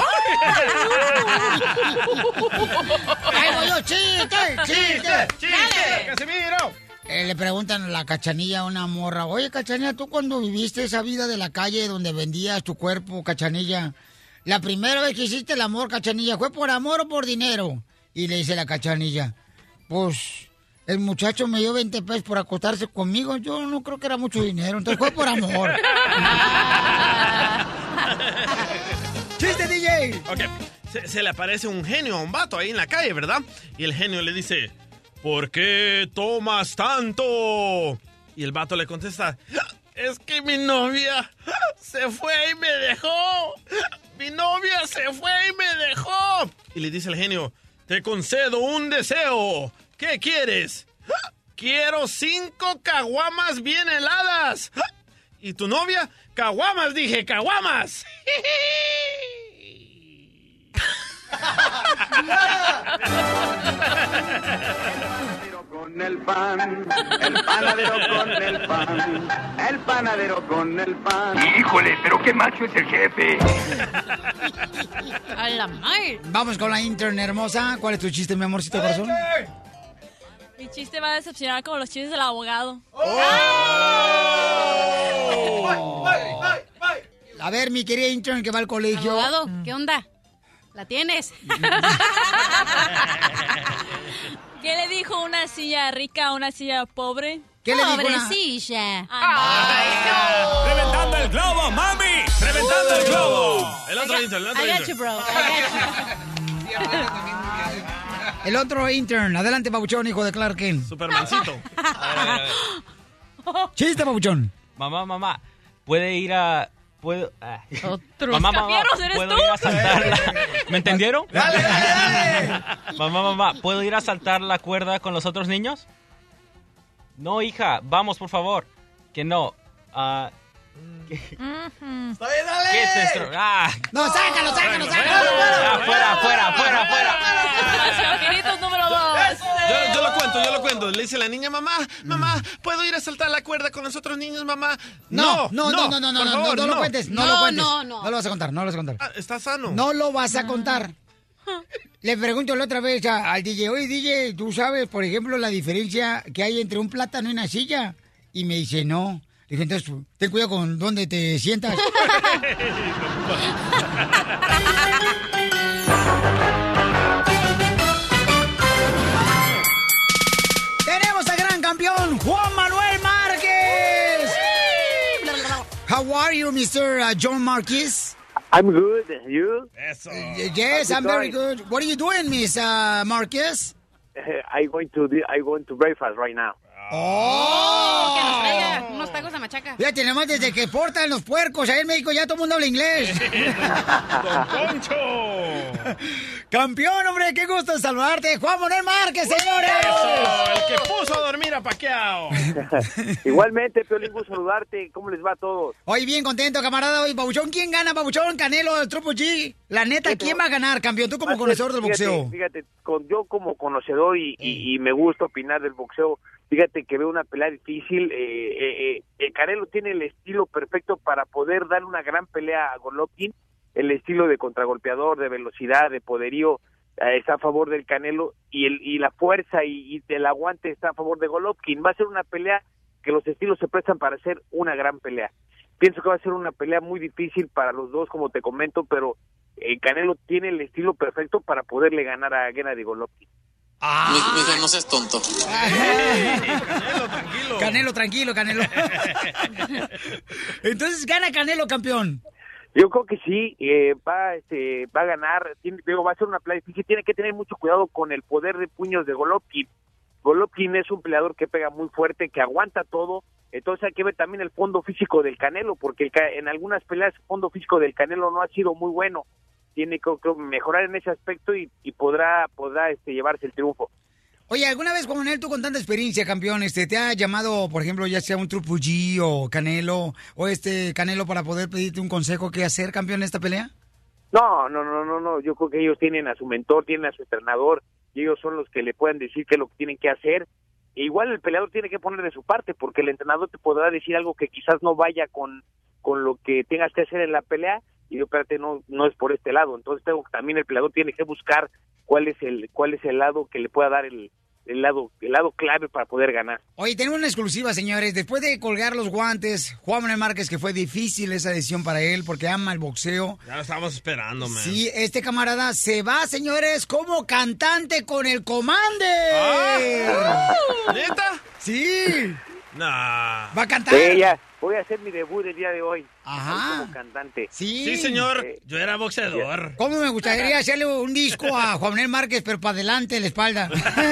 ¡Chiste! ¡Casimiro! Le preguntan a la Cachanilla a una morra, oye, Cachanilla, ¿tú cuando viviste esa vida de la calle donde vendías tu cuerpo, Cachanilla, la primera vez que hiciste el amor, Cachanilla, fue por amor o por dinero? Y le dice la Cachanilla, pues el muchacho me dio 20 pesos por acostarse conmigo, yo no creo que era mucho dinero, entonces fue por amor. ¡Chiste, DJ! Ok, se le aparece un genio a un vato ahí en la calle, ¿verdad? Y el genio le dice, ¿por qué tomas tanto? Y el vato le contesta, es que mi novia se fue y me dejó. Mi novia se fue y me dejó. Y le dice el genio, te concedo un deseo. ¿Qué quieres? Quiero 5 caguamas bien heladas. ¿Y tu novia? Caguamas, dije, caguamas. Con el pan, el panadero con el pan, el panadero con el pan. Híjole, pero qué macho es el jefe. A la madre. Vamos con la intern hermosa. ¿Cuál es tu chiste, mi amorcito corazón? Mi chiste va a decepcionar como los chistes del abogado. A ver, mi querida intern que va al colegio. Abogado, ¿qué onda? ¿La tienes? ¿Qué le dijo una silla rica a una silla pobre? ¿Qué le dijo una silla? ¡Reventando el globo, mami! ¡Reventando el globo! El otro intern, el otro I got intern. you, bro. I got you. El otro intern. Adelante, papuchón, hijo de Clark Kent. Supermancito. Chiste, papuchón. Mamá, ¿puede ir a... ¿Puedo? Otro. Mamá, ¿eres ¿puedo tú? ir a saltar ¿Me entendieron? Dale. Mamá, ¿puedo ir a saltar la cuerda con los otros niños? No, hija, vamos, por favor. Que no. Está bien, dale. ¿Qué es esto? No, sácalo. Fuera. Mascafiritos número 2. Yo lo cuento. Le dice la niña, mamá, ¿puedo ir a saltar la cuerda con los otros niños, mamá? No por lo favor, cuentes. No lo vas a contar. Está sano. No lo vas a contar. Le pregunto la otra vez al DJ, oye, DJ, ¿tú sabes, por ejemplo, la diferencia que hay entre un plátano y una silla? Y me dice, no. Le dije, entonces, ten cuidado con dónde te sientas. Tenemos al gran campeón, Juan Manuel Márquez. How are you, Mr. John Marquez? I'm good. You? Eso. Yes, I'm very good. What are you doing, Miss Marquez? I'm going to breakfast right now. ¡Oh! Que nos traiga unos tacos de machaca. Fíjate, nomás desde que portan los puercos, ahí en México ya todo el mundo habla inglés. ¡Don Poncho! Campeón, hombre, qué gusto saludarte. Juan Manuel Márquez, señores. Eso, el que puso a dormir a Pacquiao. Igualmente, Piolín, gusto saludarte. ¿Cómo les va a todos? Hoy bien contento, camarada. Hoy, Pabuchón, ¿quién gana, Pabuchón? Canelo, el Triple G. La neta, ¿quién va a ganar, campeón? Tú como conocedor del boxeo. Fíjate, yo como conocedor y me gusta opinar del boxeo, fíjate que veo una pelea difícil. Canelo tiene el estilo perfecto para poder darle una gran pelea a Golovkin. El estilo de contragolpeador, de velocidad, de poderío está a favor del Canelo y la fuerza y el aguante está a favor de Golovkin. Va a ser una pelea que los estilos se prestan para hacer una gran pelea. Pienso que va a ser una pelea muy difícil para los dos, como te comento, pero Canelo tiene el estilo perfecto para poderle ganar a Gennady Golovkin. No seas tonto. Canelo, tranquilo. Entonces gana Canelo, campeón. Yo creo que sí, va a ganar. Va a ser una pelea difícil. Tiene que tener mucho cuidado con el poder de puños de Golovkin. Golovkin es un peleador que pega muy fuerte, que aguanta todo. Entonces hay que ver también el fondo físico del Canelo, porque en algunas peleas el fondo físico del Canelo no ha sido muy bueno. Tiene que mejorar en ese aspecto y podrá llevarse el triunfo. Oye, ¿alguna vez, Juan Manuel, tú con tanta experiencia, campeón, te ha llamado, por ejemplo, ya sea un Triple G o Canelo, Canelo para poder pedirte un consejo qué hacer, campeón, en esta pelea? No. Yo creo que ellos tienen a su mentor, tienen a su entrenador, y ellos son los que le puedan decir qué es lo que tienen que hacer. E igual el peleador tiene que poner de su parte, porque el entrenador te podrá decir algo que quizás no vaya con lo que tengas que hacer en la pelea, y yo, espérate, no es por este lado. Entonces también el peleador tiene que buscar cuál es el lado que le pueda dar el lado clave para poder ganar. Oye, tenemos una exclusiva, señores. Después de colgar los guantes, Juan Manuel Márquez, que fue difícil esa decisión para él porque ama el boxeo. Ya lo estábamos esperando, man. Sí, este camarada se va, señores, como cantante con el Commander. ¿Neta? Sí. Nah. Va a cantar. Sí, voy a hacer mi debut el día de hoy. Ajá. Como cantante. Sí, señor. Yo era boxeador. ¿Cómo me gustaría hacerle un disco a Juan Manuel Márquez, pero para adelante, de la espalda?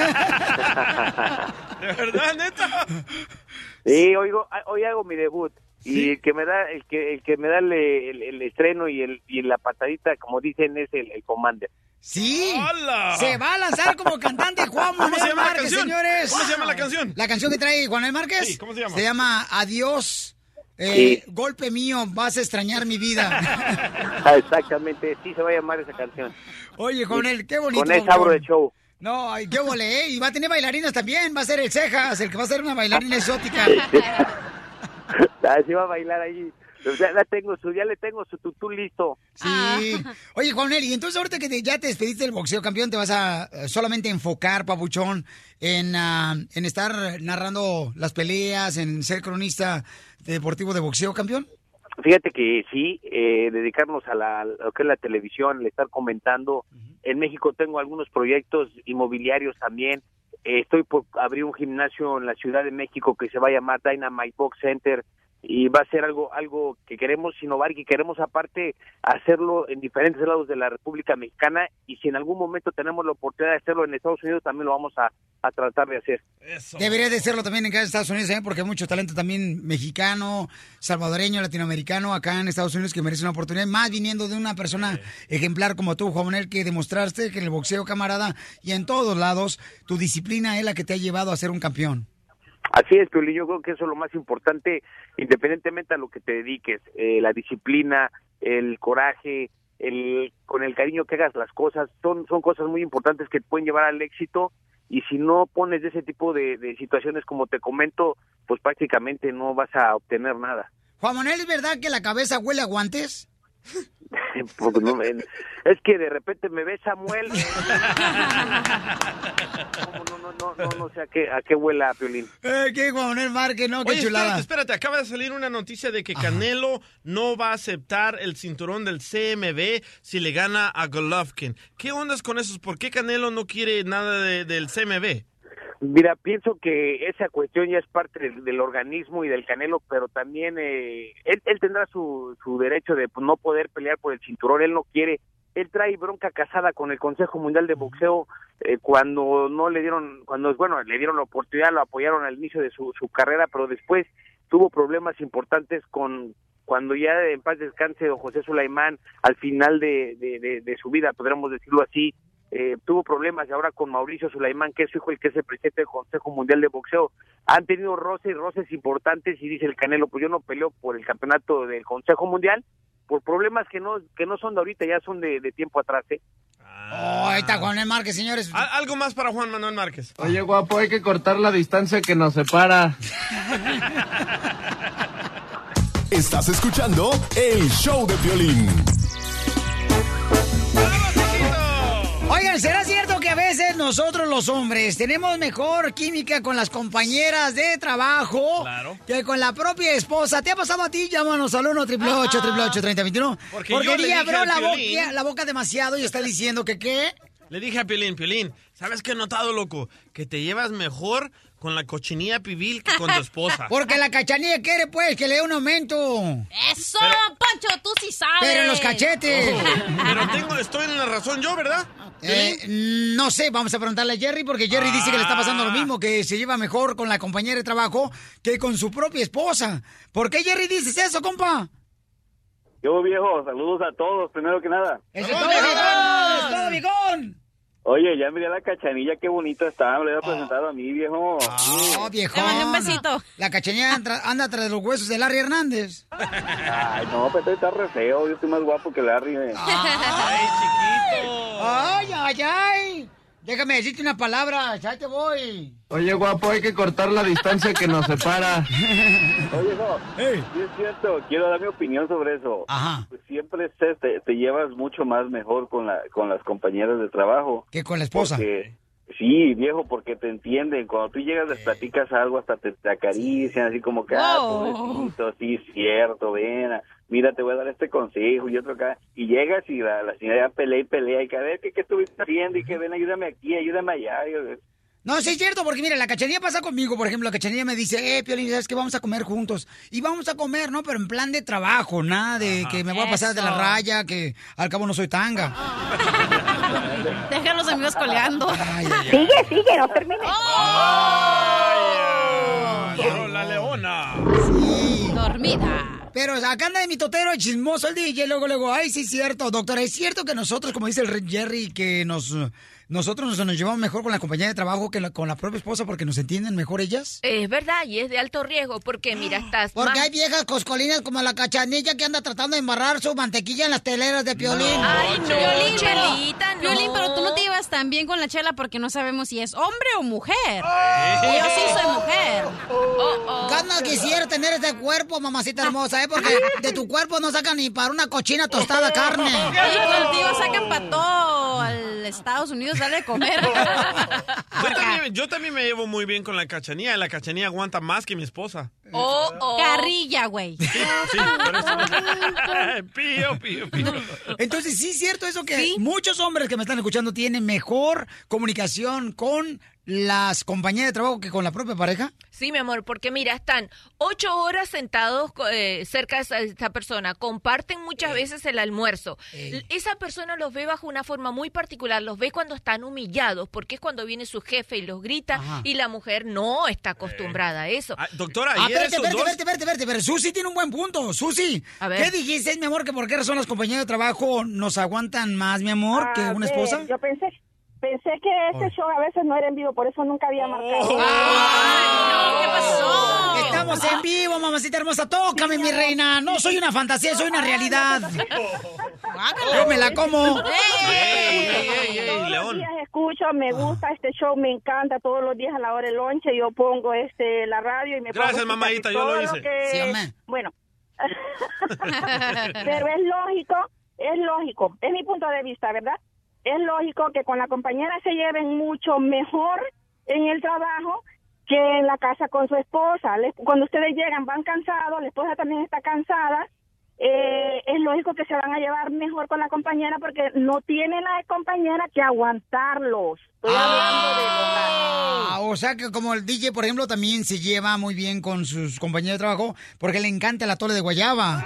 ¿De verdad, neta? Sí, hoy hago mi debut. ¿Sí? Y el que me da el estreno y la patadita, como dicen, es el Commander. Sí, ¡Hola! Se va a lanzar como cantante Juan Manuel Márquez, señores. ¿Cómo se llama la canción? La canción que trae Juan Manuel Márquez. Sí, ¿cómo se llama? Se llama Adiós, Golpe Mío, Vas a Extrañar Mi Vida. Exactamente, sí se va a llamar esa canción. Oye, Juan Manuel, qué bonito. Con ese abro de show. No, ay, qué volé, Y va a tener bailarinas también. Va a ser el Cejas, el que va a ser una bailarina exótica. Sí va a bailar ahí. Ya le tengo su tutú listo. Sí. Oye, Juan Manuel, y entonces ahorita que ya te despediste del boxeo, campeón, te vas a solamente enfocar, papuchón, en estar narrando las peleas, en ser cronista deportivo de boxeo, campeón. Fíjate que sí, dedicarnos a lo que es la televisión, el estar comentando. En México tengo algunos proyectos inmobiliarios también. Estoy por abrir un gimnasio en la Ciudad de México que se va a llamar Dynamite Box Center. Y va a ser algo que queremos innovar y que queremos aparte hacerlo en diferentes lados de la República Mexicana, y si en algún momento tenemos la oportunidad de hacerlo en Estados Unidos, también lo vamos a tratar de hacer. Eso. Debería de serlo también en cada Estados Unidos, porque hay mucho talento también mexicano, salvadoreño, latinoamericano acá en Estados Unidos que merece una oportunidad, más viniendo de una persona ejemplar como tú, Juan Manuel, que demostraste que en el boxeo, camarada, y en todos lados, tu disciplina es la que te ha llevado a ser un campeón. Así es, Piolín, yo creo que eso es lo más importante, independientemente a lo que te dediques, la disciplina, el coraje, con el cariño que hagas las cosas, son cosas muy importantes que te pueden llevar al éxito, y si no pones de ese tipo de situaciones como te comento, pues prácticamente no vas a obtener nada. Juan Manuel, ¿es verdad que la cabeza huele a guantes? Pues no, es que de repente me ve Samuel. No sé a qué huela, Piolín. ¿Qué, Juan Manuel Márquez? No, qué Oye, chulada. espérate, acaba de salir una noticia de que Canelo no va a aceptar el cinturón del CMB si le gana a Golovkin. ¿Qué ondas con eso? ¿Por qué Canelo no quiere nada del CMB? Mira, pienso que esa cuestión ya es parte del organismo y del Canelo, pero también él tendrá su derecho de no poder pelear por el cinturón. Él no quiere. Él trae bronca casada con el Consejo Mundial de Boxeo cuando le dieron la oportunidad, lo apoyaron al inicio de su carrera, pero después tuvo problemas importantes cuando ya en paz descanse don José Sulaimán, al final de su vida, podríamos decirlo así. Tuvo problemas, y ahora con Mauricio Sulaimán, que es su hijo, el que es el presidente del Consejo Mundial de Boxeo, han tenido roces importantes, y dice el Canelo, pues yo no peleo por el campeonato del Consejo Mundial por problemas que no son de ahorita, ya son de tiempo atrás, Ahí está Juan Manuel Márquez, señores. Algo más para Juan Manuel Márquez. Oye, guapo, hay que cortar la distancia que nos separa. Estás escuchando el show de Piolín. Oigan, ¿será cierto que a veces nosotros los hombres tenemos mejor química con las compañeras de trabajo que con la propia esposa? ¿Te ha pasado a ti? Llámanos al 1-888-888-3021. Porque ella abrió la boca demasiado y está diciendo que ¿qué? Le dije a Piolín, ¿sabes qué he notado, loco? Que te llevas mejor con la cochinilla pibil que con tu esposa. Porque la cachanilla quiere, pues, que le dé un aumento. ¡Eso, Pancho! ¡Tú sí sabes! Pero en los cachetes. Pero estoy en la razón yo, ¿verdad? No sé, vamos a preguntarle a Jerry, porque Jerry dice que le está pasando lo mismo, que se lleva mejor con la compañera de trabajo que con su propia esposa. ¿Por qué, Jerry, dices eso, compa? Yo, viejo, saludos a todos, primero que nada. ¡Eso es todo, viejón! ¡Es todo, viejón! Oye, ya miré a la cachanilla, qué bonita está, me la había presentado a mí, viejo. Oh, viejón. Te mandé un besito. La cachanilla anda tras los huesos de Larry Hernández. Ay, no, pero está re feo, yo estoy más guapo que Larry. ¡Ay, chiquito! ¡Ay! Déjame decirte una palabra, ya te voy. Oye, guapo, hay que cortar la distancia que nos separa. Oye, no, sí es cierto, quiero dar mi opinión sobre eso. Ajá. Pues siempre te llevas mucho más mejor con las compañeras de trabajo. ¿Que con la esposa? Sí, viejo, porque te entienden. Cuando tú llegas, les platicas algo, hasta te acarician, así como que, pobrecito, sí, cierto, ven, mira, te voy a dar este consejo y otro acá. Y llegas y la señora ya pelea y que a ver, ¿qué estuviste haciendo? Y que ven, ayúdame aquí, ayúdame allá. No, sí es cierto, porque mira, la Cachanilla pasa conmigo, por ejemplo, la Cachanilla me dice, Piolín, ¿sabes qué? Vamos a comer juntos. Y vamos a comer, ¿no? Pero en plan de trabajo, nada de que me voy a pasar de la raya, que al cabo no soy tanga. Deja a los amigos colgando. Sigue, no termine. La leona. Sí. Dormida. Pero acá anda de mi totero chismoso el DJ, luego, ay, sí es cierto, doctora, es cierto que nosotros, como dice el Jerry, que nosotros nos llevamos mejor con la compañía de trabajo que con la propia esposa porque nos entienden mejor ellas. Es verdad, y es de alto riesgo, porque mira, estás... Porque hay viejas coscolinas como la Cachanilla que anda tratando de embarrar su mantequilla en las teleras de Piolín. Ay, no, Piolín, Chelita, no. Piolín, pero tú no te llevas tan bien con la Chela porque no sabemos si es hombre o mujer. Yo sí soy mujer. Gana quisiera tener ese cuerpo, mamacita hermosa, porque de tu cuerpo no sacan ni para una cochina tostada carne. Y contigo sacan para todo al Estados Unidos, dale de comer. Yo también me llevo muy bien con la Cachanilla. La Cachanilla aguanta más que mi esposa. Carrilla, güey. Sí, por eso. Pío. Entonces, sí es cierto eso que muchos hombres que me están escuchando tienen mejor comunicación con las compañías de trabajo que con la propia pareja. Sí, mi amor, porque mira, están 8 horas sentados cerca de esta persona, comparten muchas veces el almuerzo. Esa persona los ve bajo una forma muy particular, los ve cuando están humillados, porque es cuando viene su jefe y los grita, y la mujer no está acostumbrada a eso. Doctora, espérate, Susi tiene un buen punto. Susi, ¿qué dijiste, mi amor, que por qué razón las compañías de trabajo nos aguantan más, mi amor, que una esposa? Yo pensé que este show a veces no era en vivo, por eso nunca había marcado. No, ¿qué pasó? Estamos en vivo, mamacita hermosa. Tócame, mi reina. No soy una fantasía, soy una realidad. Yo me la como. Todos los días escucho, me gusta este show, me encanta. Todos los días a la hora del lonche yo pongo la radio y me pongo... Gracias, mamadita, yo lo hice. Sí, hombre. Bueno. Pero es lógico, es mi punto de vista, ¿verdad? Es lógico que con la compañera se lleven mucho mejor en el trabajo que en la casa con su esposa. Cuando ustedes llegan van cansados, la esposa también está cansada. Es lógico que se van a llevar mejor con la compañera porque no tiene la compañera que aguantarlos. Estoy hablando de verdad. O sea que como el DJ, por ejemplo, también se lleva muy bien con sus compañeros de trabajo porque le encanta el atole de guayaba.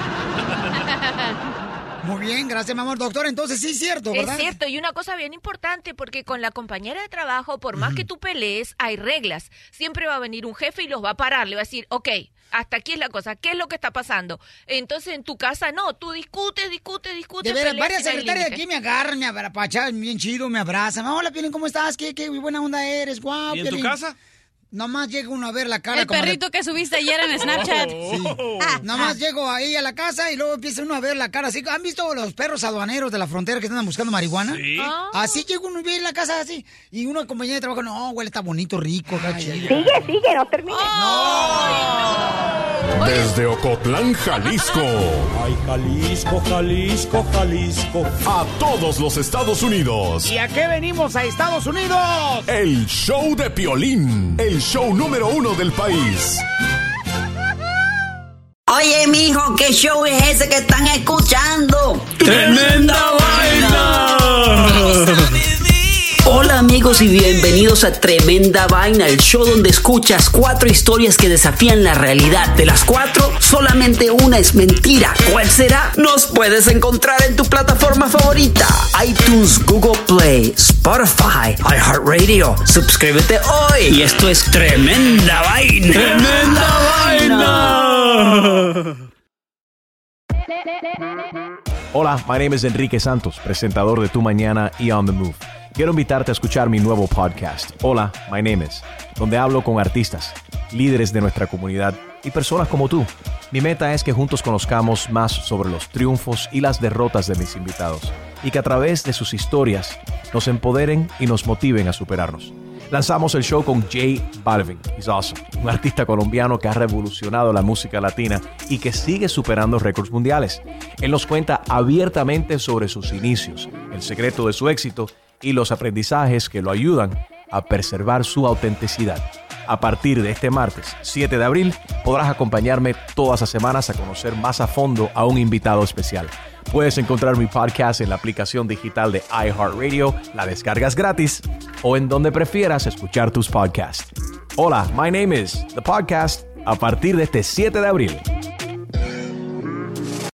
Muy bien, gracias, mi amor. Doctor, entonces sí es cierto, ¿verdad? Es cierto, y una cosa bien importante, porque con la compañera de trabajo, por más que tú pelees, hay reglas. Siempre va a venir un jefe y los va a parar, le va a decir, ok, hasta aquí es la cosa, ¿qué es lo que está pasando? Entonces, en tu casa, no, tú discutes. De veras, varias secretarias aquí me agarran, me apapachan, bien chido, me abrazan. Hola, Piolín, ¿cómo estás? ¿Qué buena onda eres? Guau, ¿Y en Piolín. tu casa? Nomás llega uno a ver la cara. El perrito que subiste ayer en Snapchat. Sí. Nomás llego ahí a la casa y luego empieza uno a ver la cara así. ¿Han visto los perros aduaneros de la frontera que están buscando marihuana? Sí. Así llega uno y ve la casa así. Y una compañía de trabajo, no, güey, está bonito, rico, acá chido. Sigue, no termine. No. Desde Ocotlán, Jalisco. Ay, Jalisco. A todos los Estados Unidos. ¿Y a qué venimos a Estados Unidos? El show de Piolín. El show número 1 del país. Oye, mijo, ¿qué show es ese que están escuchando? ¡Tremenda Vaina! Hola amigos y bienvenidos a Tremenda Vaina, el show donde escuchas 4 historias que desafían la realidad. De las 4, solamente una es mentira. ¿Cuál será? Nos puedes encontrar en tu plataforma favorita: iTunes, Google Play, Spotify, iHeartRadio. Suscríbete hoy. Y esto es Tremenda Vaina. ¡Tremenda Vaina! Hola, my name is Enrique Santos, presentador de Tu Mañana y On The Move. Quiero invitarte a escuchar mi nuevo podcast, Hola, my name is, donde hablo con artistas, líderes de nuestra comunidad y personas como tú. Mi meta es que juntos conozcamos más sobre los triunfos y las derrotas de mis invitados y que a través de sus historias nos empoderen y nos motiven a superarnos. Lanzamos el show con J Balvin, he's awesome, un artista colombiano que ha revolucionado la música latina y que sigue superando récords mundiales. Él nos cuenta abiertamente sobre sus inicios, el secreto de su éxito y los aprendizajes que lo ayudan a preservar su autenticidad. A partir de este martes, 7 de abril, podrás acompañarme todas las semanas a conocer más a fondo a un invitado especial. Puedes encontrar mi podcast en la aplicación digital de iHeartRadio, la descargas gratis o en donde prefieras escuchar tus podcasts. Hola, my name is The Podcast, a partir de este 7 de abril.